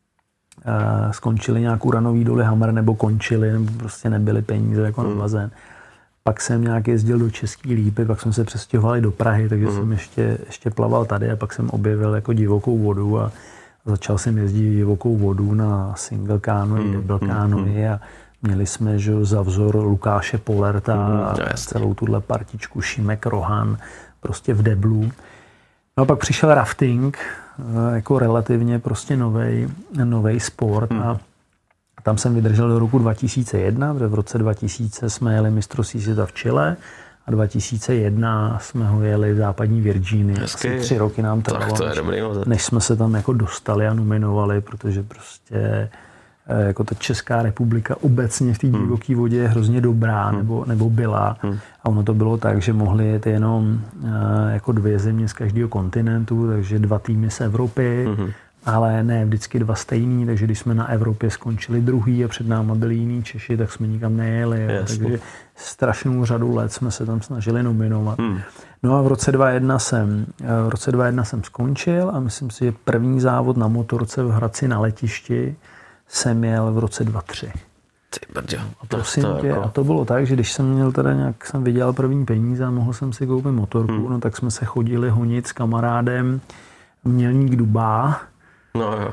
skončili nějak uranový doly Hammer, nebo končili, nebo prostě nebyly peníze jako na bazén. Pak jsem nějak jezdil do Český Lípy, pak jsme se přestěhovali do Prahy, takže jsem ještě plaval tady a pak jsem objevil jako divokou vodu a začal jsem jezdit divokou vodu na single canoe, double canoe a měli jsme že, za vzor Lukáše Polerta a celou tuhle partičku Šimek Rohan prostě v deblu. No a pak přišel rafting, jako relativně prostě novej sport a tam jsem vydržel do roku 2001, protože v roce 2000 jsme jeli mistrovství světa v Chile a 2001 jsme ho jeli v západní Virginii. Asi 3 roky nám trvalo, než jsme se tam jako dostali a nominovali, protože prostě jako ta Česká republika obecně v té divoké vodě je hrozně dobrá, nebo byla. A ono to bylo tak, že mohly jet jenom jako 2 země z každého kontinentu, takže 2 týmy z Evropy, ale ne vždycky dva stejný, takže když jsme na Evropě skončili druhý a před náma byli jiní Češi, tak jsme nikam nejeli. Takže strašnou řadu let jsme se tam snažili nominovat. No a v roce 2001 jsem skončil a myslím si, že první závod na motorce v Hradci na letišti jsem jel v roce 2003. A to bylo tak, že když jsem měl teda nějak, jsem vydělal první peníze a mohl jsem si koupit motorku, no tak jsme se chodili honit s kamarádem Mělník Dubá. No jo.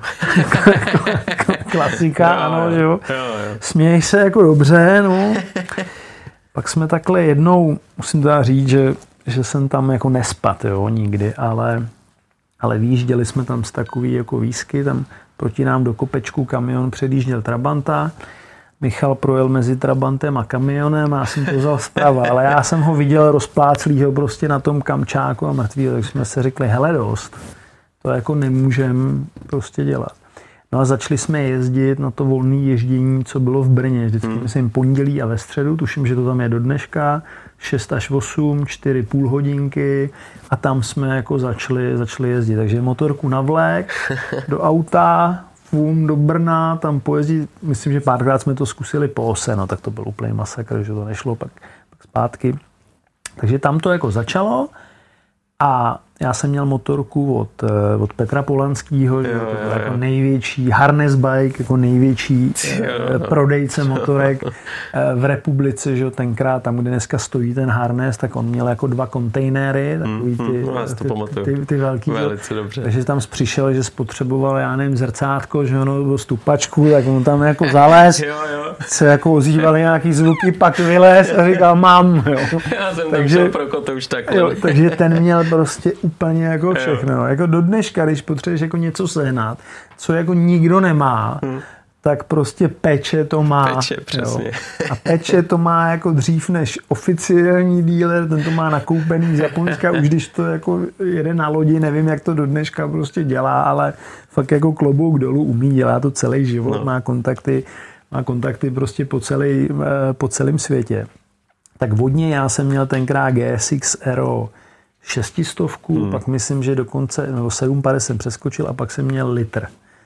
Klasika, ano, že jo. Směješ se jako dobře, no. Pak jsme takhle jednou, musím teda říct, že jsem tam jako nespat, jo, nikdy, ale výjížděli jsme tam z takový jako výsky, tam proti nám do kopečku kamion předjížděl Trabanta, Michal projel mezi Trabantem a kamionem a já jsem to vzal zprava, ale já jsem ho viděl rozpláclýho prostě na tom kamčáku a mrtvýho, tak jsme se řekli, hele dost, to jako nemůžem prostě dělat. No a začali jsme jezdit na to volné ježdění, co bylo v Brně, vždycky myslím pondělí a ve středu, tuším, že to tam je do dneška, 6 až 8, 4,5 hodinky a tam jsme jako začali jezdit. Takže motorku na vlek, do auta, do Brna, tam pojezdit, myslím, že párkrát jsme to zkusili po ose, no tak to byl úplný masakr, že to nešlo, pak zpátky. Takže tam to jako začalo a já jsem měl motorku od Petra Polanskýho, že to byl jako největší harness bike, jako největší prodejce motorek v republice, že tenkrát tam, kde dneska stojí ten harness, tak on měl jako 2 kontejnery, takový ty velký. Takže tam přišel, že spotřeboval, já nevím, zrcátko, že ono bylo stupačku, tak on tam jako zalez, se jako ozývaly nějaký zvuky, pak vylez a říkal, mám. Jo. Já jsem takže, pro kotu už takhle. Jo, takže ten měl prostě úplně jako všechno. Jako do dneška, když potřebuješ jako něco sehnat, co jako nikdo nemá, tak prostě Peče to má. Peče, přesně. A Peče to má jako dřív než oficiální dealer, ten to má nakoupený z Japonska, už když to jako jede na lodi, nevím, jak to do dneška prostě dělá, ale fakt jako klobouk dolů umí, dělá to celý život, má kontakty prostě po celém světě. Tak vodně já jsem měl tenkrát GSX Aero 600, pak myslím, že dokonce 750 jsem přeskočil a pak jsem měl litr.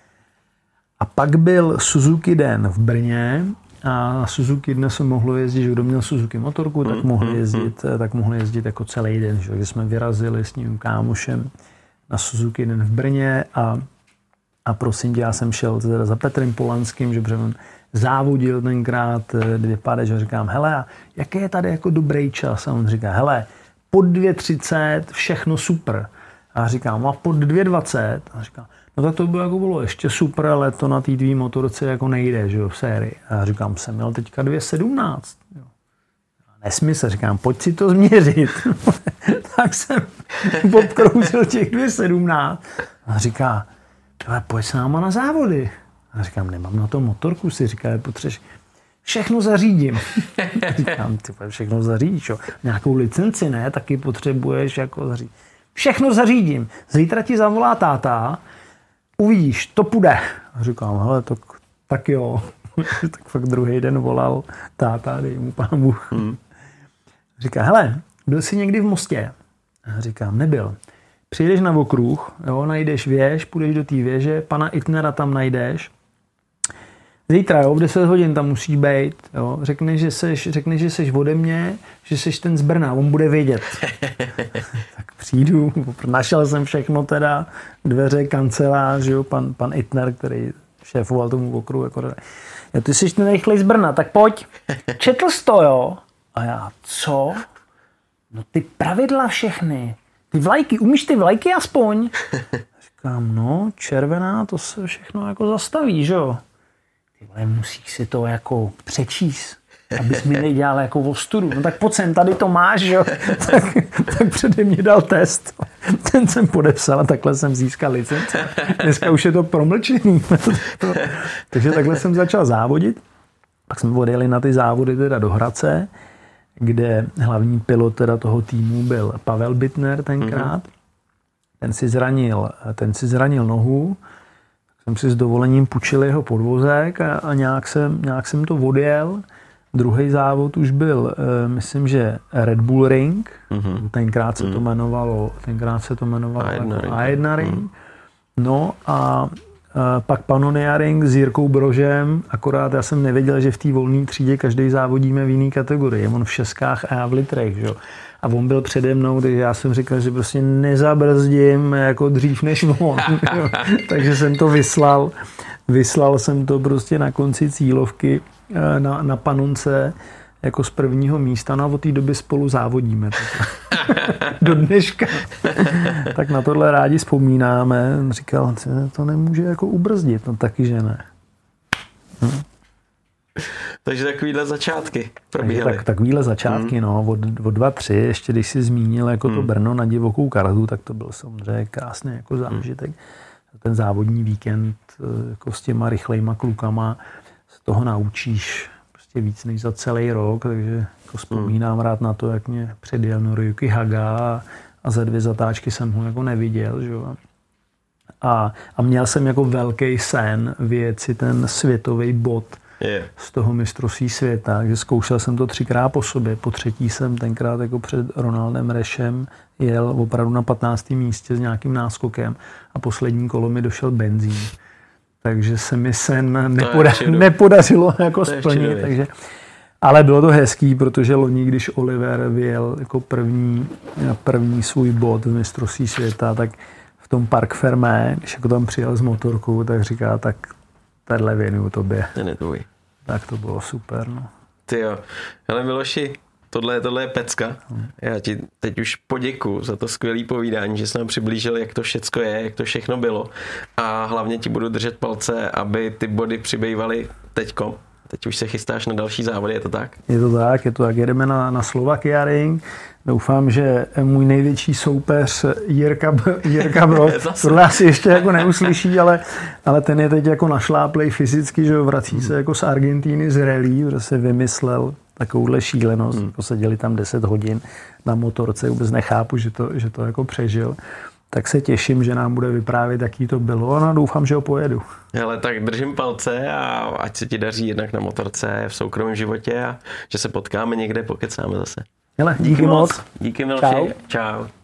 A pak byl Suzuki den v Brně a na Suzuki dne se mohlo jezdit, že kdo měl Suzuki motorku, tak mohl jezdit jako celý den. Že? Takže jsme vyrazili s ním kámošem na Suzuki den v Brně a prosím tě, já jsem šel teda za Petrem Polanským, že on závodil tenkrát 2 pádež a říkám, hele, a jaký je tady jako dobrý čas? A on říká, hele, pod 2,30 všechno super. A říkám, a pod 2,20? A říkám, no tak to by jako bylo ještě super, ale to na té tvý motorce jako nejde, že jo, v sérii. A říkám, jsem měl teďka 2,17. Nesmysl, říkám, pojď si to změřit. Tak jsem podkrousil těch 2,17. A říká, pojď s náma na závody. A říkám, nemám na to motorku, si říká, potřebuješ, všechno zařídím. Říkám, ty všechno zařídíš, jo. Nějakou licenci, ne, taky potřebuješ jako zařídit. Všechno zařídím. Zítra ti zavolá táta, uvidíš, to půjde. A říkám, hele, tak jo. Tak fakt druhý den volal táta, dej mu pán Bůh. Říká, hele, byl jsi někdy v Mostě? A říkám, nebyl. Přijdeš na okruh, jo, najdeš věž, půjdeš do té věže, pana Itnera tam najdeš. Zítra, jo, v 10 hodin tam musí být, jo. Řekneš, že seš ode mě, že seš ten z Brna, on bude vědět. Tak přijdu, našel jsem všechno teda, dveře, kancelář, jo, pan Itner, který šéfoval tomu okruhu, jako, jo, ty jsi ten rychlej z Brna, tak pojď, četl jsi to, jo. A já, co? No ty pravidla všechny, ty vlajky, umíš ty vlajky aspoň? Říkám, no, červená, to se všechno jako zastaví, že jo. Ty vole, musíš si to jako přečíst, abys mi nedělal jako ostudu. No tak pojď sem, tady to máš, jo. Tak přede mě dal test. Ten jsem podepsal a takhle jsem získal licenci. Dneska už je to promlčený. Takže takhle jsem začal závodit. Pak jsme odjeli na ty závody teda do Hradce, kde hlavní pilot teda toho týmu byl Pavel Bittner tenkrát. Ten si zranil nohu. Jsem si s dovolením půjčil jeho podvozek a nějak jsem to odjel. Druhý závod už byl, myslím, že Red Bull Ring. Tenkrát se to jmenovalo A1 Ring. No a pak panoneering s Jirkou Brožem, akorát já jsem nevěděl, že v té volné třídě každý závodíme v jiný kategorii. On v šestkách a já v litrech, že? A on byl přede mnou, takže já jsem říkal, že prostě nezabrzdím jako dřív než on. Takže jsem to vyslal. Vyslal jsem to prostě na konci cílovky na panonce jako z prvního místa. No a od té doby spolu závodíme. Do dneška. Tak na tohle rádi vzpomínáme. Říkal, to nemůže jako ubrzdit. No taky, že ne. Takže takovýhle začátky probíhaly. Takovýhle začátky, no. Od 2-3, ještě když jsi zmínil jako to Brno na divokou kartu, tak to byl samozřejmě krásný jako zážitek. Ten závodní víkend jako s těma rychlejma klukama se toho naučíš prostě víc než za celý rok, takže jako vzpomínám rád na to, jak mě předjel Noriyuki Haga a za 2 zatáčky jsem ho jako neviděl, že? A měl jsem jako velký sen vyjet si ten světový bod z toho mistrovství světa, takže zkoušel jsem to 3krát po sobě, po 3. jsem tenkrát jako před Ronaldem Rešem jel opravdu na 15. místě s nějakým náskokem a poslední kolo mi došel benzín. Takže se mi sen nepodařilo jako splnit. Takže, ale bylo to hezký, protože loni, když Oliver vyjel jako první svůj bod v mistrovství světa, tak v tom Parc Fermé, když jako tam přijel s motorkou, tak říká, tak tenhle věnuju tobě. Ten je tvůj. Tak to bylo super. No. Ty jo. Hele Miloši, tohle je pecka. Já ti teď už poděkuju za to skvělé povídání, že jsi nám přiblížil, jak to všecko je, jak to všechno bylo. A hlavně ti budu držet palce, aby ty body přibývaly teďko. Teď už se chystáš na další závody, je to tak? Je to tak. Jedeme na Slovakia Ring. Doufám, že můj největší soupeř Jirka Brod, tohle asi ještě jako neuslyší, ale ten je teď jako našláplej fyzicky, že vrací se jako z Argentíny z rally, protože se vymyslel takovouhle šílenost. Posadili tam 10 hodin na motorce, vůbec nechápu, že to jako přežil. Tak se těším, že nám bude vyprávět, jaký to bylo a doufám, že ho pojedu. Hele, tak držím palce a ať se ti daří jednak na motorce v soukromém životě a že se potkáme někde, pokecáme zase. Hele, díky moc. Díky Miloši. Čau.